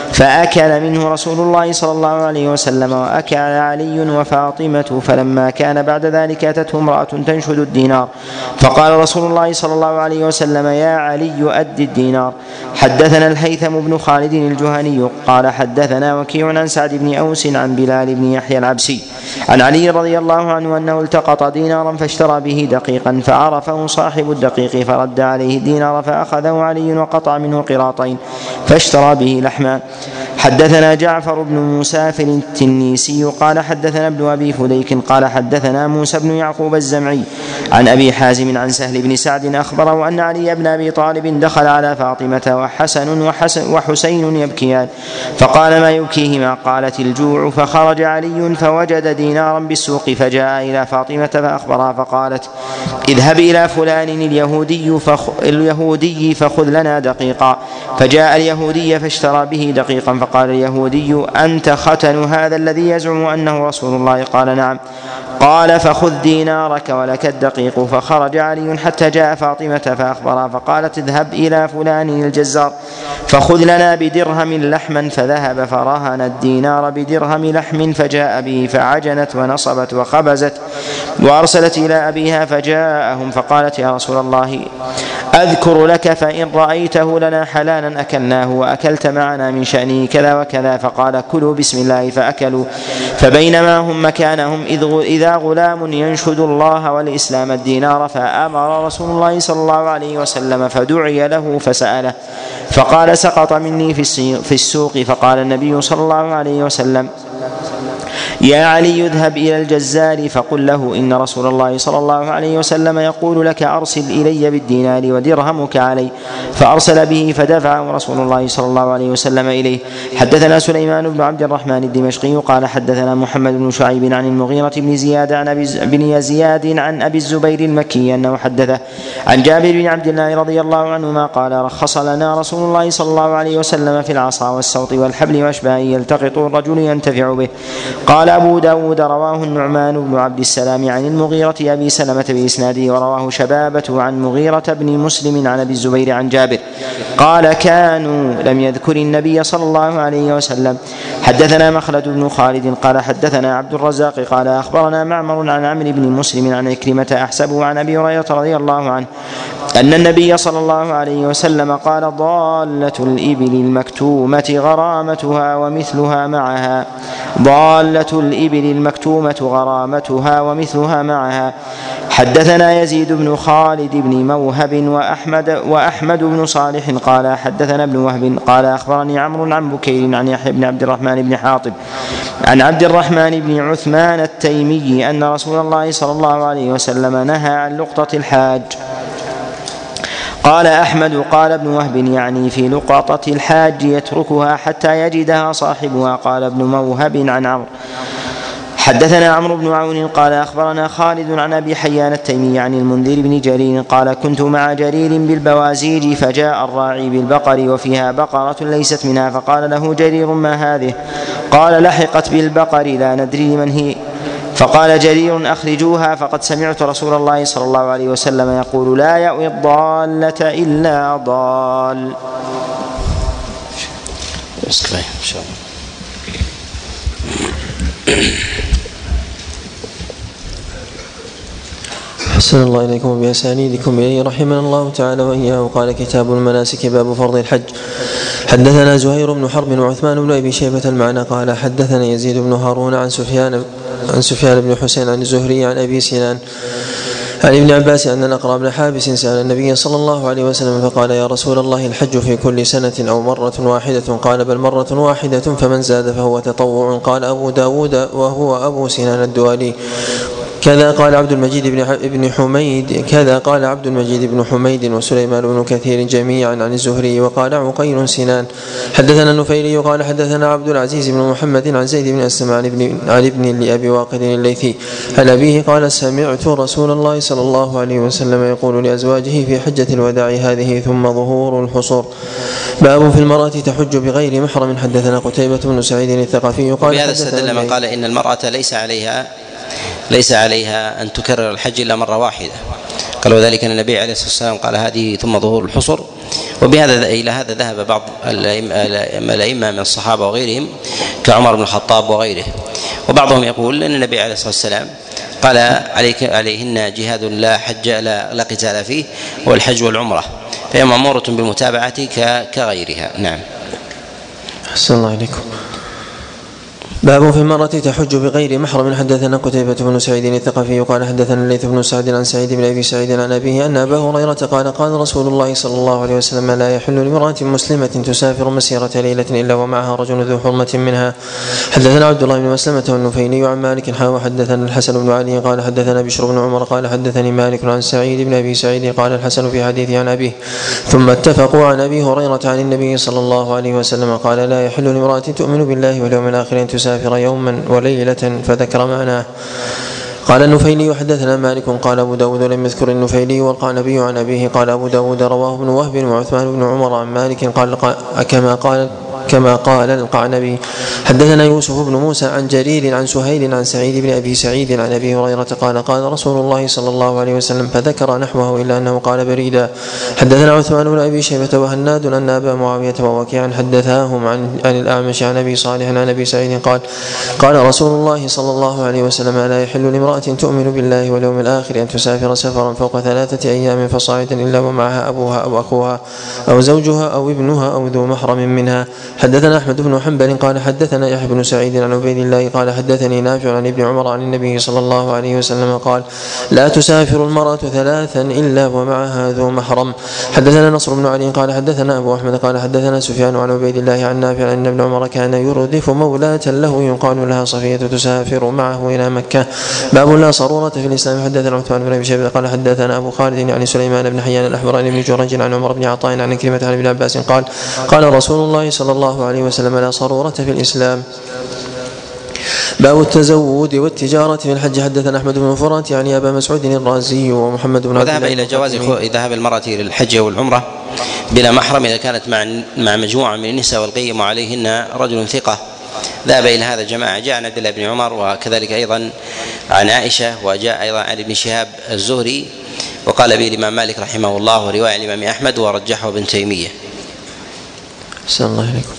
فأكل منه رسول الله صلى الله عليه وسلم وأكل علي وفاطمة. فلما كان بعد ذلك أتته امرأة تنشد الدينار فقال رسول الله صلى الله عليه وسلم يا علي أد الدينار. حدثنا الهيثم بن خالد الجهني قال حدثنا وكيع عن سعد بن أوس عن بلال بن يحيى العبسي عن علي رضي الله عنه أنه التقط دينارا فاشترى به دقيقا فعرفه صاحب الدقيق فرد عليه الدينار فأخذه علي وقطع منه قراطين فاشترى به لحما. حدثنا جعفر بن مسافر التنيسي قال حدثنا ابن أبي فديك قال حدثنا موسى بن يعقوب الزمعي عن أبي حازم عن سهل بن سعد أخبره أن علي بن أبي طالب دخل على فاطمة وحسن, وحسن وحسين يبكيان فقال ما يبكيهما؟ قالت الجوع. فخرج علي فوجد دينارا بالسوق فجاء إلى فاطمة فأخبرها فقالت اذهب إلى فلان اليهودي, فخ... اليهودي فخذ لنا دقيقا. فجاء اليهودي فاشترى به دقيقا فقال اليهودي أنت ختن هذا الذي يزعم أنه رسول الله؟ قال نعم. قال فخذ دينارك ولك الدقيق. فخرج علي حتى جاء فاطمة فأخبرها فقالت اذهب إلى فلان الجزار فخذ لنا بدرهم لحما. فذهب فرهن الدينار بدرهم لحم فجاء به فعجنت ونصبت وخبزت وأرسلت إلى أبيها فجاءهم فقالت يا رسول الله أذكر لك فإن رأيته لنا حلالا أكلناه وأكلت معنا من شأنه كذا وكذا. فقال كلوا بسم الله فأكلوا. فبينما هم مكانهم إذا غلام ينشد الله والإسلام الدينار فأمر رسول الله صلى الله عليه وسلم فدعي له فسأله فقال سقط مني في السوق. فقال النبي صلى الله عليه وسلم يا علي اذهب إلى الجزار فقل له إن رسول الله صلى الله عليه وسلم يقول لك أرسل إلي بالدينار ودرهمك علي. فأرسل به فدفعه رسول الله صلى الله عليه وسلم إليه. حدثنا سليمان بن عبد الرحمن الدمشقي قال حدثنا محمد بن شعيب عن المغيرة بن زياد عن أبي بن زياد عن أبي الزبير المكي أنه حدثه عن جابر بن عبد الله رضي الله عنهما قال رخص لنا رسول الله صلى الله عليه وسلم في العصا والسوط والحبل وأشباه يلتقط الرجل ينتفع به. قال أبو داود رواه النعمان بن عبد السلام عن المغيرة أبي سلمة بإسناده ورواه شبابة عن مغيرة بن مسلم عن أبي الزبير عن جابر قال كانوا لم يذكر النبي صلى الله عليه وسلم. حدثنا مخلد بن خالد قال حدثنا عبد الرزاق قال أخبرنا معمر عن عمرو بن مسلم عن عكرمة أحسبه عن أبي هريرة رضي الله عنه أن النبي صلى الله عليه وسلم قال ضالة الإبل المكتومة غرامتها ومثلها معها ضالة الإبل المكتومة غرامتها ومثلها معها. حدثنا يزيد بن خالد بن موهب وأحمد, وأحمد بن صالح قال حدثنا ابن وهب قال أخبرني عمرو عن بكير عن يحيى بن عبد الرحمن بن حاطب عن عبد الرحمن بن عثمان التيمي أن رسول الله صلى الله عليه وسلم نهى عن لقطة الحاج. قال أحمد قال ابن وهب يعني في لقطة الحاج يتركها حتى يجدها صاحبها. قال ابن موهب عن عمرو حدثنا عمرو بن عون قال أخبرنا خالد عن أبي حيان التيمي عن المنذر بن جرير قال كنت مع جرير بالبوازيج فجاء الراعي بالبقر وفيها بقرة ليست منها فقال له جرير ما هذه؟ قال لحقت بالبقر لا ندري من هي. فقال جرير أخرجوها فقد سمعت رسول الله صلى الله عليه وسلم يقول لا يأوي الضالة إلا ضال. أحسن الله إليكم وبأسانيدكم إليه رحمنا الله تعالى وإياه. قال كتاب المناسك باب فرض الحج. حدثنا زهير بن حرب وعثمان بن أبي شيبة المعنى قال حدثنا يزيد بن هارون عن سفيان عن سفيان بن حسين عن الزهري عن أبي سنان عن ابن عباس أن الأقرع بن حابس سأل النبي صلى الله عليه وسلم فقال يا رسول الله الحج في كل سنة أو مرة واحدة؟ قال بل مرة واحدة فمن زاد فهو تطوع. قال أبو داود وهو أبو سنان الدوالي كذا قال عبد المجيد بن حميد كذا قال عبد المجيد بن حميد وسليمان بن كثير جميعا عن الزهري. وقال عقيل سنان. حدثنا النفيلي قال حدثنا عبد العزيز بن محمد عن زيد بن أسلم عن ابن, عن ابن لأبي واقد الليثي عن أبيه قال سمعت رسول الله صلى الله عليه وسلم يقول لأزواجه في حجة الوداع هذه ثم ظهور الحصور. باب في المرأة تحج بغير محرم. حدثنا قتيبة بن سعيد الثقفي قال بهذا استدل من قال إن المرأة ليس عليها ليس عليها أن تكرر الحج إلا مرة واحدة. قالوا ذلك أن النبي عليه الصلاة والسلام قال هذه ثم ظهور الحصر. وبهذا إلى هذا ذهب بعض الأئمة من الصحابة وغيرهم كعمر بن الخطاب وغيره. وبعضهم يقول أن النبي عليه الصلاة والسلام قال عليك عليهن جهاد لا حج لا, لا قتال فيه والحج والعمرة، فهي مأمورة بالمتابعة كغيرها. نعم. أحسن الله عليكم. باب في المرأة تحج بغير محرم. حدثنا قتيبة بن سعيد الثقفي قال حدثنا الليث بن سعد عن سعيد بن أبي سعيد عن أبيه أن أبا هريرة قال قال رسول الله صلى الله عليه وسلم لا يحل لامرأة مسلمة تسافر مسيرة ليلة إلا ومعها رجل ذو حرمة منها. حدثنا عبد الله بن مسلمة والنفيلي عن مالك حا حدثنا الحسن بن علي قال حدثنا بشر بن عمر قال حدثني مالك عن سعيد بن أبي سعيد قال الحسن في حديثه عن أبيه ثم اتفقوا عن أبي هريرة عن النبي صلى الله عليه وسلم قال لا يحل لامرأة تؤمن بالله واليوم الآخر أن تسافر يوما وليلة فذكر معناه. قال النفيلي وحدثنا مالك قال أبو داود لم يذكر النفيلي والقعنبي عن أبيه قال أبو داود رواه ابن وهب وعثمان بن عمر عن مالك قال كما قال كما قال القعنبي. حدثنا يوسف بن موسى عن جرير عن سهيل عن سعيد بن أبي سعيد عن أبي هريرة قال قال رسول الله صلى الله عليه وسلم فذكر نحوه إلا أنه قال بريدا. حدثنا عثمان بن أبي شيبة وهناد أن أبا معاوية ووكيعا حدثاهم عن, عن الأعمش عن أبي صالح عن أبي سعيد قال قال رسول الله صلى الله عليه وسلم لا يحل لامرأة تؤمن بالله واليوم الآخر أن تسافر سفرا فوق ثلاثة أيام فصاعدا إلا ومعها أبوها أو أخوها أو زوجها أو ابنها أو ذو محرم منها. حدثنا أحمد بن حنبل قال حدثنا يحيى بن سعيد عن عبيد الله قال حدثني نافع عن ابن عمر عن النبي صلى الله عليه وسلم قال لا تسافر المرأة ثلاثا إلا ومعها ذو محرم. حدثنا نصر بن علي قال حدثنا أبو أحمد قال حدثنا سفيان عن عبيد الله عن نافع أن ابن عمر كان يردف مولاة له يقال لها صفية تسافر معه إلى مكة. باب لا صرورة في الإسلام. حدثنا عثمان بن أبي شيبة قال حدثنا أبو خالد يعني سليمان بن حيان الأحمر عن ابن جريج عن عمر بن عطاء عن كلمة عن ابن عباس قال قال رسول الله صلى الله عليه وسلم لا صرورة في الإسلام. باب التزود والتجارة في الحج. حدثنا أحمد بن فرات يعني أبا مسعود الرازي ومحمد بن وذهب إلى جواز ذهاب المرأة للحج والعمرة بلا محرم إذا كانت مع مع مجموعة من النساء والقيم عليهن رجل ثقة. ذهب إلى هذا جماعة جاء عن عبد الله بن عمر وكذلك أيضا عن عائشة وجاء أيضا عن ابن شهاب الزهري وقال به الإمام مالك رحمه الله ورواية الإمام أحمد ورجحه ابن تيمية. أحسن الله عليكم.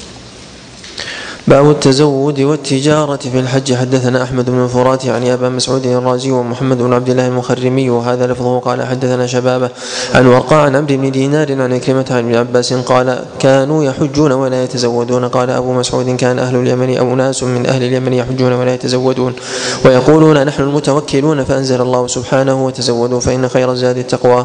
باب التزود والتجارة في الحج. حدثنا أحمد بن فرات يعني أبا مسعود الرازي ومحمد بن عبد الله المخرمي وهذا لفظه قال حدثنا شبابه عن ورقاء عن عمرو بن دينار عن كلمة عن ابن عباس قال كانوا يحجون ولا يتزودون. قال أبو مسعود كان أهل اليمن أو ناس من أهل اليمن يحجون ولا يتزودون ويقولون نحن المتوكلون فأنزل الله سبحانه وتزودوا فإن خير الزاد التقوى.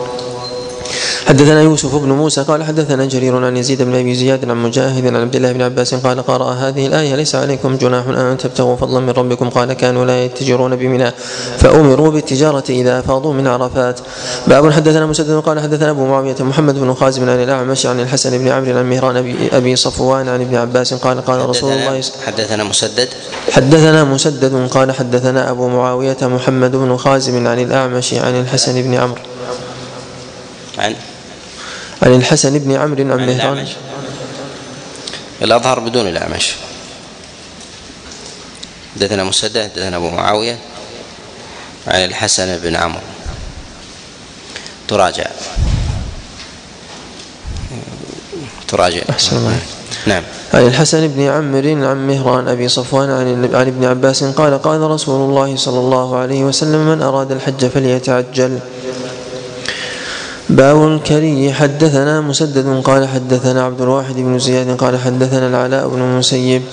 حدثنا يوسف بن موسى قال حدثنا جرير عن يزيد بن أبي زياد عن مجاهد عن عبد الله بن عباس قال قرأ هذه الآية ليس عليكم جناح أن تبتغوا فضلا من ربكم. قال كانوا لا يتجرون بمنى فأمروا بالتجارة إذا أفاضوا من عرفات. باب حدثنا مسدد قال حدثنا أبو معاوية محمد بن خازم عن الأعمش عن الحسن بن عمرو عن مهران أبي, أبي صفوان عن ابن عباس قال قال رسول الله حدثنا مسدد حدثنا مسدد قال حدثنا أبو معاوية محمد بن خازم عن الأعمش عن الحسن بن عمرو عن عن الحسن بن عمرو عن مهران الأظهر بدون الأعمش. حدثنا مسدد حدثنا أبو معاوية عن الحسن بن عمرو تراجع تراجع أحسن الله. نعم. عن الحسن بن عمرو عن مهران أبي صفوان عن ابن عباس قال قال رسول الله صلى الله عليه وسلم من أراد الحج فليتعجل. باب الكري. حدثنا مسدد قال حدثنا عبد الواحد بن زياد قال حدثنا العلاء بن المسيب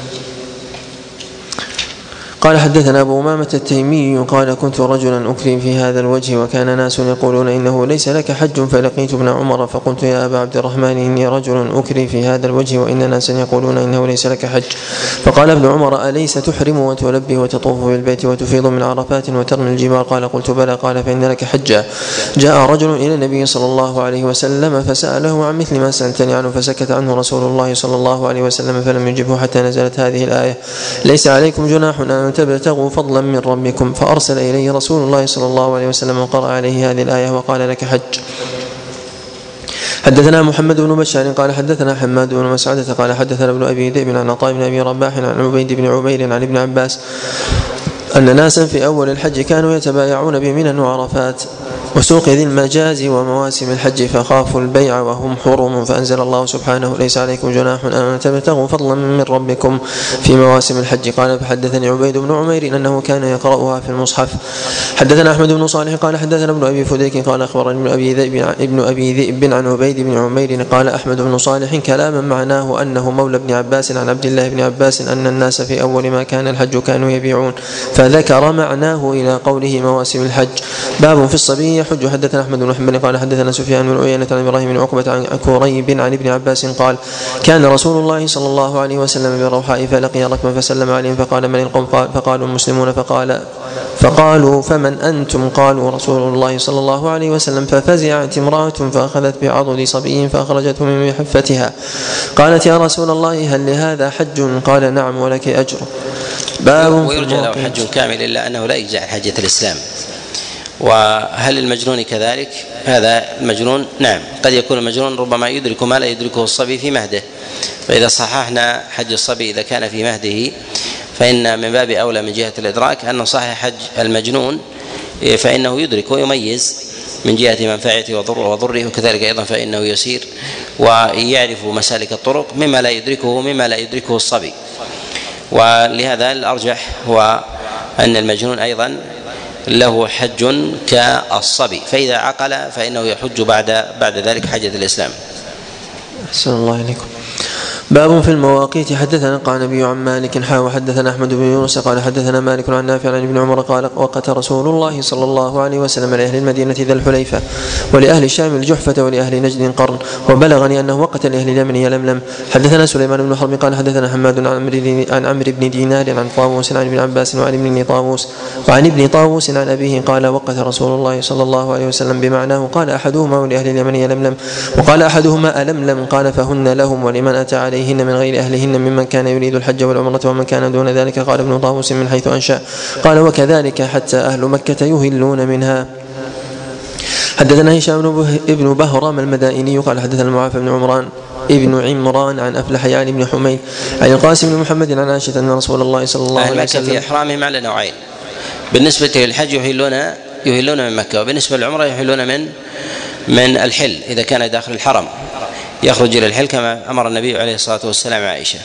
قال حدثنا أبو أمامة التيمي قال كنت رجلا أكرم في هذا الوجه وكان ناس يقولون إنه ليس لك حج فلقيت ابن عمر فقلت يا أبا عبد الرحمن إني رجل أكرم في هذا الوجه وإن ناسا يقولون إنه ليس لك حج. فقال ابن عمر أليس تحرم وتلبي وتطوف بالبيت وتفيض من عرفات وترمي الجمار؟ قال قلت بلى. قال فإن لك حجا. جاء رجل إلى النبي صلى الله عليه وسلم فسأله عن مثل ما سألتني عنه فسكت عنه رسول الله صلى الله عليه وسلم فلم يجبه حتى نزلت هذه الآية ليس عليكم جناح أن تبتغوا فضلا من ربكم. فأرسل إليه رسول الله صلى الله عليه وسلم وقرأ عليه هذه الآية وقال لك حج. حدثنا محمد بن بشار قال حدثنا حماد بن مسعدة قال حدثنا ابن أبي ذئب عن عطاء بن أبي رباح عن عبيد بن عبير عن ابن عباس أن ناسا في أول الحج كانوا يتبايعون بمنى وعرفات وسوق ذي المجاز ومواسم الحج فخافوا البيع وهم حرم فأنزل الله سبحانه ليس عليكم جناح أن تبتغوا فضلا من ربكم في مواسم الحج. قال فحدثني عبيد بن عمير أنه كان يقرأها في المصحف. حدثنا أحمد بن صالح قال حدثنا ابن أبي فديك قال أخبرني ابن أبي ذئب ابن أبي ذئب عن عبيد بن عمير قال أحمد بن صالح كلاما معناه أنه مولى ابن عباس عن عبد الله بن عباس أن الناس في أول ما كان الحج كانوا يبيعون فذكر معناه إلى قوله مواسم الحج. باب في الصبي يحج. حدثنا أحمد بن حنبل قال حدثنا سفيان بن عيينة عن إبراهيم بن عقبة عن كريب عن ابن عباس قال كان رسول الله صلى الله عليه وسلم بالروحاء فلقي ركبا فسلم عليهم فقال من القوم؟ فقالوا المسلمون. فقال فقالوا فمن أنتم؟ قالوا رسول الله صلى الله عليه وسلم. ففزعت امرأة فأخذت بعضد صبي فأخرجته من محفتها قالت يا رسول الله هل لهذا حج؟ قال نعم ولك أجر. باب ويرجى له حج كامل إلا أنه لا يجزع حجة الإسلام. وهل المجنون كذلك؟ هذا المجنون نعم قد يكون المجنون ربما يدرك ما لا يدركه الصبي في مهده. فإذا صححنا حج الصبي إذا كان في مهده فإن من باب أولى من جهة الإدراك أن نصحح حج المجنون فإنه يدرك ويميز من جهة منفعته وضره وكذلك أيضا فإنه يسير ويعرف مسالك الطرق مما لا يدركه مما لا يدركه الصبي. ولهذا الأرجح هو أن المجنون أيضا له حج كالصبي فإذا عقل فإنه يحج بعد بعد ذلك حجة الإسلام. أحسن الله إليكم. باب في المواقيت. حدثنا قال نبي عن مالك حا وحدثنا أحمد بن يونس قال حدثنا مالك عن نافع عن ابن عمر قال وقت رسول الله صلى الله عليه وسلم لأهل المدينة ذا الحليفة ولأهل الشام الجحفة ولأهل نجد قرن وبلغني أنه وقت لأهل اليمن يلملم. حدثنا سليمان بن حرب قال حدثنا حماد عن عمرو بن دينار عن طاووس عن ابن عباس وعن ابن طاووس وعن ابن طاووس عن أبيه قال وقت رسول الله صلى الله عليه وسلم بمعناه. قال أحدهما ولأهل اليمن يلملم وقال أحدهما ألملم قال فهن لهم ولمن أتى عليه من غير أهلهن ممن كان يريد الحج والعمرة ومن كان دون ذلك. قال ابن طاووس من حيث أنشأ. قال وكذلك حتى أهل مكة يهلون منها. حدثنا هشام ابن بهرام المدائني قال حدثنا المعافى بن عمران ابن عمران عن أفلح يعني بن حميد عن القاسم بن محمد عن عائشة أن رسول الله صلى الله عليه وسلم في إحرامهم على نوعين. بالنسبة للحج يهلون يهلون من مكة وبالنسبة للعمرة يهلون من من الحل إذا كان داخل الحرم يخرج إلى الحل كما أمر النبي عليه الصلاة والسلام عائشة.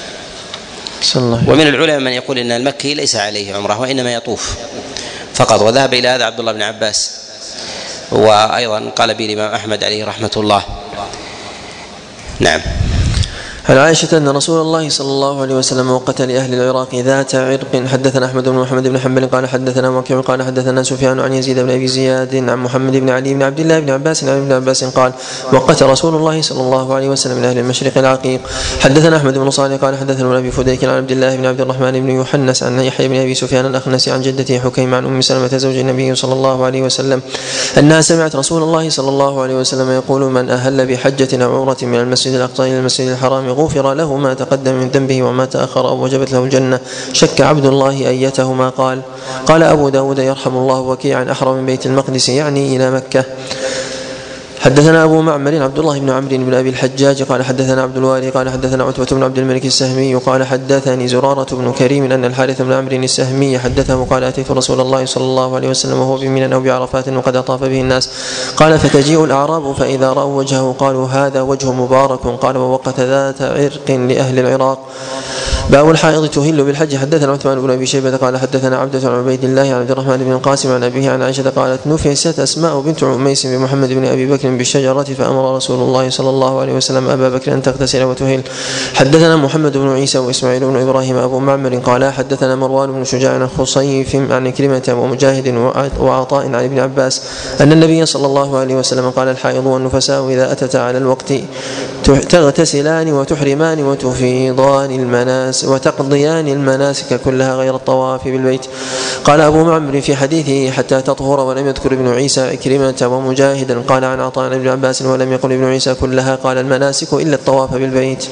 ومن العلماء من يقول إن المكي ليس عليه عمره وإنما يطوف فقط وذهب إلى هذا عبد الله بن عباس وأيضا قال به الإمام أحمد عليه رحمة الله. نعم. عن عائشة أن رسول الله صلى الله عليه وسلم وقت لأهل العراق ذات عرق. حدثنا أحمد بن محمد بن حنبل قال حدثنا وكيع قال حدثنا سفيان عن يزيد بن أبي زياد عن محمد بن علي بن عبد الله بن عباس عن ابن عباس قال وقت رسول الله صلى الله عليه وسلم من أهل المشرق العقيق. حدثنا أحمد بن صالح قال حدثنا ابن أبي فديك عن عبد الله بن عبد الرحمن بن يحنس عن يحيى بن أبي سفيان الأخنس عن جدته حكيم عن أم سلمة زوج النبي صلى الله عليه وسلم أنها سمعت رسول الله صلى الله عليه وسلم يقول من أهل بحجة أو عمرة من المسجد الأقصى إلى المسجد الحرام غفر له ما تقدم من ذنبه وما تأخر أو وجبت له الجنة. شك عبد الله أيتهما قال. قال أبو داود يرحم الله وكيعا أحرم من بيت المقدس يعني إلى مكة. حدثنا أبو معمر عبد الله بن عمرو بن أبي الحجاج قال حدثنا عبد الواري قال حدثنا عتبة بن عبد الملك السهمي قال حدثني زرارة بن كريم أن الحارث بن عمرو السهمي حدثه قال أتيت رسول الله صلى الله عليه وسلم وهو بمنى أو بعرفات وقد أطاف به الناس. قال فتجيء الأعراب فإذا رأوا وجهه قالوا هذا وجه مبارك. قال ووقت ذات عرق لأهل العراق. باب الحائض تهل بالحج. حدثنا عثمان بن ابي شيبه قال حدثنا عبدة عن عبيد الله عن عبد الرحمن بن القاسم عن ابيه عن عائشه قالت نفست اسماء بنت عميس بمحمد بن ابي بكر بالشجره فامر رسول الله صلى الله عليه وسلم ابا بكر ان تغتسل وتهل. حدثنا محمد بن عيسى واسماعيل بن ابراهيم ابو معمر قال حدثنا مروان بن شجاع عن خصيف عن كلمة ومجاهد وعطاء عن ابن عباس ان النبي صلى الله عليه وسلم قال الحائض والنفساء اذا اتتا على الوقت تغتسلان وتحرمان وتفيضان المناسك وتقضيان المناسك كلها غير الطواف بالبيت. قال أبو معمر في حديثه حتى تطهر ولم يذكر ابن عيسى كلمة ومجاهدا. قال عن عطاء عن ابن عباس ولم يقل ابن عيسى كلها قال المناسك إلا الطواف بالبيت.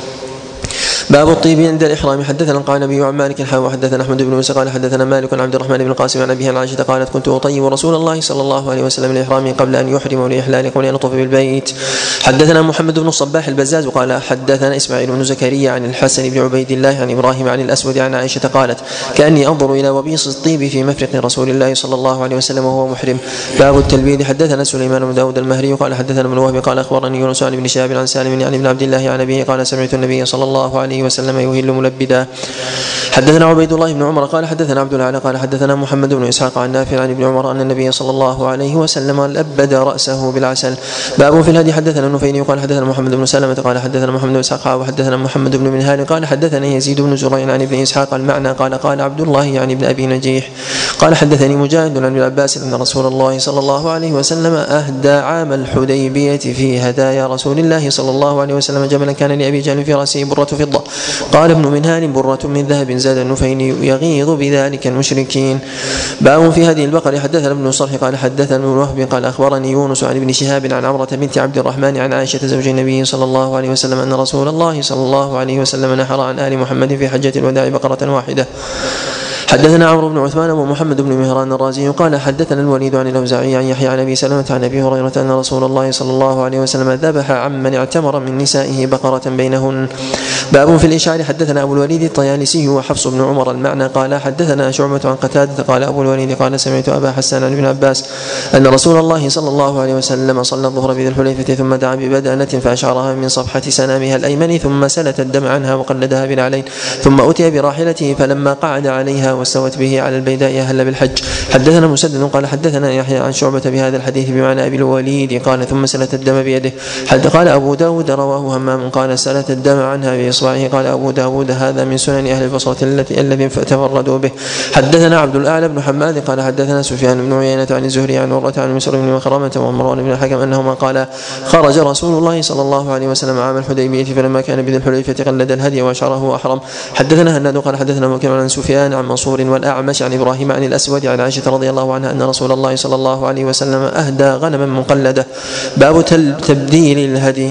باب الطيب عند الإحرام. حدثنا قال النبي عن مالك الحاوى وحدثنا أحمد بن موسى قال حدثنا مالك عن عبد الرحمن بن القاسم عن أبيه عن عائشة قالت كنت أطيب رسول الله صلى الله عليه وسلم لإحرامه قبل أن يحرم ولإحلاله قبل أن يطوف بالبيت. حدثنا محمد بن الصباح البزاز قال حدثنا إسماعيل بن زكريا عن الحسن بن عبيد الله عن إبراهيم عن الأسود عن عائشة قالت كأني أنظر إلى وبيص الطيب في مفرق رسول الله صلى الله عليه وسلم وهو محرم. باب التلبيد. حدثنا سليمان بن داود المهري قال حدثنا ابن وهب قال أخبرني يونس عن ابن شهاب عن سالم عن ابن عبد الله عن أبيه قال سمعت النبي صلى الله عليه وسلم يهل ملبدا. حدثنا عبيد الله بن عمر قال حدثنا عبد الأعلى قال حدثنا محمد بن إسحاق عن نافع عن ابن عمر أن النبي صلى الله عليه وسلم لبد رأسه بالعسل. باب في الهدي. حدثنا النفيلي قال حدثنا محمد بن سلمة قال حدثنا محمد بن إسحاق وحدثنا محمد بن منهال قال حدثنا يزيد بن زريع عن ابن إسحاق المعنى قال قال عبد الله يعني ابن أبي نجيح قال حدثني مجاهد عن ابن عباس أن رسول الله صلى الله عليه وسلم أهدى عام الحديبية في هدايا رسول الله صلى الله عليه وسلم جملا كان لأبي جهل في رأسه برة فضة. قال ابن منهال برة من ذهب زاد النفيلي يغيظ بذلك المشركين. باب في هدي البقر. حدثنا ابن صرح قال حدثنا ابن وهب قال أخبرني يونس عن ابن شهاب عن عمرة بنت عبد الرحمن عن عائشة زوج النبي صلى الله عليه وسلم أن رسول الله صلى الله عليه وسلم نحر عن آل محمد في حجة الوداع بقرة واحدة. حدثنا عمرو بن عثمان ومحمد بن مهران الرازي قال حدثنا الوليد عن الأوزاعي عن يحيى عن أبي سلمة عن أبي هريرة أن رسول الله صلى الله عليه وسلم ذبح عمن اعتمر من نسائه بقرة بينهن. باب في الإشعار. حدثنا أبو الوليد الطيالسي وحفص بن عمر المعنى قال حدثنا شعبة عن قتادة قال أبو الوليد قال سمعت أبا حسان عن ابن عباس أن رسول الله صلى الله عليه وسلم صلى الظهر بذي الحليفة ثم دعا ببدنة فأشعرها من صفحة سنامها الأيمن ثم سلت الدم عنها وقلدها بنعلين ثم أتي براحلته فلما قعد عليها واستوت به على البيداء أهل بالحج. حدثنا مسدد قال حدثنا يحيى عن شعبة بهذا الحديث بمعنى أبي الوليد قال ثم سلت الدم بيده. حد قال أبو داود رواه همام قال سلت الدم عنها بإصبعه قال أبو داود هذا من سنن أهل البصرة التي الذين تفردوا به. حدثنا عبد الأعلى بن حماد قال حدثنا سفيان بن عيينة عن الزهري عن عروة عن مسر بن مخرمة ومروان بن الحكم أنهما قال خرج رسول الله صلى الله عليه وسلم عام الحديبية فلما كان بذي الحليفة قلد الهدي وأشعره وأحرم. حدثنا هناد قال حدثنا مكي عن سفيان عن منصور والأعمش عن إبراهيم عن الأسود عن عائشة رضي الله عنها أن رسول الله صلى الله عليه وسلم أهدى غنما مقلدة. باب تبديل الهدي.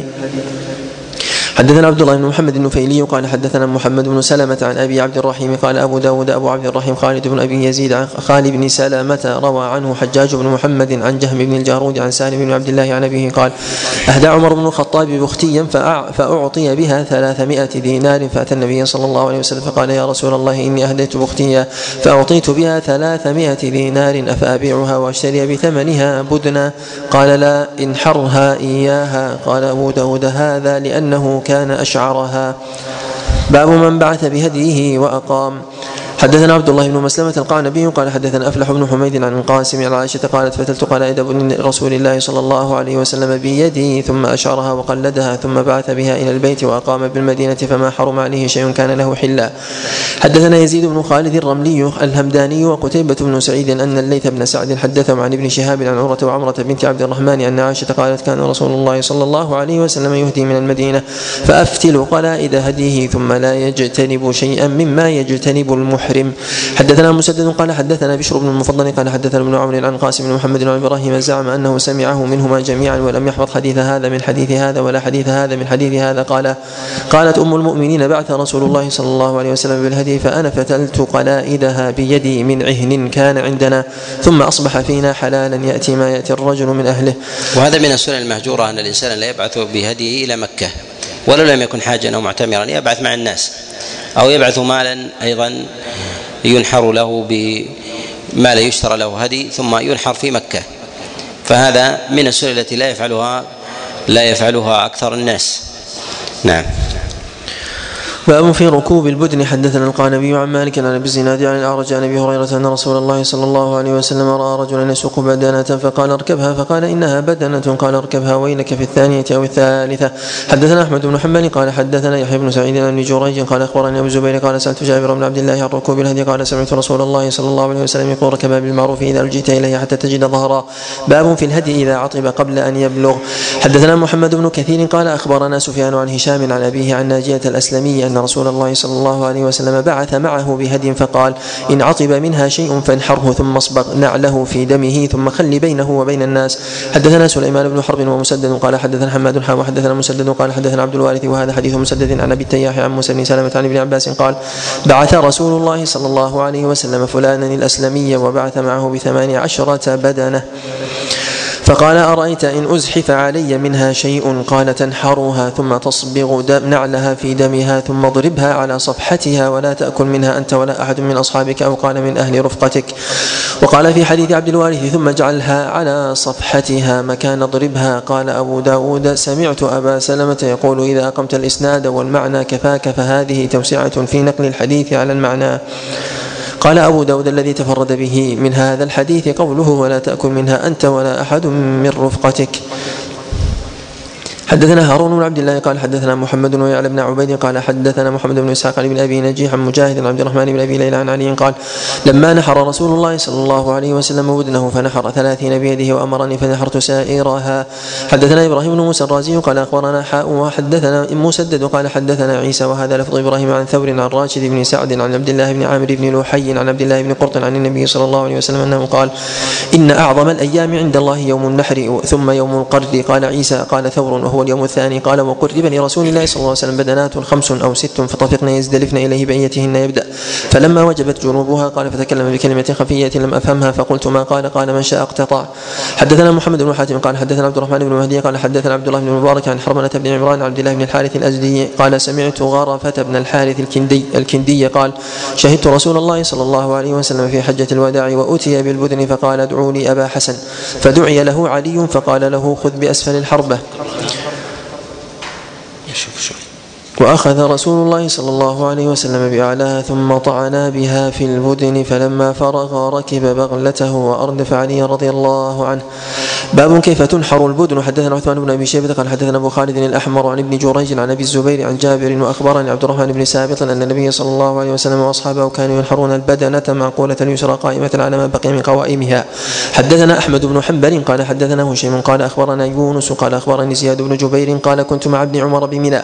حدثنا عبد الله بن محمد النفيلي قال حدثنا محمد بن سلمة عن أبي عبد الرحيم قال أبو داود أبو عبد الرحيم خالد بن أبي يزيد عن خالد بن سلمة روى عنه حجاج بن محمد عن جهم بن الجارود عن سالم بن عبد الله عن أبيه قال أهدى عمر بن الخطاب بختيا فأعطي بها ثلاثمائة دينار فأتى النبي صلى الله عليه وسلم فقال يا رسول الله إني أهديت بختيا فأعطيت بها ثلاثمائة دينار أفأبيعها وأشتري بثمنها بدنا قال لا انحرها إياها. قال أبو داود هذا لأنه كان أشعرها. باب من بعث بهديه وأقام. حدثنا عبد الله بن مسلمة القعنبي قال حدثنا أفلح بن حميد عن القاسم عن عائشة قالت فتلت قلائد رسول الله صلى الله عليه وسلم بيده ثم أشعرها وقلدها ثم بعث بها إلى البيت وأقام بالمدينة فما حرم عليه شيء كان له حلا. حدثنا يزيد بن خالد الرملي الهمداني وقتيبة بن سعيد أن الليث بن سعد حدثهم عن ابن شهاب عن عروة وعمرة بنت عبد الرحمن أن عائشة قالت كان رسول الله صلى الله عليه وسلم يهدي من المدينة فأفتل قلائد هديه ثم لا يجتنب شيئا مما يجتنب المحرم. حدثنا مسدد قال حدثنا بشر بن المفضل قال حدثنا ابن عمرو عن قاسم بن محمد عن ابراهيم زعم انه سمعه منهما جميعا ولم يحفظ حديث هذا من حديث هذا ولا حديث هذا من حديث هذا. قال قالت ام المؤمنين بعث رسول الله صلى الله عليه وسلم بالهدي فانا فتلت قلائدها بيدي من عهن كان عندنا ثم اصبح فينا حلالا ياتي ما ياتي الرجل من اهله. وهذا من السنن المهجوره ان الانسان لا يبعث بهديه الى مكه ولو لم يكن حاجا او معتمرا يبعث مع الناس او يبعث مالا ايضا ينحر له بما لا يشترى له هدي ثم ينحر في مكة. فهذا من السنن التي لا يفعلها لا يفعلها أكثر الناس. نعم. باب في ركوب البدن. حدثنا القعنبي عن مالك عن ابي الزناد عن الاعرج عن ابي هريره ان رسول الله صلى الله عليه وسلم راى رجلا يسوق بدنه فقال اركبها فقال انها بدنه قال اركبها ويلك في الثانيه او الثالثه. حدثنا احمد بن حنبل قال حدثنا يحيى بن سعيد عن ابن جريج قال اخبرني ابو الزبير قال سالت جابر بن عبد الله عن ركوب الهدي قال سمعت رسول الله صلى الله عليه وسلم يقول ركبها بالمعروف اذا لجئت اليه حتى تجد ظهرا. باب في الهدي اذا عطب قبل ان يبلغ. حدثنا محمد بن كثير قال اخبرنا سفيان عن هشام عن ابيه عن ناجيه الاسلمي ان رسول الله صلى الله عليه وسلم بعث معه بهدي فقال إن عطب منها شيء فانحره ثم اصبغ نعله في دمه ثم خل بينه وبين الناس. حدثنا سليمان بن حرب ومسدد قال حدثنا حماد حا وحدثنا مسدد قال حدثنا عبد الوارث وهذا حديث مسدد عن ابي التياح عن موسى بن سلمة عن ابن عباس قال بعث رسول الله صلى الله عليه وسلم فلانا الأسلمي وبعث معه بثمان عشرة بدنة فقال أرأيت إن أزحف علي منها شيء قال تنحرها ثم تصبغ نعلها في دمها ثم اضربها على صفحتها ولا تأكل منها أنت ولا أحد من أصحابك أو قال من أهل رفقتك. وقال في حديث عبد الوارث ثم اجعلها على صفحتها مكان اضربها. قال أبو داود سمعت أبا سلمة يقول إذا أقمت الإسناد والمعنى كفاك فهذه توسعة في نقل الحديث على المعنى. قال أبو داود الذي تفرد به من هذا الحديث قوله ولا تأكل منها أنت ولا أحد من رفقتك. حدثنا هارون بن عبد الله قال حدثنا محمد ويعلى بن عبيد قال حدثنا محمد بن اسحاق عن ابن ابي نجيح عن مجاهد عن عبد الرحمن بن ابي ليلى عن علي قال لما نحر رسول الله صلى الله عليه وسلم ودنه فنحر ثلاثين بيده وامرني فنحرت سائرها. حدثنا ابراهيم بن موسى الرازي قال اخبرنا حاء وحدثنا مسدد قال حدثنا عيسى وهذا لفظ ابراهيم عن ثور عن راشد بن سعد عن عبد الله بن عامر بن لحي عن عبد الله بن قرط عن النبي صلى الله عليه وسلم انه قال ان اعظم الايام عند الله يوم النحر ثم يوم القرد. قال عيسى قال ثور وهو اليوم الثاني. قال وقرب لرسول الله صلى الله عليه وسلم بدنات خمس أو ست فطفقن يزدلفن إليه بأيتهن يبدأ فلما وجبت جنوبها قال فتكلم بكلمة خفية لم أفهمها فقلت ما قال قال من شاء اقتطع. حدثنا محمد بن حاتم قال حدثنا عبد الرحمن بن مهدي قال حدثنا عبد الله بن المبارك عن حرملة بن عمران عبد الله بن الحارث الأزدي قال سمعت غرفة بن الحارث الكندي, الكندي قال شهدت رسول الله صلى الله عليه وسلم في حجة الوداع وأتي بالبدن فقال ادعوا لي أبا حسن فدعي له علي فقال له خذ بأسفل الحربة. وأخذ رسول الله صلى الله عليه وسلم بأعلاها ثم طعنا بها في البدن فلما فرغ ركب بغلته وأردف علي رضي الله عنه. باب كيف تنحر البدن. حدثنا عثمان بن أبي شيبة قال حدثنا أبو خالد الأحمر عن ابن جريج عن أبي الزبير عن جابر وأخبرني عبد الرحمن بن سابق أن النبي صلى الله عليه وسلم وأصحابه كانوا ينحرون البدنة معقولة يسرى قائمة على ما بقي من قوائمها. حدثنا أحمد بن حنبل قال حدثنا هشيم قال أخبرنا يونس قال أخبرني زياد بن جبير قال كنت مع ابن عمر بمنى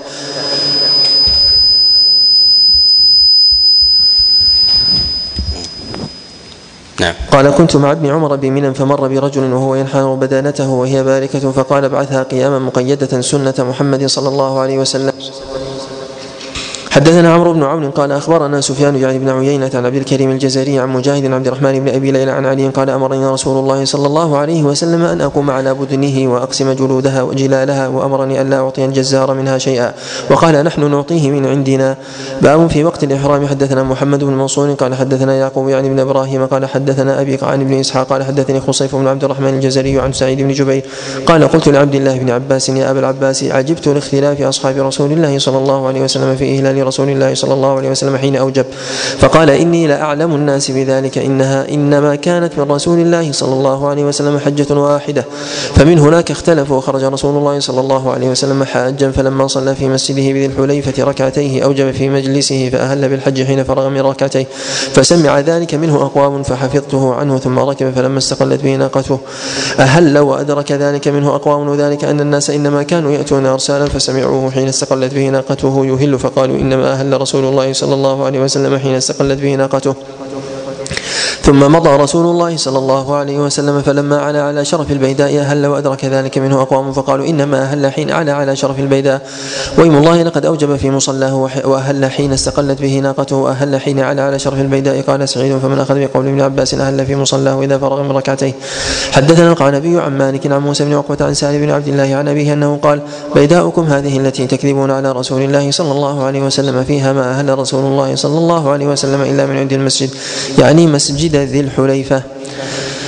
نعم. قال كنت مع ابن عمر بمنى فمر برجل وهو ينحر بدانته وهي باركة فقال بعثها قياما مقيدة سنة محمد صلى الله عليه وسلم. حدثنا عمرو بن عون قال أخبرنا سفيان يعني بن عيينة عن عبد الكريم الجزري عن مجاهد عن عبد الرحمن بن أبي ليلى عن علي قال أمرني رسول الله صلى الله عليه وسلم أن أقوم على بدنه وأقسم جلودها وجلالها وأمرني أن لا أعطي الجزار منها شيئا وقال نحن نعطيه من عندنا. باب في وقت الإحرام. حدثنا محمد بن منصور قال حدثنا يعقوب يعني بن إبراهيم قال حدثنا أبي عن ابن إسحاق قال حدثني خصيف بن عبد الرحمن الجزري عن سعيد بن جبير قال قلت لعبد الله بن عباس يا أبا العباس عجبت لاختلاف أصحاب رسول الله صلى الله عليه وسلم في إهلال رسول الله صلى الله عليه وسلم حين أوجب فقال إني لأعلم الناس بذلك إنها إنما كانت من رسول الله صلى الله عليه وسلم حجة واحدة فمن هناك اختلفوا وخرج رسول الله صلى الله عليه وسلم حاجا فلما صلى في مسجده بذي الحليفة ركعتيه أوجب في مجلسه فأهل بالحج حين فرغ من ركعتيه فسمع ذلك منه أقوام فحفظته عنه ثم ركب فلما استقلت به ناقته أهل وأدرك ذلك منه أقوام وذلك أن الناس إنما كانوا يأتون أرسالا فسمعوه حين استقلت به ناقته يهل فقالوا إنما أهل رسول الله صلى الله عليه وسلم حين استقلت به ناقته ثم مضى رسول الله صلى الله عليه وسلم فلما على على شرف البيداء أهل وأدرك ذلك منه أقوام فقالوا إنما أهل حين على على شرف البيداء وإيم الله لقد أوجب في مصلاه وأهل حين استقلت به ناقته وأهل حين على على شرف البيداء. قال سعيد فمن أخذ بقول ابن عباس أهل في مصلاه إذا فرغ من ركعتيه. حدثنا القعنبي عن مالك عن موسى بن عقبة عن سالم بن عبد الله عن أبيه أنه قال بيداؤكم هذه التي تكذبون على رسول الله صلى الله عليه وسلم فيها ما أهل رسول الله صلى الله عليه وسلم إلا من عند المسجد يعني مسجد ذي الحليفة.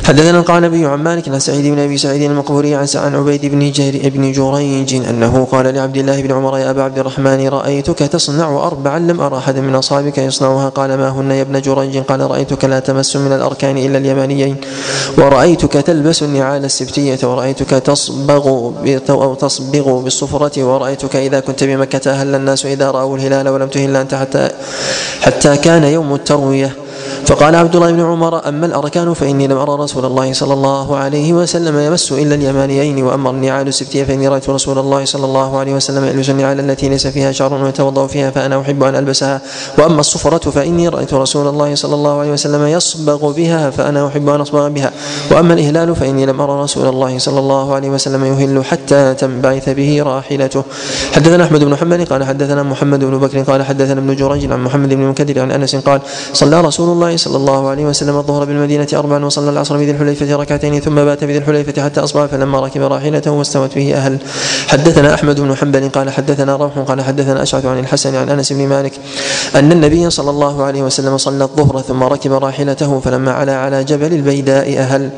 حدثنا القعنبي عن مالك عن سعيد بن ابي سعيد المقبوري عن عن عبيد بن بن جريج انه قال لعبد الله بن عمر يا ابا عبد الرحمن رايتك تصنع اربعا لم ارى احدا من اصحابك يصنعها. قال ما هن يا ابن جريج؟ قال رايتك لا تمس من الاركان الا اليمانيين، ورايتك تلبس النعال السبتيه، ورايتك تصبغ او تصبغ بالصفره، ورايتك اذا كنت بمكه اهل الناس اذا راوا الهلال ولم تهل انت حتى حتى كان يوم الترويه. فقال عبد الله بن عمر أما الأركان فإني لم أرى رسول الله صلى الله عليه وسلم يمس إلا اليمانيين، وأما النعال السبتية فإني رأيت رسول الله صلى الله عليه وسلم يلبس النعال التي ليس فيها شعر ويتوضأ فيها فأنا أحب أن ألبسها، وأما الصفرة فإني رأيت رسول الله صلى الله عليه وسلم يصبغ بها فأنا أحب أن أصبغ بها، وأما الإهلال فإني لم أرى رسول الله صلى الله عليه وسلم يهل حتى تنبعث به راحلته. حدثنا أحمد بن حنبل قال حدثنا محمد بن بكر قال حدثنا ابن جريج عن محمد بن المنكدر عن أنس قال صلى رسول الله صلى الله عليه وسلم الظهر بالمدينة أربعا وصلى العصر بذي الحليفة ركعتين ثم بات بذي الحليفة حتى أصبح فلما ركب راحلته واستوت به أهل. حدثنا أحمد بن حنبل قال حدثنا روح قال حدثنا أشعث عن الحسن عن أنس بن مالك أن النبي صلى الله عليه وسلم صلى الظهر ثم ركب راحلته فلما علا على جبل البيداء أهل.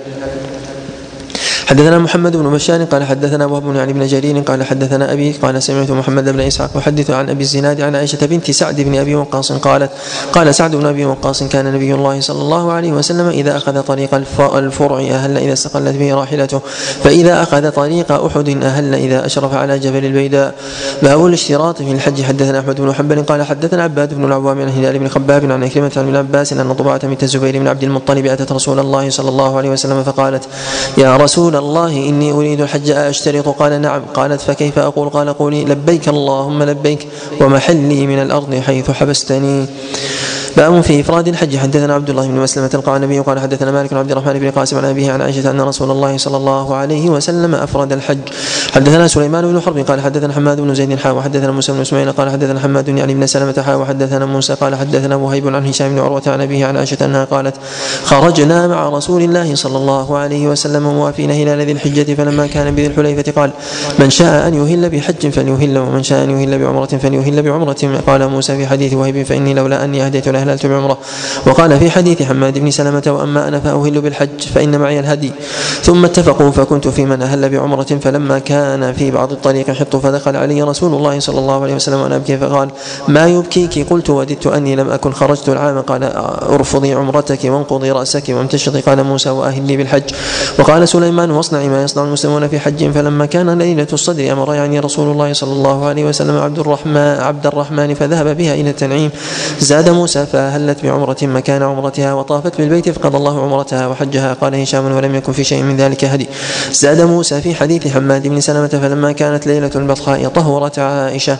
حدثنا محمد بن بشار قال حدثنا وهب بن علي بن جرير قال حدثنا أبي قال سمعت محمد بن إسحاق يحدث عن أبي الزناد عن عائشة بنت سعد بن أبي وقاص قالت قال سعد بن أبي وقاص كان نبي الله صلى الله عليه وسلم إذا أخذ طريق الفرع أهل إذا استقلت به راحلته، فإذا أخذ طريق أحد أهل إذا أشرف على جبل البيداء. باب الاشتراط في الحج. حدثنا أحمد بن حنبل قال حدثنا عباد بن العوام عن هلال بن خباب عن عكرمة عن ابن عباس أن طباعة بنت الزبير بن عبد المطلب أتت رسول الله صلى الله عليه وسلم فقالت يا رسول الله إني أريد الحج أشترط؟ قال نعم. قالت فكيف أقول؟ قال قولي لبيك اللهم لبيك ومحلي من الأرض حيث حبستني. باب في إفراد الحج. حدثنا عبد الله بن مسلمة القعنبي قال حدثنا مالك بن عبد الرحمن بن قاسم عن أبيه عن عائشة أن رسول الله صلى الله عليه وسلم أفرد الحج. حدثنا سليمان بن حرب قال حدثنا حماد بن زيد حا وحدثنا موسى بن إسماعيل قال حدثنا حماد يعني بن سلمة حا وحدثنا موسى قال حدثنا وهيب عن هشام بن عروة عن أبيه عن عائشة أنها قالت خرجنا مع رسول الله صلى الله عليه وسلم موافين هلال ذي الحجة فلما كان بذي الحليفة قال من شاء أن يهل بحج فليهل ومن شاء أن يهل بعمرة فليهل بعمرة. قال موسى في حديث وهيب فإني لولا أني أهديت لأهللت بعمرة. وقال في حديث حماد بن سلمة وأما أنا فأهل بالحج فإن معي الهدي. ثم اتفقوا فكنت في من أهل بعمرة فلما كان في بعض الطريق حط فدخل علي رسول الله صلى الله عليه وسلم وأنا أبكي فقال ما يبكيك؟ قلت وددت أني لم أكن خرجت العام. قال ارفضي عمرتك وانقضي رأسك وامتشطي. قال موسى وأهلي بالحج. وقال سليمان واصنعي ما يصنع المسلمون في حج. فلما كان ليلة الصدر أمر يعني رسول الله صلى الله عليه وسلم عبد الرحمن عبد الرحمن فذهب بها إلى التنعيم. زاد موسى فأهلت بعمرة مكان عمرتها وطافت بالبيت فقضى الله عمرتها وحجها. قال هشام ولم يكن في شيء من ذلك هدي. زاد موسى في حديث حماد بن سلمة فلما كانت ليلة البطحاء طهرت عائشة.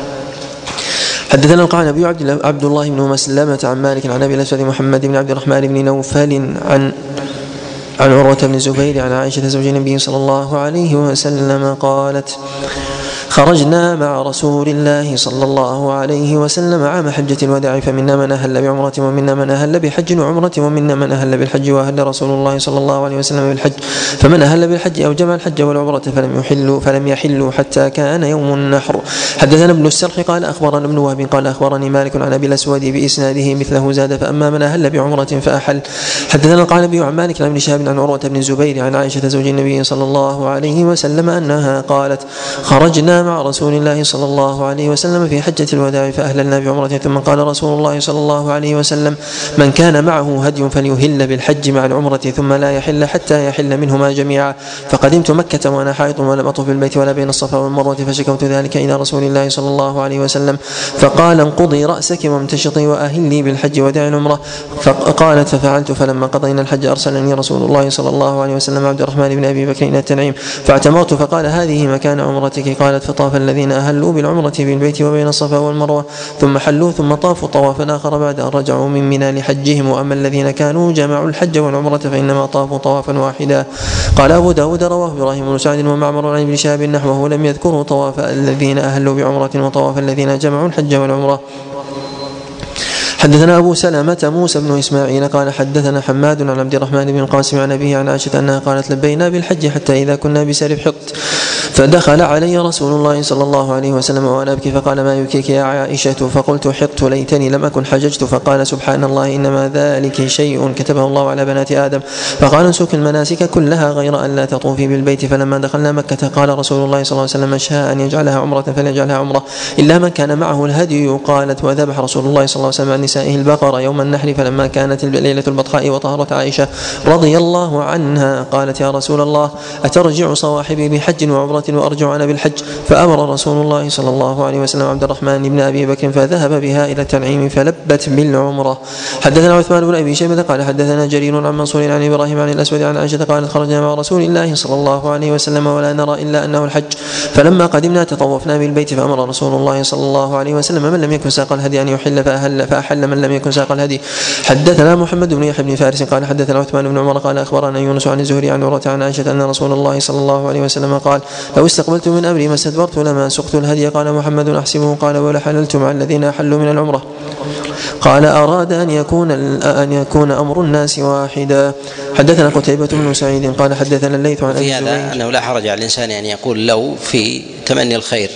حدثنا القعنبي عبد الله بن مسلمة عن مالك عن أبي الأسود محمد بن عبد الرحمن بن نوفل عن عن عروة بن الزبير عن عائشة زوج النبي صلى الله عليه وسلم قالت خرجنا مع رسول الله صلى الله عليه وسلم عام حجة الوداع فمنا من أهل بعمرة ومنا من أهل بحج وعمرة ومنا من أهل بالحج وأهل رسول الله صلى الله عليه وسلم بالحج. فمن أهل بالحج أو جمع الحج والعمرة فلم يحلوا فلم يحلوا حتى كان يوم النحر. حدثنا ابن السرح قال أخبرنا ابن وهب قال أخبرني مالك عن أبي الأسود بإسناده مثله زاد فأما من أهل بعمرة فأحل. حدثنا القعنبي عن مالك عن ابن شهاب عن عروة بن الزبير عن عائشة زوج النبي صلى الله عليه وسلم أنها قالت خرجنا مع رسول الله صلى الله عليه وسلم في حجة الوداع فأهللنا بعمرة ثم قال رسول الله صلى الله عليه وسلم من كان معه هدي فليهل بالحج مع العمرة ثم لا يحل حتى يحل منهما جميعا. فقدمت مكة وأنا حائط ولم أطف بالبيت ولا بين الصفا والمروة فشكوت ذلك إلى رسول الله صلى الله عليه وسلم فقال انقضي رأسك وامتشطي وأهلي بالحج ودع العمرة. فقالت ففعلت فلما قضينا الحج أرسلني رسول الله صلى الله عليه وسلم عبد الرحمن بن أبي بكر إلى التنعيم فاعتمرت فقال هذه مكان عمرتك. قالت فطاف الذين أهلوا بالعمرة في البيت وبين الصفا والمروة ثم حلوا ثم طافوا طوافا آخر بعد أن رجعوا من منى لحجهم. وأما الذين كانوا جمعوا الحج والعمرة فإنما طافوا طوافا واحدا. قال أبو داود رواه إبراهيم بن سعد ومعمر عن ابن شهاب نحوه لم يذكروا طواف الذين أهلوا بعمرة وطواف الذين جمعوا الحج والعمرة. حدثنا أبو سلمة موسى بن إسماعيل قال حدثنا حماد عن عبد الرحمن بن القاسم عن أبيه عن عائشة أنها قالت لبينا بالحج حتى إذا كنا بسرب حط فدخل علي رسول الله صلى الله عليه وسلم وأنا أبكي فقال ما يبكيك يا عائشة؟ فقلت حقت ليتني لم أكن حججت. فقال سبحان الله إنما ذلك شيء كتبه الله على بنات آدم. فقال انسك المناسك كلها غير أن لا تطوفي بالبيت. فلما دخلنا مكة قال رسول الله صلى الله عليه وسلم من شاء أن يجعلها عمرة فليجعلها عمرة إلا من كان معه الهدي. قالت وذبح رسول الله صلى الله عليه وسلم عن نسائه البقرة يوم النحر. فلما كانت ليلة البطحاء وطهرت عائشة رضي الله عنها قالت يا رسول الله أترجع صواحبي بحج وعمرة وأرجع أنا بالحج؟ فأمر رسول الله صلى الله عليه وسلم عبد الرحمن بن أبي بكر فذهب بها إلى التنعيم فلبت بالعمرة. حدثنا عثمان بن أبي شيبة قال حدثنا جرير عن منصور عن إبراهيم عن الأسود عن عائشة قالت خرجنا مع رسول الله صلى الله عليه وسلم ولا نرى إلا أنه الحج. فلما قدمنا تطوفنا بالبيت فأمر رسول الله صلى الله عليه وسلم من لم يكن ساق الهدي أن يحل فأحل, فأحل من لم يكن ساق الهدي. حدثنا محمد بن يحيى بن فارس قال حدثنا عثمان بن عمر قال أخبرنا يونس عن الزهري عن عروة عن عائشة أن رسول الله صلى الله عليه وسلم قال لو استقبلت من أمري ما استدبرت لما سقت الهدي. قال محمد أحسبه قال ولحللت مع الذين أحلوا من العمرة. قال أراد أن يكون أن يكون أمر الناس واحدا. حدثنا قتيبة بن سعيد قال حدثنا الليث عن في هذا أنه لا حرج على الإنسان أن يقول لو في تمني الخير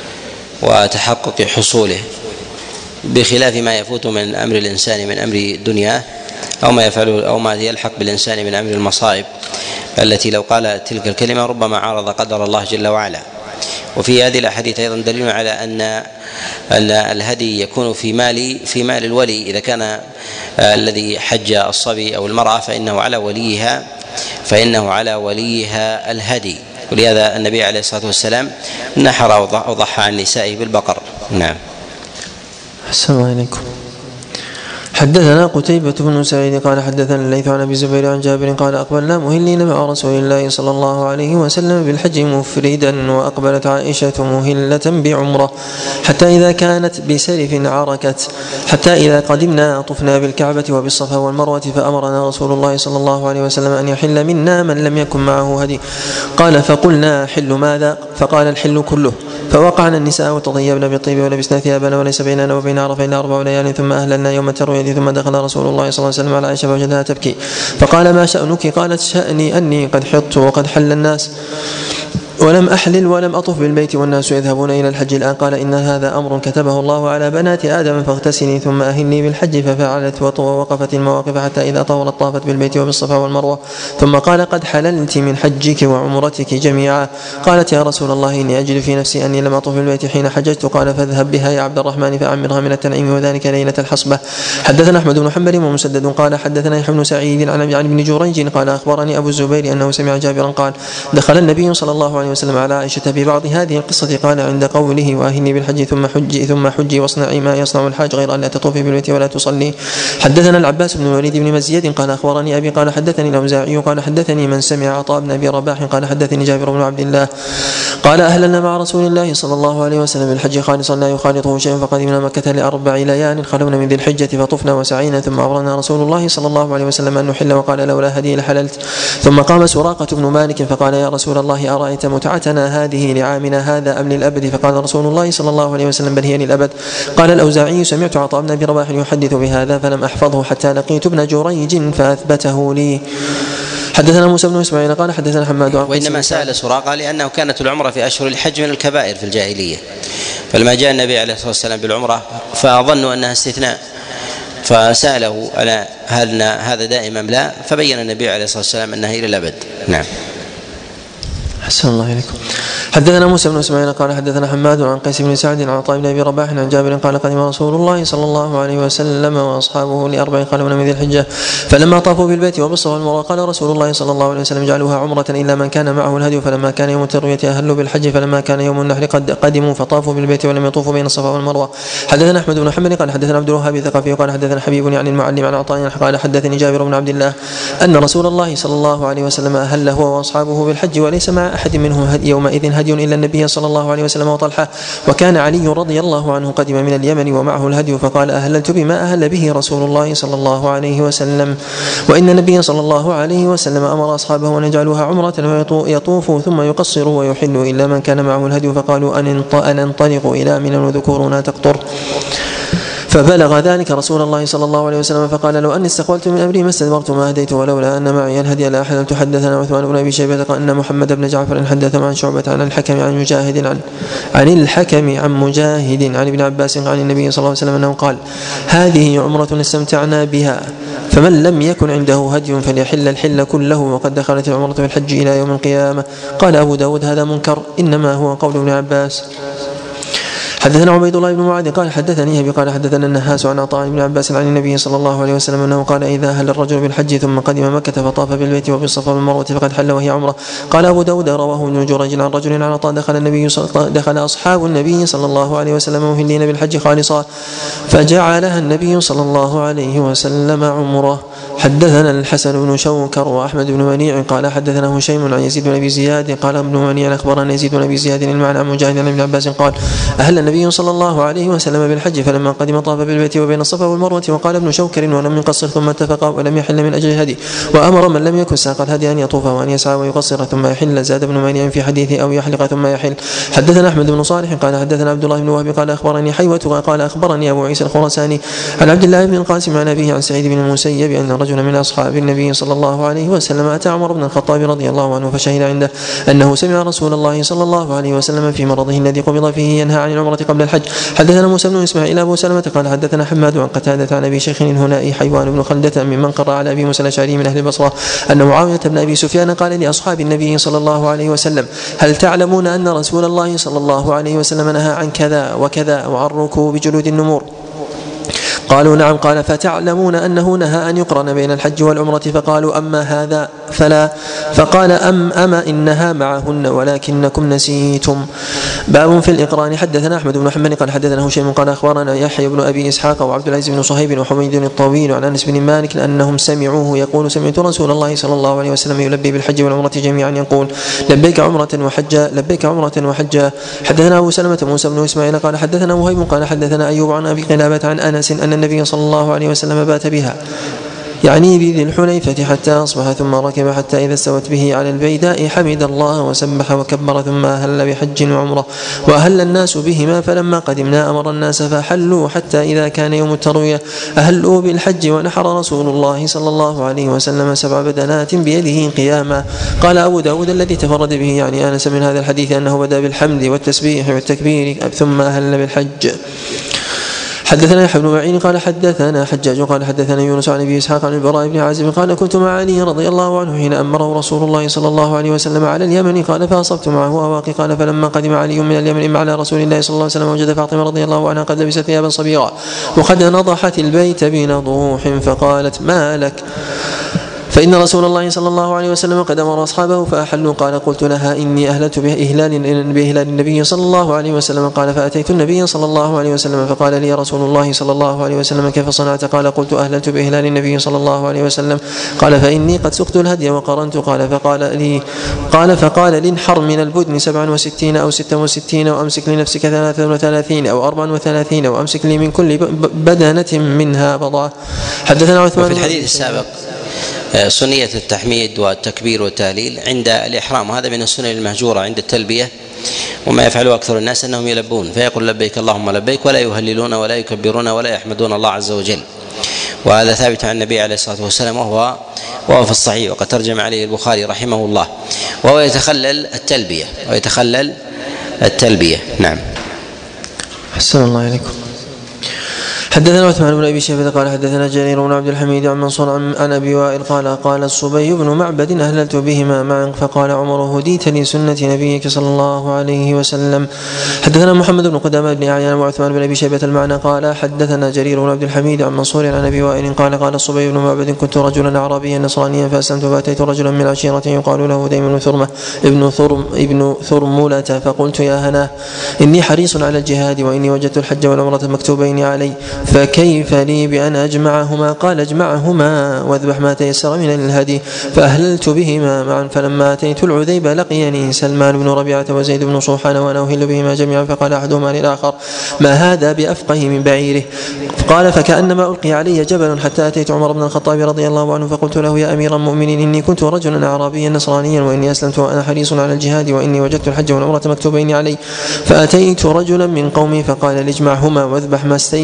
وتحقق حصوله بخلاف ما يفوت من أمر الإنسان من أمر دنياه أو ما يفعله أو ما يلحق بالإنسان من أمر المصائب التي لو قال تلك الكلمة ربما عارض قدر الله جل وعلا. وفي هذه الأحاديث أيضا دليل على أن أن الهدي يكون في مال في مال الولي إذا كان الذي حج الصبي أو المرأة فإنه على وليها فإنه على وليها الهدي. ولهذا النبي عليه الصلاة والسلام نحر وضحى عن نسائه بالبقر. نعم. السلام عليكم. حدثنا قتيبة بن سعيد قال حدثنا الليث عن ابي الزبير عن جابر قال اقبلنا مهلين مع رسول الله صلى الله عليه وسلم بالحج مفردا واقبلت عائشة مهلة بعمرة حتى اذا كانت بسرف عركت حتى اذا قدمنا طفنا بالكعبة وبالصفا والمروة فامرنا رسول الله صلى الله عليه وسلم ان يحل منا من لم يكن معه هدي. قال فقلنا حل ماذا؟ فقال الحل كله. فوقعنا النساء وتطيبنا بالطيب ولبسنا ثيابنا وليس بيننا وبين عرفة إلا أربع ليال ثم أهللنا يوم التروية. ثم دخل رسول الله صلى الله عليه وسلم على عائشة فوجدها تبكي فقال ما شأنك؟ قالت شأني أني قد حطت وقد حل الناس ولم أحلل ولم أطف بالبيت والناس يذهبون إلى الحج الآن. قال إن هذا أمر كتبه الله على بنات آدم فاغتسلي ثم أهلني بالحج. ففعلت ووقفت المواقف حتى إذا طولت طافت بالبيت وبالصفا والمروة ثم قال قد حللت من حجك وعمرتك جميعا. قالت يا رسول الله إني أجد في نفسي أني لم أطف بالبيت حين حججت. قال فاذهب بها يا عبد الرحمن فأعمرها من التنعيم وذلك ليلة الحصبة. حدثنا أحمد بن حنبل ومسدد قال حدثنا يحيى بن سعيد عن ابن جريج قال أخبرني أبو الزبير أنه سمع جابرا قال دخل النبي صلى الله عليه وسلم على عائشة ببعض هذه القصة قال عند قوله وأهلني بالحج ثم حجي ثم حجي واصنعي ما يصنع الحاج غير أن لا تطوفي بالبيت ولا تصلي. حدثنا العباس بن الوليد بن مزيد قال أخبرني أبي قال حدثني الأوزاعي قال حدثني من سمع عطاء بن أبي رباح قال حدثني جابر بن عبد الله قال أهلنا مع رسول الله صلى الله عليه وسلم بالحج خالصا لا يخالطه شيء فقدمنا مكة لأربع ليال خلونا من ذي الحجة فطفنا وسعينا ثم أمرنا رسول الله صلى الله عليه وسلم أن نحل وقال لولا هدي لحللت. ثم قام سراقة بن مالك فقال يا رسول الله أرأيت متعتنا هذه لعامنا هذا أم للأبد؟ فقال رسول الله صلى الله عليه وسلم بل هي للأبد. قال الأوزاعي سمعت عطاء بن أبي رباح يحدث بهذا فلم أحفظه حتى لقيت ابن جريج فأثبته لي. حدثنا موسى بن اسماعيل قال حدثنا حماد وإنما سأل سراقة لأنه كانت العمرة في أشهر الحج من الكبائر في الجاهلية فلما جاء النبي عليه الصلاة والسلام بالعمرة فظنوا أنها استثناء فسأله ألا هل هذا دائم أم لا فبين النبي عليه الصلاة والسلام أنها إلى الأبد. نعم. أحسن الله إليكم. حدثنا موسى بن اسماعيل قال حدثنا حماد عن قيس بن سعد عن عطاء بن ابي رباح عن جابر قال قدم رسول الله صلى الله عليه وسلم واصحابه لاربع خلون من ذي الحجه فلما طافوا بالبيت وبالصفا والمروه قال رسول الله صلى الله عليه وسلم اجعلوها عمره الا من كان معه الهدي. فلما كان يوم الترويه اهلوا بالحج فلما كان يوم النحر قد قدموا فطافوا بالبيت ولم يطوفوا بين الصفا والمروه. حدثنا احمد بن حنبل قال حدثنا عبد الوهاب الثقفي قال حدثنا حبيب يعني المعلم عن عطاء قال حدثني جابر بن عبد الله ان رسول الله صلى الله عليه وسلم اهل هو واصحابه بالحج وليس مع احد منهم يومئذ هدي الا النبي صلى الله عليه وسلم وطلحه وكان علي رضي الله عنه قدم من اليمن ومعه الهدي فقال أهللت بما أهل به رسول الله صلى الله عليه وسلم. وإن النبي صلى الله عليه وسلم أمر أصحابه أن يجعلوها عمرة ويطوفوا ثم يقصروا ويحلوا إلا من كان معه الهدي فقالوا أن انطلقوا إلى منى وذكورنا تقطر. فبلغ ذلك رسول الله صلى الله عليه وسلم فقال لو أني استقبلت من أمري ما استدبرت ما هديت ولولا أن معي الهدي لأحللت. حدثنا عثمان بن أبي شيبة قال أن محمد بن جعفر حدث عن شعبة عن الحكم عن مجاهد عن عن الحكم عن مجاهد عن ابن عباس عن النبي صلى الله عليه وسلم أنه قال هذه عمرة استمتعنا بها فمن لم يكن عنده هدي فليحل الحل كله وقد دخلت العمرة في الحج إلى يوم القيامة. قال أبو داود هذا منكر إنما هو قول ابن عباس. حدثنا عبيد الله بن معاذ قال حدثني أبي قال حدثنا النهاس عن عطاء بن عباس عن النبي صلى الله عليه وسلم أنه قال إذا هل الرجل بالحج ثم قدم مكة فطاف بالبيت وبالصفا والمروة فقد حل وهي عمرة. قال أبو داود رواه ابن جريج عن رجل عن عطاء دخل النبي دخل أصحاب النبي صلى الله عليه وسلم مهلين بالحج خالصا فجعلها النبي صلى الله عليه وسلم عمرة. حدثنا الحسن بن شوكر وأحمد بن منيع قال حدثنا هشيم عن يزيد بن أبي زياد قال ابن منيع أخبرنا يزيد بن أبي زياد المعنى عن مجاهد عن ابن عباس قال أهل النبي صلى الله عليه وسلم بالحج فلما قدم طاف بالبيت وبين الصفا والمروة. وقال ابن شوكر ولم يقصر ثم اتفق ولم يحل من أجل الهدي وأمر من لم يكن ساق الهدي أن يطوف وأن يسعى ويقصر ثم يحل. زاد ابن منيع في حديثه أو يحلق ثم يحل. حدثنا أحمد بن صالح قال حدثنا عبد الله بن وهب قال أخبرني حيوة قال أخبرني أبو عيسى الخراساني عن عبد الله بن القاسم عن أبيه عن سعيد بن المسيب أن رجلا من أصحاب النبي صلى الله عليه وسلم أتى عمر بن الخطاب رضي الله عنه فشهد عنده أنه سمع رسول الله صلى الله عليه وسلم في مرضه الذي قبض فيه ينهى عن العمرة قبل الحج. حدثنا موسى بن إسماعيل أبو سلمة قال حدثنا حماد عن قتادة عن أبي شيخ هنائي حيوان بن خلدة ممن قرأ على أبي موسى الأشعري من أهل البصرة أن معاوية بن أبي سفيان قال لأصحاب النبي صلى الله عليه وسلم هل تعلمون أن رسول الله صلى الله عليه وسلم نهى عن كذا وكذا وعن ركوب جلود النمور؟ قالوا نعم. قال فتعلمون أنه نهى أن يقرن بين الحج والعمرة؟ فقالوا أما هذا فلا. فقال أم أما إنها معهن ولكنكم نسيتم. باب في الإقران. حدثنا أحمد بن حنبل قال حدثنا هشيم قال أخبرنا يحيى بن أبي إسحاق وعبد العزيز بن صهيب وحميد الطويل عن أنس بن مالك أنهم سمعوه يقول سمعت رسول الله صلى الله عليه وسلم يلبي بالحج والعمرة جميعا يقول لبيك عمرة وحجا لبيك عمرة وحجا. حدثنا أبو سلمة موسى بن إسماعيل قال حدثنا وهيب قال حدثنا أيوب عن أبي قلابة عن أنس أن النبي صلى الله عليه وسلم بات بها يعني بذي الحليفة حتى أصبح ثم ركب حتى إذا استوت به على البيداء حمد الله وسبح وكبر ثم أهل بحج وعمرة وأهل الناس بهما. فلما قدمنا أمر الناس فحلوا حتى إذا كان يوم التروية أهلوا بالحج ونحر رسول الله صلى الله عليه وسلم سبع بدنات بيده قياما. قال أبو داود الذي تفرد به يعني أنس من هذا الحديث أنه بدأ بالحمد والتسبيح والتكبير ثم أهل بالحج. حدثنا يحيى بن معين قال حدثنا حجاج قال حدثنا يونس عن ابي اسحاق عن البراء بن عازب قال كنت مع علي رضي الله عنه حين امره رسول الله صلى الله عليه وسلم على اليمن قال فاصبت معه اواقي. قال فلما قدم علي من اليمن على رسول الله صلى الله عليه وسلم وجد فاطمه رضي الله عنها قد لبست ثيابا صبيغا وقد نضحت البيت بنضوح فقالت ما لك فإن رسول الله صلى الله عليه وسلم قد أمر أصحابه فأحلوا. قال قلت لها إني أهلت بإهلال, بإهلال النبي صلى الله عليه وسلم. قال فأتيت النبي صلى الله عليه وسلم فقال لي رسول الله صلى الله عليه وسلم كيف صنعت؟ قال قلت أهلت بإهلال النبي صلى الله عليه وسلم. قال فإني قد سقت الهدي وقرنت. قال فقال لي قال فقال لانحر من البدن سبعا وستين أو ستا وستين وأمسك لنفسك ثلاثا وثلاثين أو أربعا وثلاثين وأمسك لي من كل بدنة منها بضعة. حدثنا عثمان. وفي الحديث السابق سنية التحميد والتكبير والتهليل عند الإحرام وهذا من السنن المهجورة عند التلبية. وما يفعله أكثر الناس أنهم يلبون فيقول لبيك اللهم لبيك ولا يهللون ولا يكبرون ولا يحمدون الله عز وجل. وهذا ثابت عن النبي عليه الصلاة والسلام وهو وهو في الصحيح وقد ترجم عليه البخاري رحمه الله وهو يتخلل التلبية ويتخلل التلبية. نعم. أحسن الله إليكم. حدثنا عثمان بن ابي شيبه قال حدثنا جرير بن عبد الحميد عن منصور عن ابي وائل قال قال الصبي بن معبد اهللت بهما معا فقال عمر هديت لسنه نبيك صلى الله عليه وسلم. حدثنا محمد بن قدامه بن اعيان وعثمان بن ابي شيبه المعنى قال حدثنا جرير بن عبد الحميد عن منصور عن ابي وائل قال قال الصبي بن معبد كنت رجلا اعرابيا نصرانيا فاسلمت فاتيت رجلا من عشيره يقال له ديم بن ثرمه ابن ثرم ابن ثرمله فقلت يا هناه اني حريص على الجهاد واني وجدت الحج والعمره مكتوبين علي فكيف لي بأن أجمعهما؟ قال اجمعهما واذبح ما تيسر من الهدي. فأهللت بهما معا. فلما أتيت العذيب لقيني سلمان بن ربيعة وزيد بن صوحان وأنا أهل بهما جميعا فقال أحدهما للآخر ما هذا بأفقه من بعيره؟ قال فكأنما ألقي علي جبل حتى أتيت عمر بن الخطاب رضي الله عنه فقلت له يا أمير المؤمنين إني كنت رجلا أعرابيا نصرانيا وإني أسلمت وأنا حريص على الجهاد وإني وجدت الحج والعمرة مكتوبين علي. فأتيت رجلا من قومي فقال اجمعهما واذبح ما استيسر من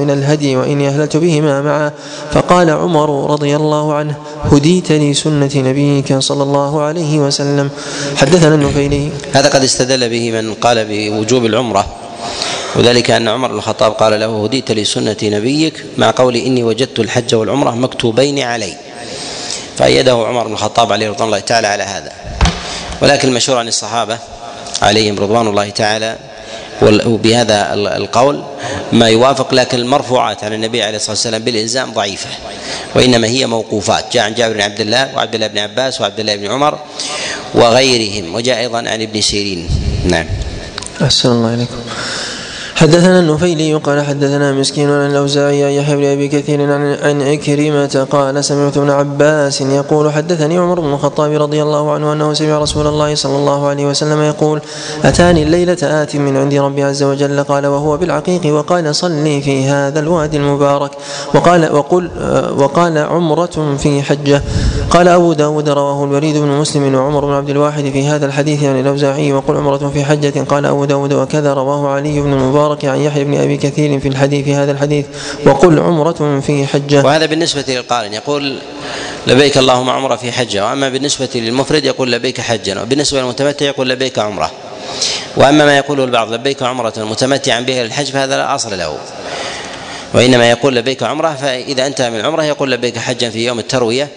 من الهدي وإني أهلت بهما معا. فقال عمر رضي الله عنه: هديت لسنة نبيك صلى الله عليه وسلم. حدثنا النفيلي. هذا قد استدل به من قال بوجوب العمرة، وذلك أن عمر بن الخطاب قال له: هديت لسنة نبيك، مع قول إني وجدت الحج والعمرة مكتوبين علي، فأيده عمر بن الخطاب عليه رضوان الله تعالى على هذا. ولكن المشهور عن الصحابة عليهم رضوان الله تعالى وبهذا القول ما يوافق، لكن المرفوعات عن النبي عليه الصلاة والسلام بالإلزام ضعيفة، وإنما هي موقوفات. جاء عن جابر بن عبد الله وعبد الله بن عباس وعبد الله بن عمر وغيرهم، وجاء أيضا عن ابن سيرين. نعم. أحسن الله إليكم. حدثنا النفيلي قال حدثنا مسكين عن الأوزاعي عن يحيى بن أبي كثير عن عكرمة قال: سمعت ابن عباس يقول: حدثني عمر بن الخطاب رضي الله عنه أنه سمع رسول الله صلى الله عليه وسلم يقول: أتاني الليلة آت من عند ربي عز وجل، قال وهو بالعقيق، وقال: صلي في هذا الوادي المبارك، وقال وقل وقال عمرة في حجة. قال أبو داود: رواه الوليد بن مسلم وعمر بن عبد الواحد في هذا الحديث عن الأوزاعي، وقل عمرة في حجة. قال أبو داود: وكذا رواه علي بن المبارك عن يحيى بن أبي كثير في الحديث في هذا الحديث، وقل عمرة في حجة. وهذا بالنسبة للقارن يقول لبيك اللهم عمرة في حجة، وأما بالنسبة للمفرد يقول لبيك حجا، وبالنسبة للمتمتع يقول لبيك عمرة. وأما ما يقوله البعض لبيك عمرة متمتعا بها للحج فهذا لا أصل له، وإنما يقول لبيك عمرة، فإذا انتهى من عمرة يقول لبيك حجا في يوم التروية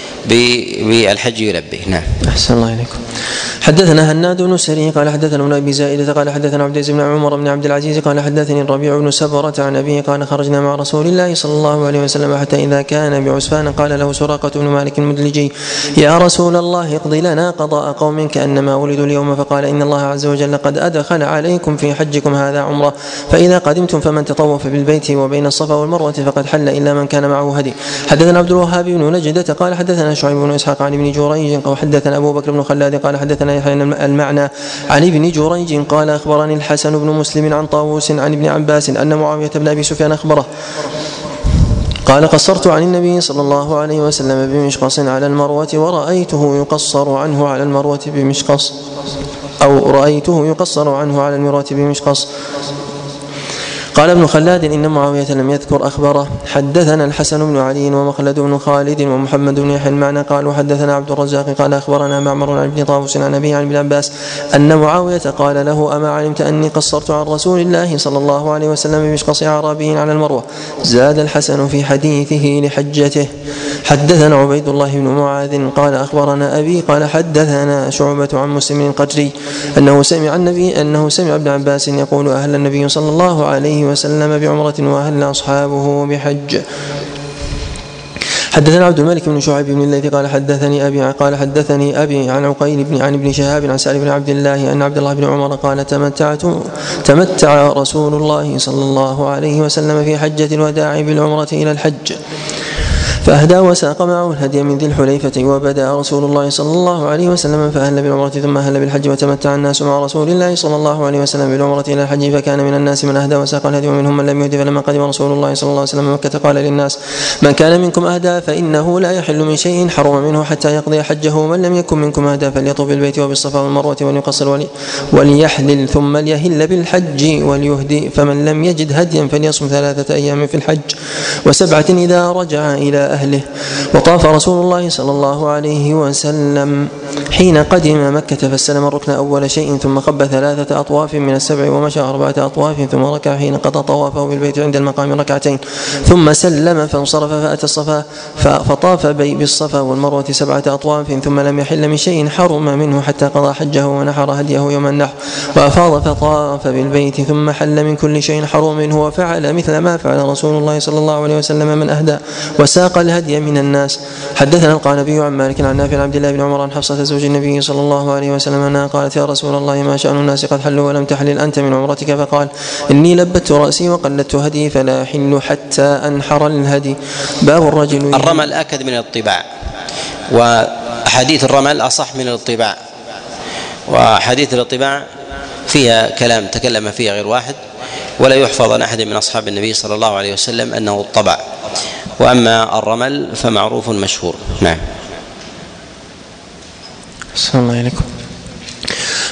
بالحج يلبي. نعم. أحسن الله إليكم. حدثنا هناد بن السري قال حدثنا ابن أبي زائدة قال حدثنا عبد العزيز بن عمر بن عبد العزيز قال حدثني الربيع بن سبرة عن أبيه قال: خرجنا مع رسول الله صلى الله عليه وسلم حتى إذا كان بعسفان قال له سراقة بن مالك المدلجي: يا رسول الله اقضي لنا قضاء قوم كأنما ولدوا اليوم. فقال: إن الله عز وجل قد أدخل عليكم في حجكم هذا عمرة، فإذا قدمتم فمن تطوف بالبيت وبين الصفا والمروة فقد حل إلا من كان معه هدي. حدثنا عبد الوهاب بن نجدة قال حدثنا شعيب بن إسحاق عن ابن جريج قال حدثنا أبو بكر بن خلاد قال حدثنا يحيى المعنى عن ابن جريج قال: أخبرني الحسن بن مسلم عن طاووس عن ابن عباس أن معاوية بن أبي سفيان أخبره قال: قصرت عن النبي صلى الله عليه وسلم بمشقص على المروة، ورأيته يقصر عنه على المروة بمشقص أو رأيته يقصر عنه على المروة بمشقص. قال ابن خلاد: إن معاوية لم يذكر أخبره. حدثنا الحسن بن علي ومخلد بن خالد ومحمد بن يحيى المعنى قالوا حدثنا عبد الرزاق قال: أخبرنا معمر عن ابن طاووس عن أبي عن ابن عباس أن معاوية قال له: أما علمت أني قصرت عن رسول الله صلى الله عليه وسلم بمشقص أعرابي على المروة؟ زاد الحسن في حديثه لحجته. حدثنا عبيد الله بن معاذ قال: أخبرنا أبي قال حدثنا شعبة عن مسلم القجري أنه سمع النبي أنه سمع ابن عباس يقول: أهل النبي صلى الله عليه وسلم بعمرة وأهل أصحابه بحج. حدثنا عبد الملك بن شعيب بن الليث قال حدثني أبي قال حدثني أبي عن عقيل بن عن ابن شهاب عن سالم بن عبد الله أن عبد الله بن عمر قال: تمتعت تمتع رسول الله صلى الله عليه وسلم في حجة الوداع بالعمرة إلى الحج، فأهدى وساق معه الهدي من ذي الحليفة، وبدأ رسول الله صلى الله عليه وسلم فأهل بالعمرة ثم أهل بالحج، وتمتع الناس مع رسول الله صلى الله عليه وسلم بالعمرة إلى الحج، فكان من الناس من أهدى وساق الهدي ومنهم من لم يهد. فلما قدم رسول الله صلى الله عليه وسلم مكة قال للناس: من كان منكم أهدى فإنه لا يحل من شيء حرم منه حتى يقضي حجه، ومن لم يكن منكم أهدى فليطوف بالبيت وبالصفا والمروة وليقصر وليحلل ثم ليهل بالحج وليهدي، فمن لم يجد هديا فليصم ثلاثة أيام في الحج وسبعة إذا رجع إلى أهله. وطاف رسول الله صلى الله عليه وسلم حين قدم مكة فاستلم الركن أول شيء، ثم خب ثلاثة أطواف من السبع ومشى أربعة أطواف، ثم ركع حين قضى طوافه بالبيت عند المقام ركعتين، ثم سلم فانصرف فأتى الصفا فطاف بالصفا والمروة سبعة أطواف، ثم لم يحل من شيء حرم منه حتى قضى حجه ونحر هديه يوم النحر، وأفاض فطاف بالبيت، ثم حل من كل شيء حرم منه، وفعل مثل ما فعل رسول الله صلى الله عليه وسلم من أهدى وساق الهدي من الناس. حدثنا القعنبي عن مالك عن نافع عن عبد الله بن عمر عن حفصة زوج النبي صلى الله عليه وسلم أنها قالت: يا رسول الله ما شأن الناس قد حلوا ولم تحلل أنت من عمرتك؟ فقال: إني لبت رأسي وقلدت هدي فلا أحل حتى أنحر الهدي. باب الرجل الرمل أكد من الطباع، وحديث الرمل أصح من الطباع، وحديث الطباع فيها كلام تكلم فيها غير واحد، ولا يحفظ عن أحد من أصحاب النبي صلى الله عليه وسلم أنه الطبع، وأما الرمل فمعروف مشهور. نعم. السلام عليكم.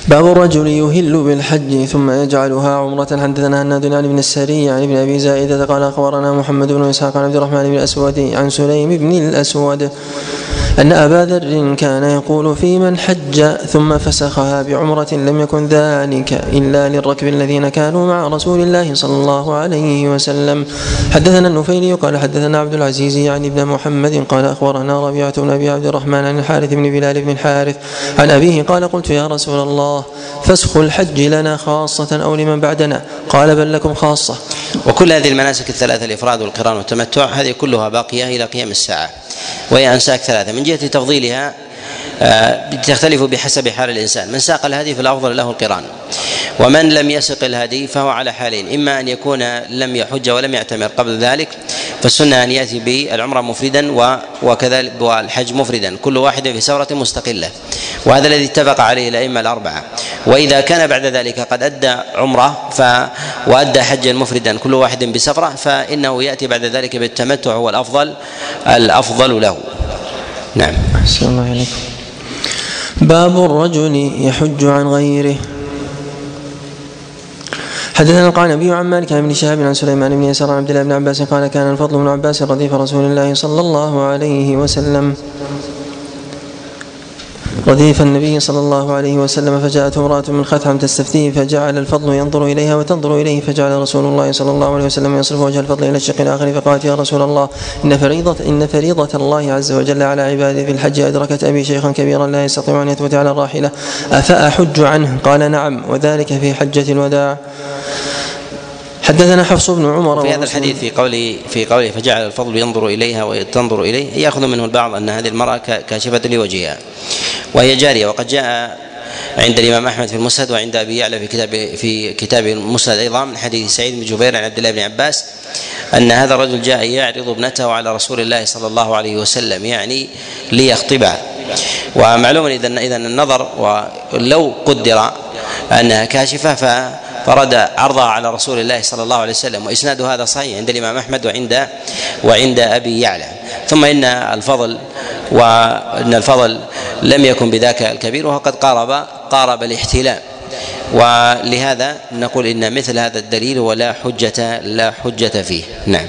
باب الرجل يهل بالحج ثم يجعلها عمرة. حدثنا هناد عن ابن السري عن ابن ابي زائدة قال اخبرنا محمد بن اسحاق عن عبد الرحمن بن الاسود عن سليم بن الاسود ان ابا ذر كان يقول في من حج ثم فسخها بعمرة لم يكن ذلك الا للركب الذين كانوا مع رسول الله صلى الله عليه وسلم. حدثنا النفيلي قال حدثنا عبد العزيز يعني ابن محمد قال اخبرنا ربيعة بن ابي عبد الرحمن عن الحارث بن بلال بن الحارث عن ابيه قال قلت يا رسول الله فسخ الحج لنا خاصة أو لمن بعدنا؟ قال بل لكم خاصة. وكل هذه المناسك الثلاثة الإفراد والقران والتمتع هذه كلها باقية إلى قيام الساعة، وهي أنساك ثلاثة. من جهة تفضيلها تختلف بحسب حال الإنسان. من ساق الهدي فالأفضل له القران، ومن لم يسق الهدي فهو على حالين: إما أن يكون لم يحج ولم يعتمر قبل ذلك فالسنة أن يأتي بالعمرة مفردا وكذلك والحج مفردا، كل واحد في سورة مستقلة، وهذا الذي اتفق عليه الأئمة الأربعة. وإذا كان بعد ذلك قد أدى عمرة ف... وأدى حجا مفردا كل واحد بسفرة فإنه يأتي بعد ذلك بالتمتع هو الأفضل الأفضل له. نعم. أحسن الله عليكم. باب الرجل يحج عن غيره. حدثنا القعنبي عن مالك عن ابن شهاب عن سليمان بن يسار عن عبد الله بن عباس قال كان الفضل بن عباس رديف رسول الله صلى الله عليه وسلم رديف النبي صلى الله عليه وسلم فجاءت امرأة من خثعم تستفتيه فجعل الفضل ينظر إليها وتنظر إليه فجعل رسول الله صلى الله عليه وسلم يصرف وجه الفضل إلى الشق الآخر فقالت يا رسول الله إن فريضة, إن فريضة الله عز وجل على عباده في الحج أدركت أبي شيخا كبيرا لا يستطيع أن يثبت على الراحلة أفأحج عنه؟ قال نعم، وذلك في حجة الوداع. حدثنا حفص بن عمر. في هذا الحديث في قوله في قوله فجعل الفضل ينظر إليها وتنظر إليه يأخذ منه البعض أن هذه المرأة كاشفة لوجهها وهي جارية، وقد جاء عند الإمام أحمد في المسند وعند أبي يعلى في كتاب في كتاب المسند أيضا من حديث سعيد بن جبير عن عبد الله بن عباس أن هذا الرجل جاء يعرض ابنته على رسول الله صلى الله عليه وسلم يعني ليخطبها. ومعلوم إذا إذا النظر ولو قدر أنها كاشفة ف فرد عرضها على رسول الله صلى الله عليه وسلم، وإسناد هذا صحيح عند الإمام أحمد وعند وعند أبي يعلى. ثم إن الفضل وإن الفضل لم يكن بذاك الكبير وقد قارب قارب الاحتلام، ولهذا نقول إن مثل هذا الدليل ولا حجة لا حجة فيه. نعم.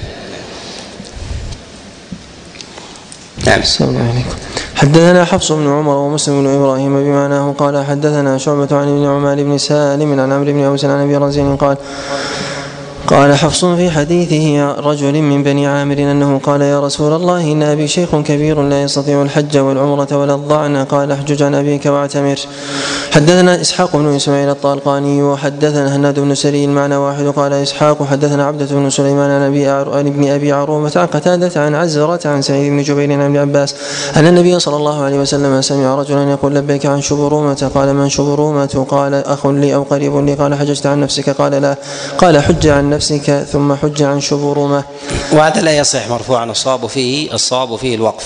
نعم. السلام عليكم. حدثنا حفص بن عمر ومسلم بن إبراهيم بمعناه قال حدثنا شعبة عن ابن عمال بن سالم عن عمرو بن أوس عن أبي رزين قال قال حفص في حديثه رجل من بني عامر أنه قال يا رسول الله إن أبي شيخ كبير لا يستطيع الحج والعمرة ولا الضعن، قال احجج عن أبيك واعتمر. حدثنا إسحاق بن إسماعيل الطالقاني وحدثنا هناد بن سري المعنى واحد قال إسحاق حدثنا عبدة بن سليمان عن أبي عن ابن أبي عروبة عن قتادة عن عزرة عن سعيد بن جبير عن ابن عباس أن النبي صلى الله عليه وسلم سمع رجلا يقول لبيك عن شبرومة، قال من شبرومة؟ قال أخ لي أو قريب لي، قال حججت عن نفسك؟ قال لا، قال حج عن نفسك ثم حج عن شبرومة. وهذا لا يصح مرفوعا، الصواب فيه الصواب فيه الوقف.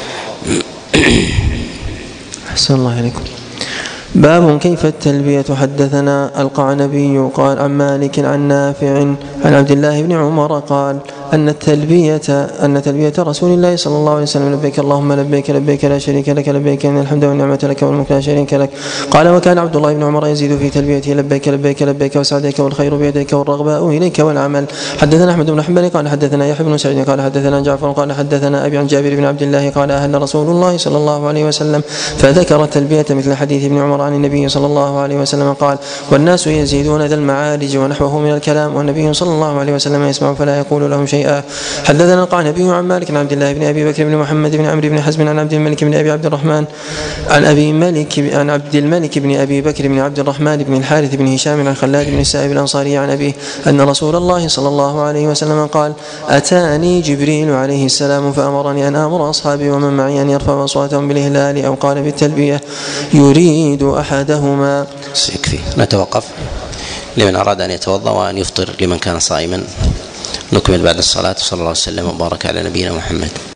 أحسن الله عليكم. باب كيف التلبية. حدثنا القعنبي قال عن مالك عن نافع عن عبد الله بن عمر قال أن التلبية أن تلبية رسول الله صلى الله عليه وسلم لبيك اللهم لبيك لبيك لا شريك لك لبيك إن الحمد والنعمة لك والملك لا شريك لك. قال وكان عبد الله بن عمر يزيد في تلبيته لبيك لبيك لبيك وسعديك والخير بيديك والرغباء إليك والعمل. حدثنا أحمد بن حنبل قال حدثنا يحيى بن سعيد قال حدثنا جعفر قال حدثنا أبي عن جابر بن عبد الله قال أهل رسول الله صلى الله عليه وسلم فذكر التلبية مثل حديث ابن عمر عن النبي صلى الله عليه وسلم قال والناس يزيدون ذا المعارج ونحوه من الكلام والنبي صلى الله عليه وسلم يسمع فلا يقول لهم شيئا. حدثنا القعنبي عن مالك عن عبد الله بن ابي بكر بن محمد بن عمرو بن حزم عن عبد الملك بن ابي عبد الرحمن عن ابي ملك عن عبد الملك بن ابي بكر بن عبد الرحمن بن الحارث بن هشام عن خلاد بن السائب الانصاري عن ابيه ان رسول الله صلى الله عليه وسلم قال اتاني جبريل عليه السلام فامرني ان امر اصحابي ومن معي ان يرفعوا اصواتهم بالاهلال او قال بالتلبيه يريد احدهما. يكفي نتوقف لمن اراد ان يتوضا وان يفطر لمن كان صائما. نكمل بعد الصلاة. صلى الله عليه وسلم وبارك على نبينا محمد.